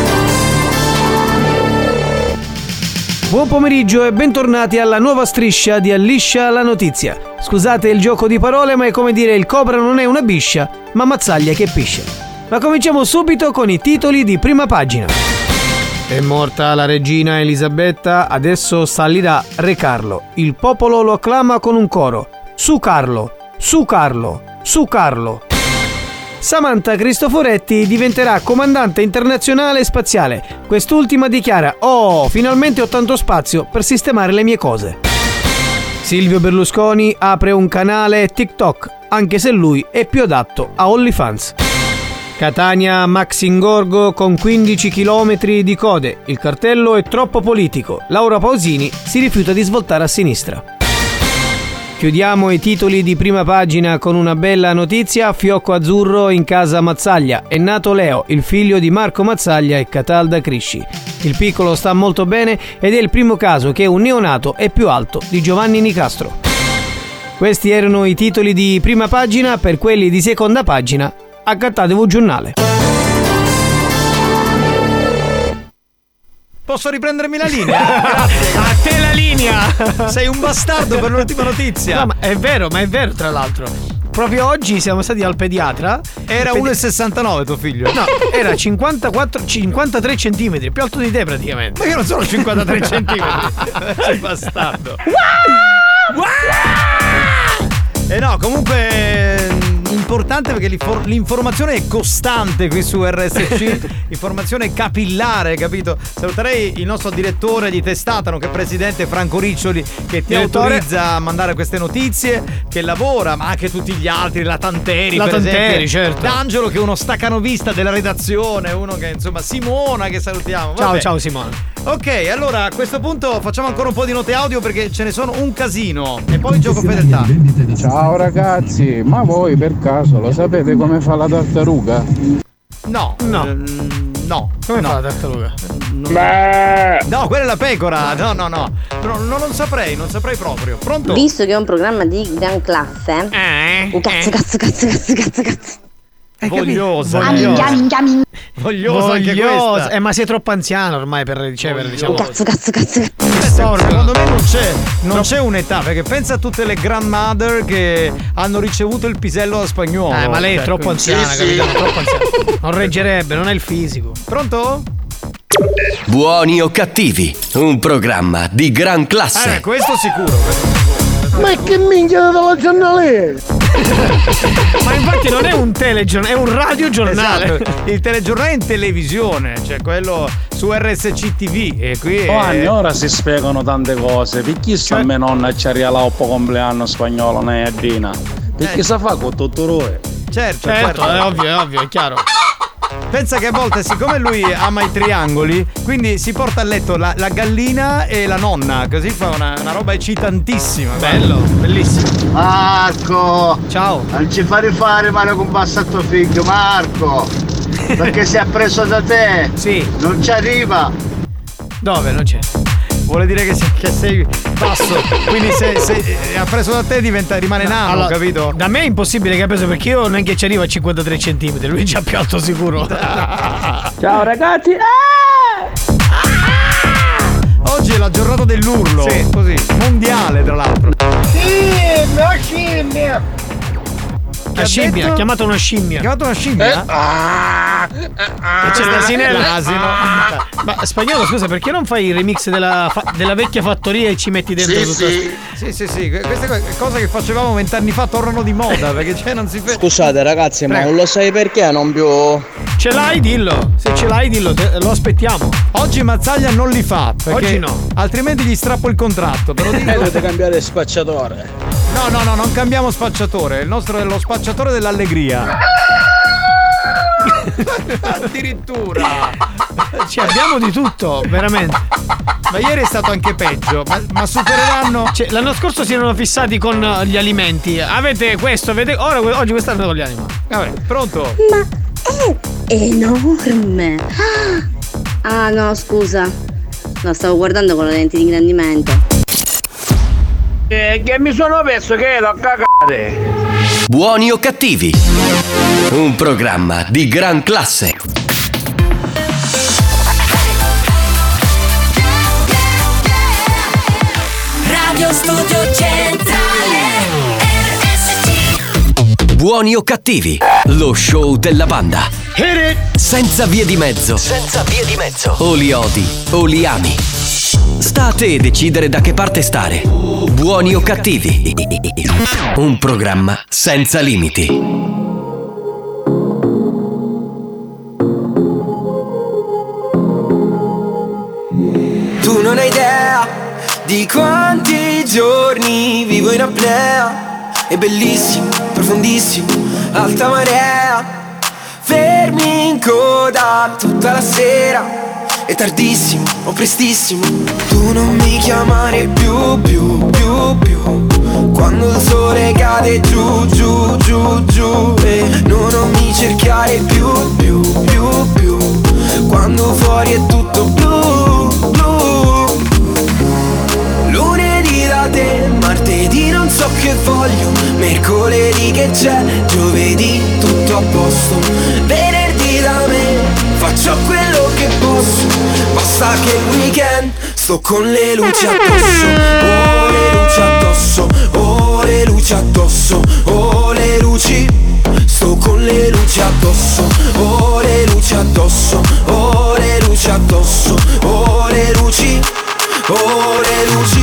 Buon pomeriggio e bentornati alla nuova striscia di Alliscia la notizia. Scusate il gioco di parole, ma è come dire il cobra non è una biscia, ma Mazzaglia che piscia. Ma cominciamo subito con i titoli di prima pagina. È morta la regina Elisabetta, adesso salirà Re Carlo. Il popolo lo acclama con un coro. Su Carlo, su Carlo, su Carlo. Samantha Cristoforetti diventerà comandante internazionale spaziale. Quest'ultima dichiara: oh, finalmente ho tanto spazio per sistemare le mie cose. Silvio Berlusconi apre un canale TikTok, anche se lui è più adatto a OnlyFans. Catania Max Ingorgo con 15 km di code. Il cartello è troppo politico. Laura Pausini si rifiuta di svoltare a sinistra. Chiudiamo i titoli di prima pagina con una bella notizia. Fiocco azzurro in casa Mazzaglia. È nato Leo, il figlio di Marco Mazzaglia e Catalda Crisci. Il piccolo sta molto bene ed è il primo caso che un neonato è più alto di Giovanni Nicastro. Questi erano i titoli di prima pagina. Per quelli di seconda pagina, accattatevi un giornale. Posso riprendermi la linea? Grazie. A te la linea! Sei un bastardo per l'ultima notizia. No, ma è vero tra l'altro. Proprio oggi siamo stati al pediatra. Era 1,69 tuo figlio? No, era 53 centimetri, più alto di te praticamente. Ma io non sono 53 centimetri. Sei bastardo. E no, comunque importante perché l'informazione è costante qui su RSC, informazione capillare, capito? Saluterei il nostro direttore di testata, nonché presidente Franco Riccioli, che ti autorizza a mandare queste notizie, che lavora, ma anche tutti gli altri, la Tanteri, per esempio, certo. D'Angelo, che è uno staccanovista della redazione, uno che insomma, Simona, che salutiamo. Vabbè. Ciao Simona. Ok, allora a questo punto facciamo ancora un po' di note audio perché ce ne sono un casino e poi gioco fedeltà. Ciao ragazzi, ma voi per caso lo sapete come fa la tartaruga? No. Come fa la tartaruga? No, quella è la pecora. No. Non saprei proprio. Pronto? Visto che è un programma di gran classe. Cazzo. Vogliosa anche questa. Ma sei troppo anziano ormai per ricevere, diciamo. Cazzo. Secondo me non c'è un'età, perché pensa a tutte le grandmother che hanno ricevuto il pisello da Spagnuolo. Ma lei è troppo anziana, capito? Troppo anziana. Non reggerebbe, non è il fisico. Pronto? Buoni o cattivi, un programma di gran classe. Questo sicuro. Ma che minchia della giornale? Ma infatti non è un telegiornale, è un radiogiornale. Esatto. Il telegiornale è in televisione, cioè quello su RSC TV. E qui ora si spiegano tante cose. Perché sta mia nonna ci ha regalato un compleanno spagnolo, Nayadina? Perché sa fa con tutto roe. Certo, è ovvio, è chiaro. Pensa che a volte, siccome lui ama i triangoli, quindi si porta a letto la gallina e la nonna, così fa una roba eccitantissima. Bello, bellissimo. Marco! Ciao! Non ci fare male con basta tuo figlio, Marco! Perché si è preso da te! Sì! Non ci arriva! Dove? Non c'è? Vuole dire che sei basso, quindi se ha preso da te rimane nano, allora, capito? Da me è impossibile che ha preso, perché io neanche ci arrivo a 53 cm, lui è già più alto sicuro. Ciao ragazzi! Oggi è la giornata dell'urlo, così, mondiale tra l'altro. La scimmia! La scimmia, ha chiamato una scimmia. Ha chiamato una scimmia? E c'è l'asino. Ma Spagnolo, scusa, perché non fai il remix della vecchia fattoria e ci metti dentro tutto? Sì. Queste cose che facevamo 20 anni fa tornano di moda, perché non si fa. Scusate ragazzi, ma non lo sai perché non più. Ce l'hai, dillo. Se ce l'hai, dillo, lo aspettiamo. Oggi Mazzaglia non li fa, perché oggi no. Altrimenti gli strappo il contratto, te lo dico. Dovete cambiare spacciatore. No, non cambiamo spacciatore. Il nostro è lo spacciatore dell'allegria. Addirittura. Abbiamo di tutto, veramente. Ma ieri è stato anche peggio. Ma supereranno. L'anno scorso si erano fissati con gli alimenti. Avete questo, oggi quest'anno con gli animali. Vabbè, pronto? Ma è enorme. Ah no, scusa. No, stavo guardando con la lente di ingrandimento. Che mi sono perso che ero a cagare. Buoni o cattivi? Un programma di gran classe. Radio Studio Centrale RSC. Buoni o cattivi? Lo show della banda. Senza vie di mezzo. O li odi o li ami. Sta a te decidere da che parte stare. Buoni o cattivi? Un programma senza limiti. Tu non hai idea di quanti giorni vivo in apnea. È bellissimo, profondissimo, alta marea. Fermi in coda tutta la sera. È tardissimo o prestissimo. Tu non mi chiamare più. Quando il sole cade giù. E non mi cercare più. Quando fuori è tutto blu. Lunedì da te, martedì non so che voglio, mercoledì che c'è, giovedì tutto a posto, venerdì da me, faccio quello che posso, basta che il weekend sto con le luci addosso, oh le luci addosso, oh le luci addosso, oh le luci, sto con le luci addosso, oh le luci addosso, oh le luci addosso, oh le luci, oh le luci.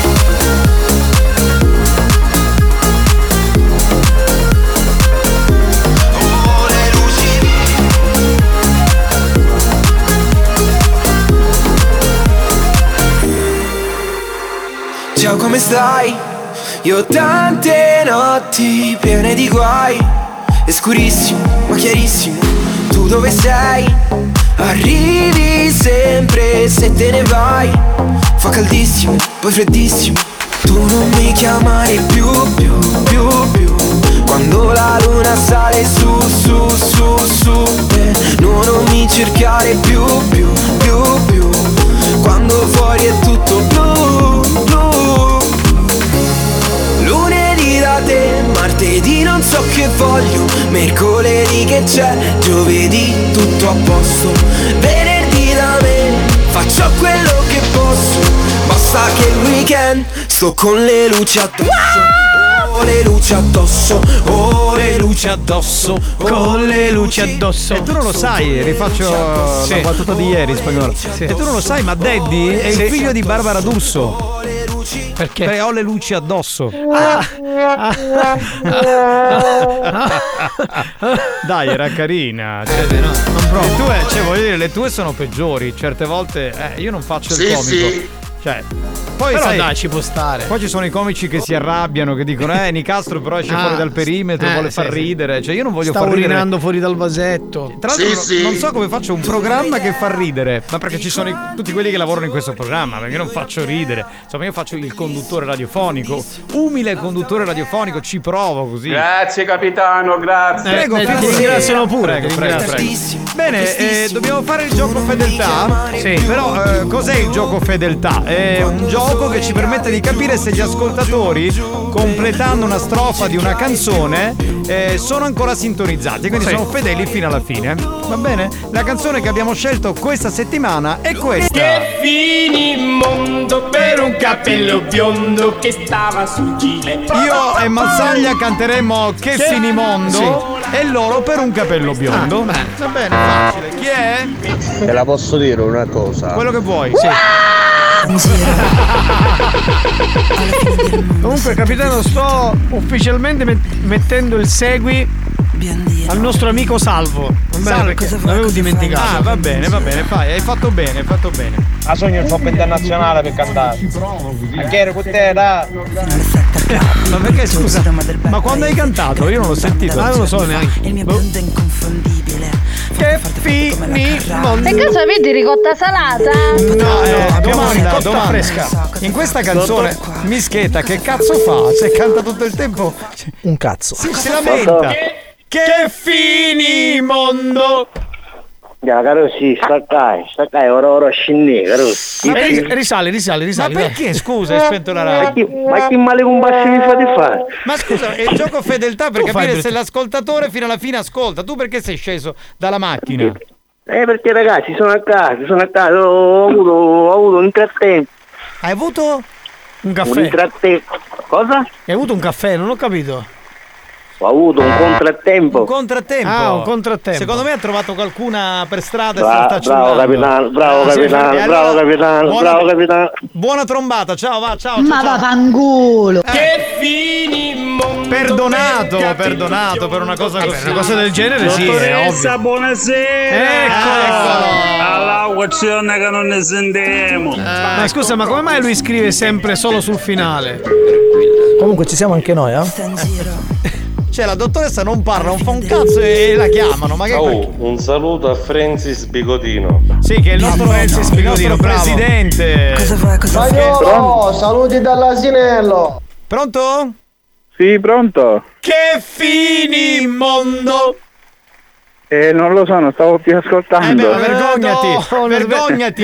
Ciao, come stai? Io ho tante notti piene di guai. È scurissimo, ma chiarissimo. Tu dove sei? Arrivi sempre se te ne vai. Fa caldissimo, poi freddissimo. Tu non mi chiamare più. Quando la luna sale su. Non mi cercare più. Quando fuori è tutto blu. Lunedì da te, martedì non so che voglio, mercoledì che c'è, giovedì tutto a posto, venerdì da me, faccio quello che posso, basta che il weekend sto con le luci addosso. le luci addosso, le luci addosso, con le luci addosso. E tu non lo sai, rifaccio la battuta di ieri in spagnolo. E tu non lo sai, ma Daddy è il figlio di Barbara D'Urso. Perché ho le luci addosso. Dai, era carina. Non voglio dire, le tue sono peggiori. Certe volte io non faccio il comico. Sì. Cioè, poi però sai, dai, ci può stare. Poi ci sono i comici che si arrabbiano, che dicono Nicastro però esce fuori dal perimetro, vuole far ridere. Cioè io non voglio far ridere. Sta urinando fuori dal vasetto. Tra l'altro non so come faccio un programma che fa ridere, ma perché ci sono tutti quelli che lavorano in questo programma, perché io non faccio ridere. Insomma, io faccio il conduttore radiofonico, umile conduttore radiofonico, ci provo così. Grazie capitano, grazie. Prego, ti ringraziano pure. Prego. Bene, dobbiamo fare il gioco fedeltà? Sì. Però cos'è il gioco fedeltà? È un gioco che ci permette di capire se gli ascoltatori, completando una strofa di una canzone, sono ancora sintonizzati, quindi sono fedeli fino alla fine. Va bene? La canzone che abbiamo scelto questa settimana è questa. Che finimondo per un capello biondo che stava sul gilet. Io e Mazzaglia canteremo Che finimondo e loro per un capello biondo. Va bene, facile. Chi è? Te la posso dire una cosa? Quello che vuoi, sì. Comunque capitano, sto ufficialmente mettendo il segui al nostro amico Salvo. L'avevo dimenticato. Va bene, fai, hai fatto bene. A sogno il top internazionale per cantare. A che ero con te, da? Ma perché scusa? Ma quando hai cantato? Io non l'ho sentito. Non lo so neanche. Il mio biondo è inconfondibile. Che finimondo. Per caso avete ricotta salata? No, domanda fresca. In questa canzone Mischeta che cazzo fa? Se canta tutto il tempo un cazzo. Si lamenta. Che finimondo. Ya, caro, sì, staccai, ora scendi, caro. Risali. Ma perché, scusa, hai spento la radio? Ma che male con bassi mi fate fare? Ma scusa, è il gioco fedeltà per capire se l'ascoltatore fino alla fine ascolta. Tu perché sei sceso dalla macchina? Perché ragazzi, sono a casa, ho avuto un trattempo. Hai avuto? Un caffè? Cosa? Hai avuto un caffè? Non ho capito. Ho avuto un contrattempo. Un contrattempo. Secondo me ha trovato qualcuna per strada e se la sta ciullando. Bravo capitano. Buona trombata, ciao. Ma vaffanculo. Che finimondo. Perdonato per una cosa così. Una cosa del genere, sì, è ovvio. Buonasera. Eccolo. All'auazione che non ne sentiamo. Ma scusa, ma come mai lui scrive sempre solo sul finale? Comunque ci siamo anche noi, Cioè la dottoressa non parla, non fa un cazzo e la chiamano. Ma che un saluto a Francis Bigotino. Sì, che è il nostro Francis Bigotino, presidente. Cosa fai? Spagnolo, saluti dall'asinello. Pronto? Sì, pronto. Che finimondo. Non lo so, non stavo più ascoltando. Vergognati.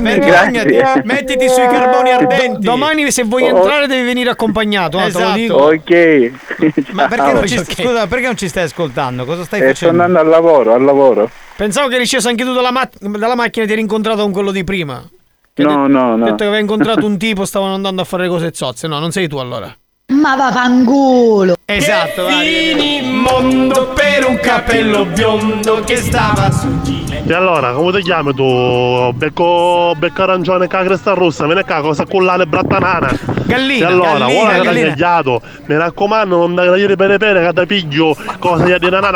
Mettiti sui carboni ardenti. Domani se vuoi entrare devi venire accompagnato, te lo dico. Ok. Ma perché non ci stai ascoltando? Cosa stai facendo? Sto andando al lavoro. Pensavo che eri sceso anche tu dalla macchina e ti eri incontrato con quello di prima. No. Ho detto che aveva incontrato un tipo, stavano andando a fare cose zozze. No, non sei tu allora. Ma vaffanculo. Esatto, finimondo per un capello biondo che stava sul gilet. E allora, come ti chiami tu? Becco arancione che la cresta rossa, me ne cago, cosa collane brattanana. Gallina. E allora, ora che l'hai tagliato, mi raccomando, non da tagliare bene che da piglio cosa gli di nanana.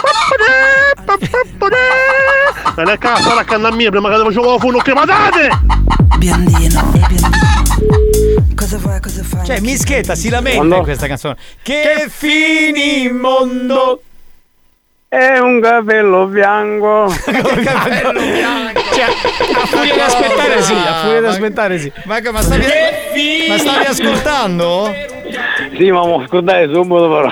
Me ne cago, sarà accanto a me prima che ti facevo la funo che patate! Biondino. Cosa fai? Cioè Mischeta si lamenta in questa canzone. Che finimondo. È un capello bianco. Cioè, a furia di aspettare sì. Ma stavi ascoltando? Sì, ma mo ascoltare subito però.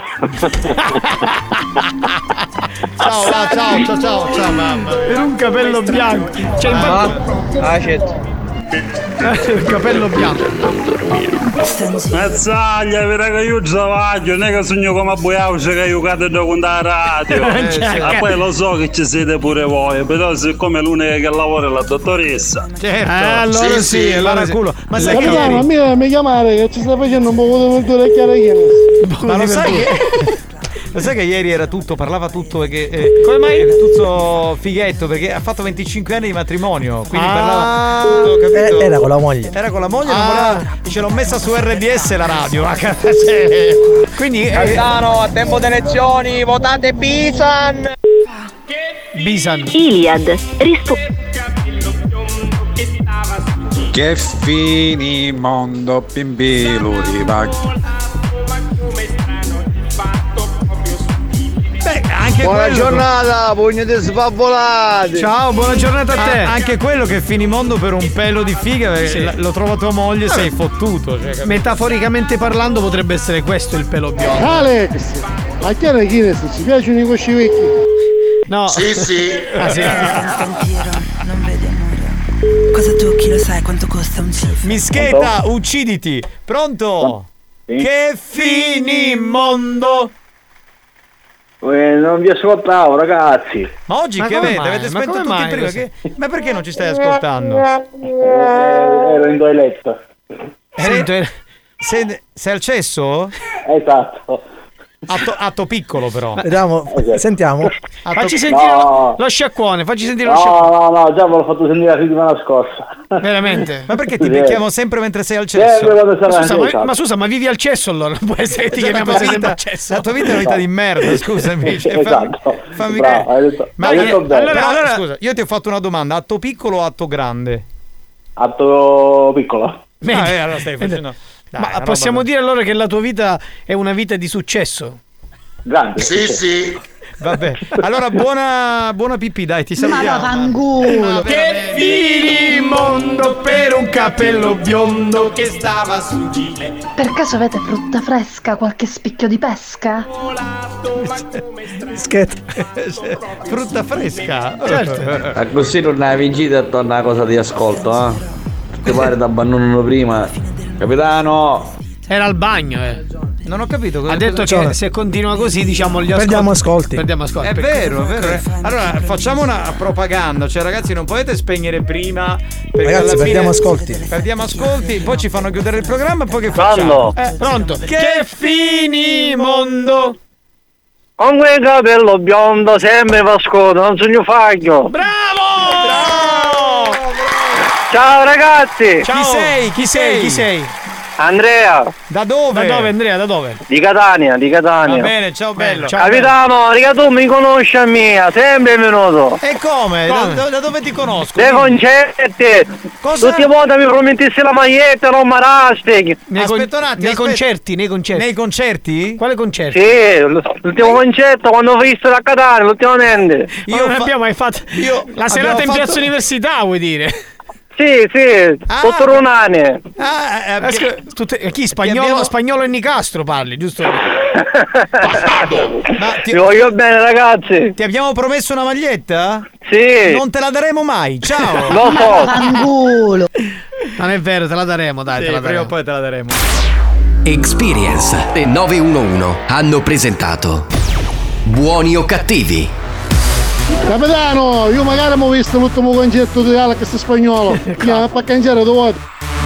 Ciao mamma. Per un capello bianco. Cioè, accetto. Il capello bianco. Mazzaglia, per che io travaglio, non è che sogno come a Boiauce che io cado con la radio. Ma poi lo so che ci siete pure voi, però siccome l'unica che lavora è la dottoressa. Certo. Allora sì, allora culo. Ma sai che Capitano, a me mi chiamare che ci sta facendo un po' di verdura e chiarachina. Ma lo sai che lo sai che ieri era tutto, parlava tutto perché come mai? Era tutto fighetto perché ha fatto 25 anni di matrimonio, quindi parlava tutto, capito? Era con la moglie. Era con la moglie, non voleva, ce l'ho messa su RDS la radio. Quindi Capitano, a tempo di elezioni, votate Bisan. Bisan. Iliad. Che fini mondo pimbilo anche buona giornata, pugni di sbavvolati. Ciao, buona giornata a te. Anche quello che finimondo per un pelo di figa, sì. Lo trova tua moglie, sei fottuto. Cioè, metaforicamente parlando potrebbe essere questo il pelo biondo. Alex, ma che era chi ci piacciono i cosci vecchi? No. Sì. Ah, sì. Non vedi amore. Cosa tocchi lo sai quanto costa un cifro. Mischeta, ucciditi. Pronto? Sì. Che finimondo. Non vi ascoltavo, ragazzi. Ma oggi che avete? Avete spento tutti prima? Ma perché non ci stai ascoltando? Ero in toiletta. Sei al cesso? Esatto. Atto piccolo però. Vediamo, sentiamo. Facci sentire lo sciacquone, facci sentire lo sciacquone. No, già ve l'ho fatto sentire la settimana scorsa. Veramente? Ma perché ti becchiamo sempre mentre sei al cesso? Ma scusa, ma vivi al cesso allora? Non può essere che ti chiamiamo sempre al cesso. La tua vita è una vita di merda, scusami. Esatto. Fammi bravo, hai detto bene. Allora, scusa, io ti ho fatto una domanda, atto piccolo o atto grande? Atto piccolo. Allora stai facendo. Dai, ma possiamo dire allora che la tua vita è una vita di successo? Grande. Sì. Vabbè. Allora buona pipì, dai, ti salutiamo. Ma fanculo. Che finimondo per un capello biondo che stava sul gile. Per caso avete frutta fresca, qualche spicchio di pesca? Frutta fresca? Certo. A così non hai vincito e torna una cosa di ascolto, Ti pare da abbandonano prima. Capitano! Era al bagno, Non ho capito cosa ha detto che se continua così, diciamo, gli ascolti. Perdiamo ascolti. È vero. Allora, facciamo una propaganda. Cioè, ragazzi, non potete spegnere prima. Ragazzi, perdiamo ascolti. Perdiamo ascolti, poi ci fanno chiudere il programma e poi che facciamo? Pronto. Che finimondo! Con quel capello biondo sempre va scoto, non sogno faglio. Bravo! Ciao ragazzi! Ciao. Chi sei? Andrea. Da dove? Andrea, da dove? Di Catania. Va bene, ciao bello. Capitano, riga tu mi conosci a mia, sempre venuto. E come? Da dove ti conosco? Dei concerti. Cosa? Tutte le volte mi promettessi la maglietta, non mi rasti. Aspetta un attimo. Nei concerti. Nei concerti? Quale concerto? Sì, l'ultimo concerto quando ho visto da Catania, ultimamente. Non abbiamo mai fatto la serata in Piazza Università, vuoi dire? Sì, tutto runane. Chi? Spagnolo e Nicastro parli, giusto? Ti voglio bene, ragazzi. Ti abbiamo promesso una maglietta? Sì. Non te la daremo mai, ciao. Lo so. Fanculo. Non è vero, te la daremo, dai, te la daremo. Prima o poi te la daremo. Experience e 911 hanno presentato Buoni o Cattivi. Capitano, io magari mi ho visto l'ultimo concerto di Alex Spagnolo. Mi ha fatto cangiare due volte.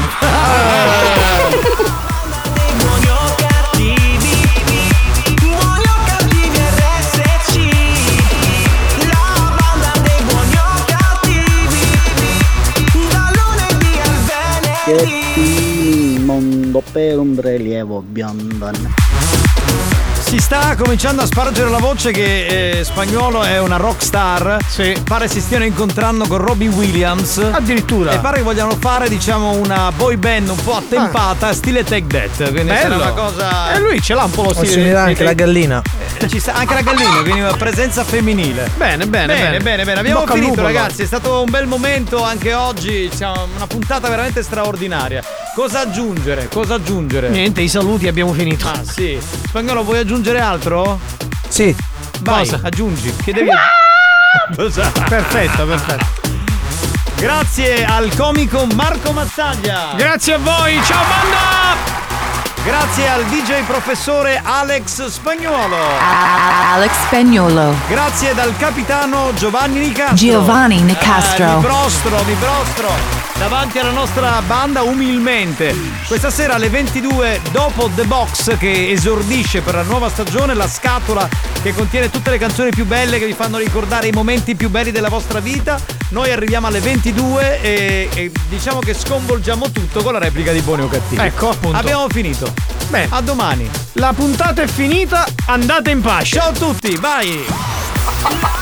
Che mondo per un prelievo biondo. Si sta cominciando a spargere la voce che Spagnolo è una rock star. Sì. Pare si stiano incontrando con Robbie Williams. Addirittura. E pare che vogliano fare, diciamo, una boy band un po' attempata, stile Take That. Quindi sarà una cosa. E lui ce l'ha un po' lo stile. Si unirà anche la gallina. Ci sta anche la gallina, quindi una presenza femminile. Bene. Abbiamo Bocca finito, lupo, ragazzi. È stato un bel momento anche oggi. Siamo una puntata veramente straordinaria. Cosa aggiungere? Niente, i saluti, abbiamo finito. Ah, sì. Spagnolo, vuoi aggiungere altro? Sì. Vai, cosa? aggiungi. Che devi. Perfetto. Grazie al comico Marco Mazzaglia. Grazie a voi, ciao banda! Grazie al DJ professore Alex Spagnuolo. Alex Spagnuolo. Grazie dal capitano Giovanni Nicastro. Giovanni Nicastro. Mi prostro davanti alla nostra banda umilmente. Questa sera alle 22, dopo The Box, che esordisce per la nuova stagione, la scatola che contiene tutte le canzoni più belle che vi fanno ricordare i momenti più belli della vostra vita. Noi arriviamo alle 22 e diciamo che sconvolgiamo tutto con la replica di Buoni o Cattivi. Ecco, appunto. Abbiamo finito. Beh, a domani. La puntata è finita, andate in pace. Ciao a tutti, vai!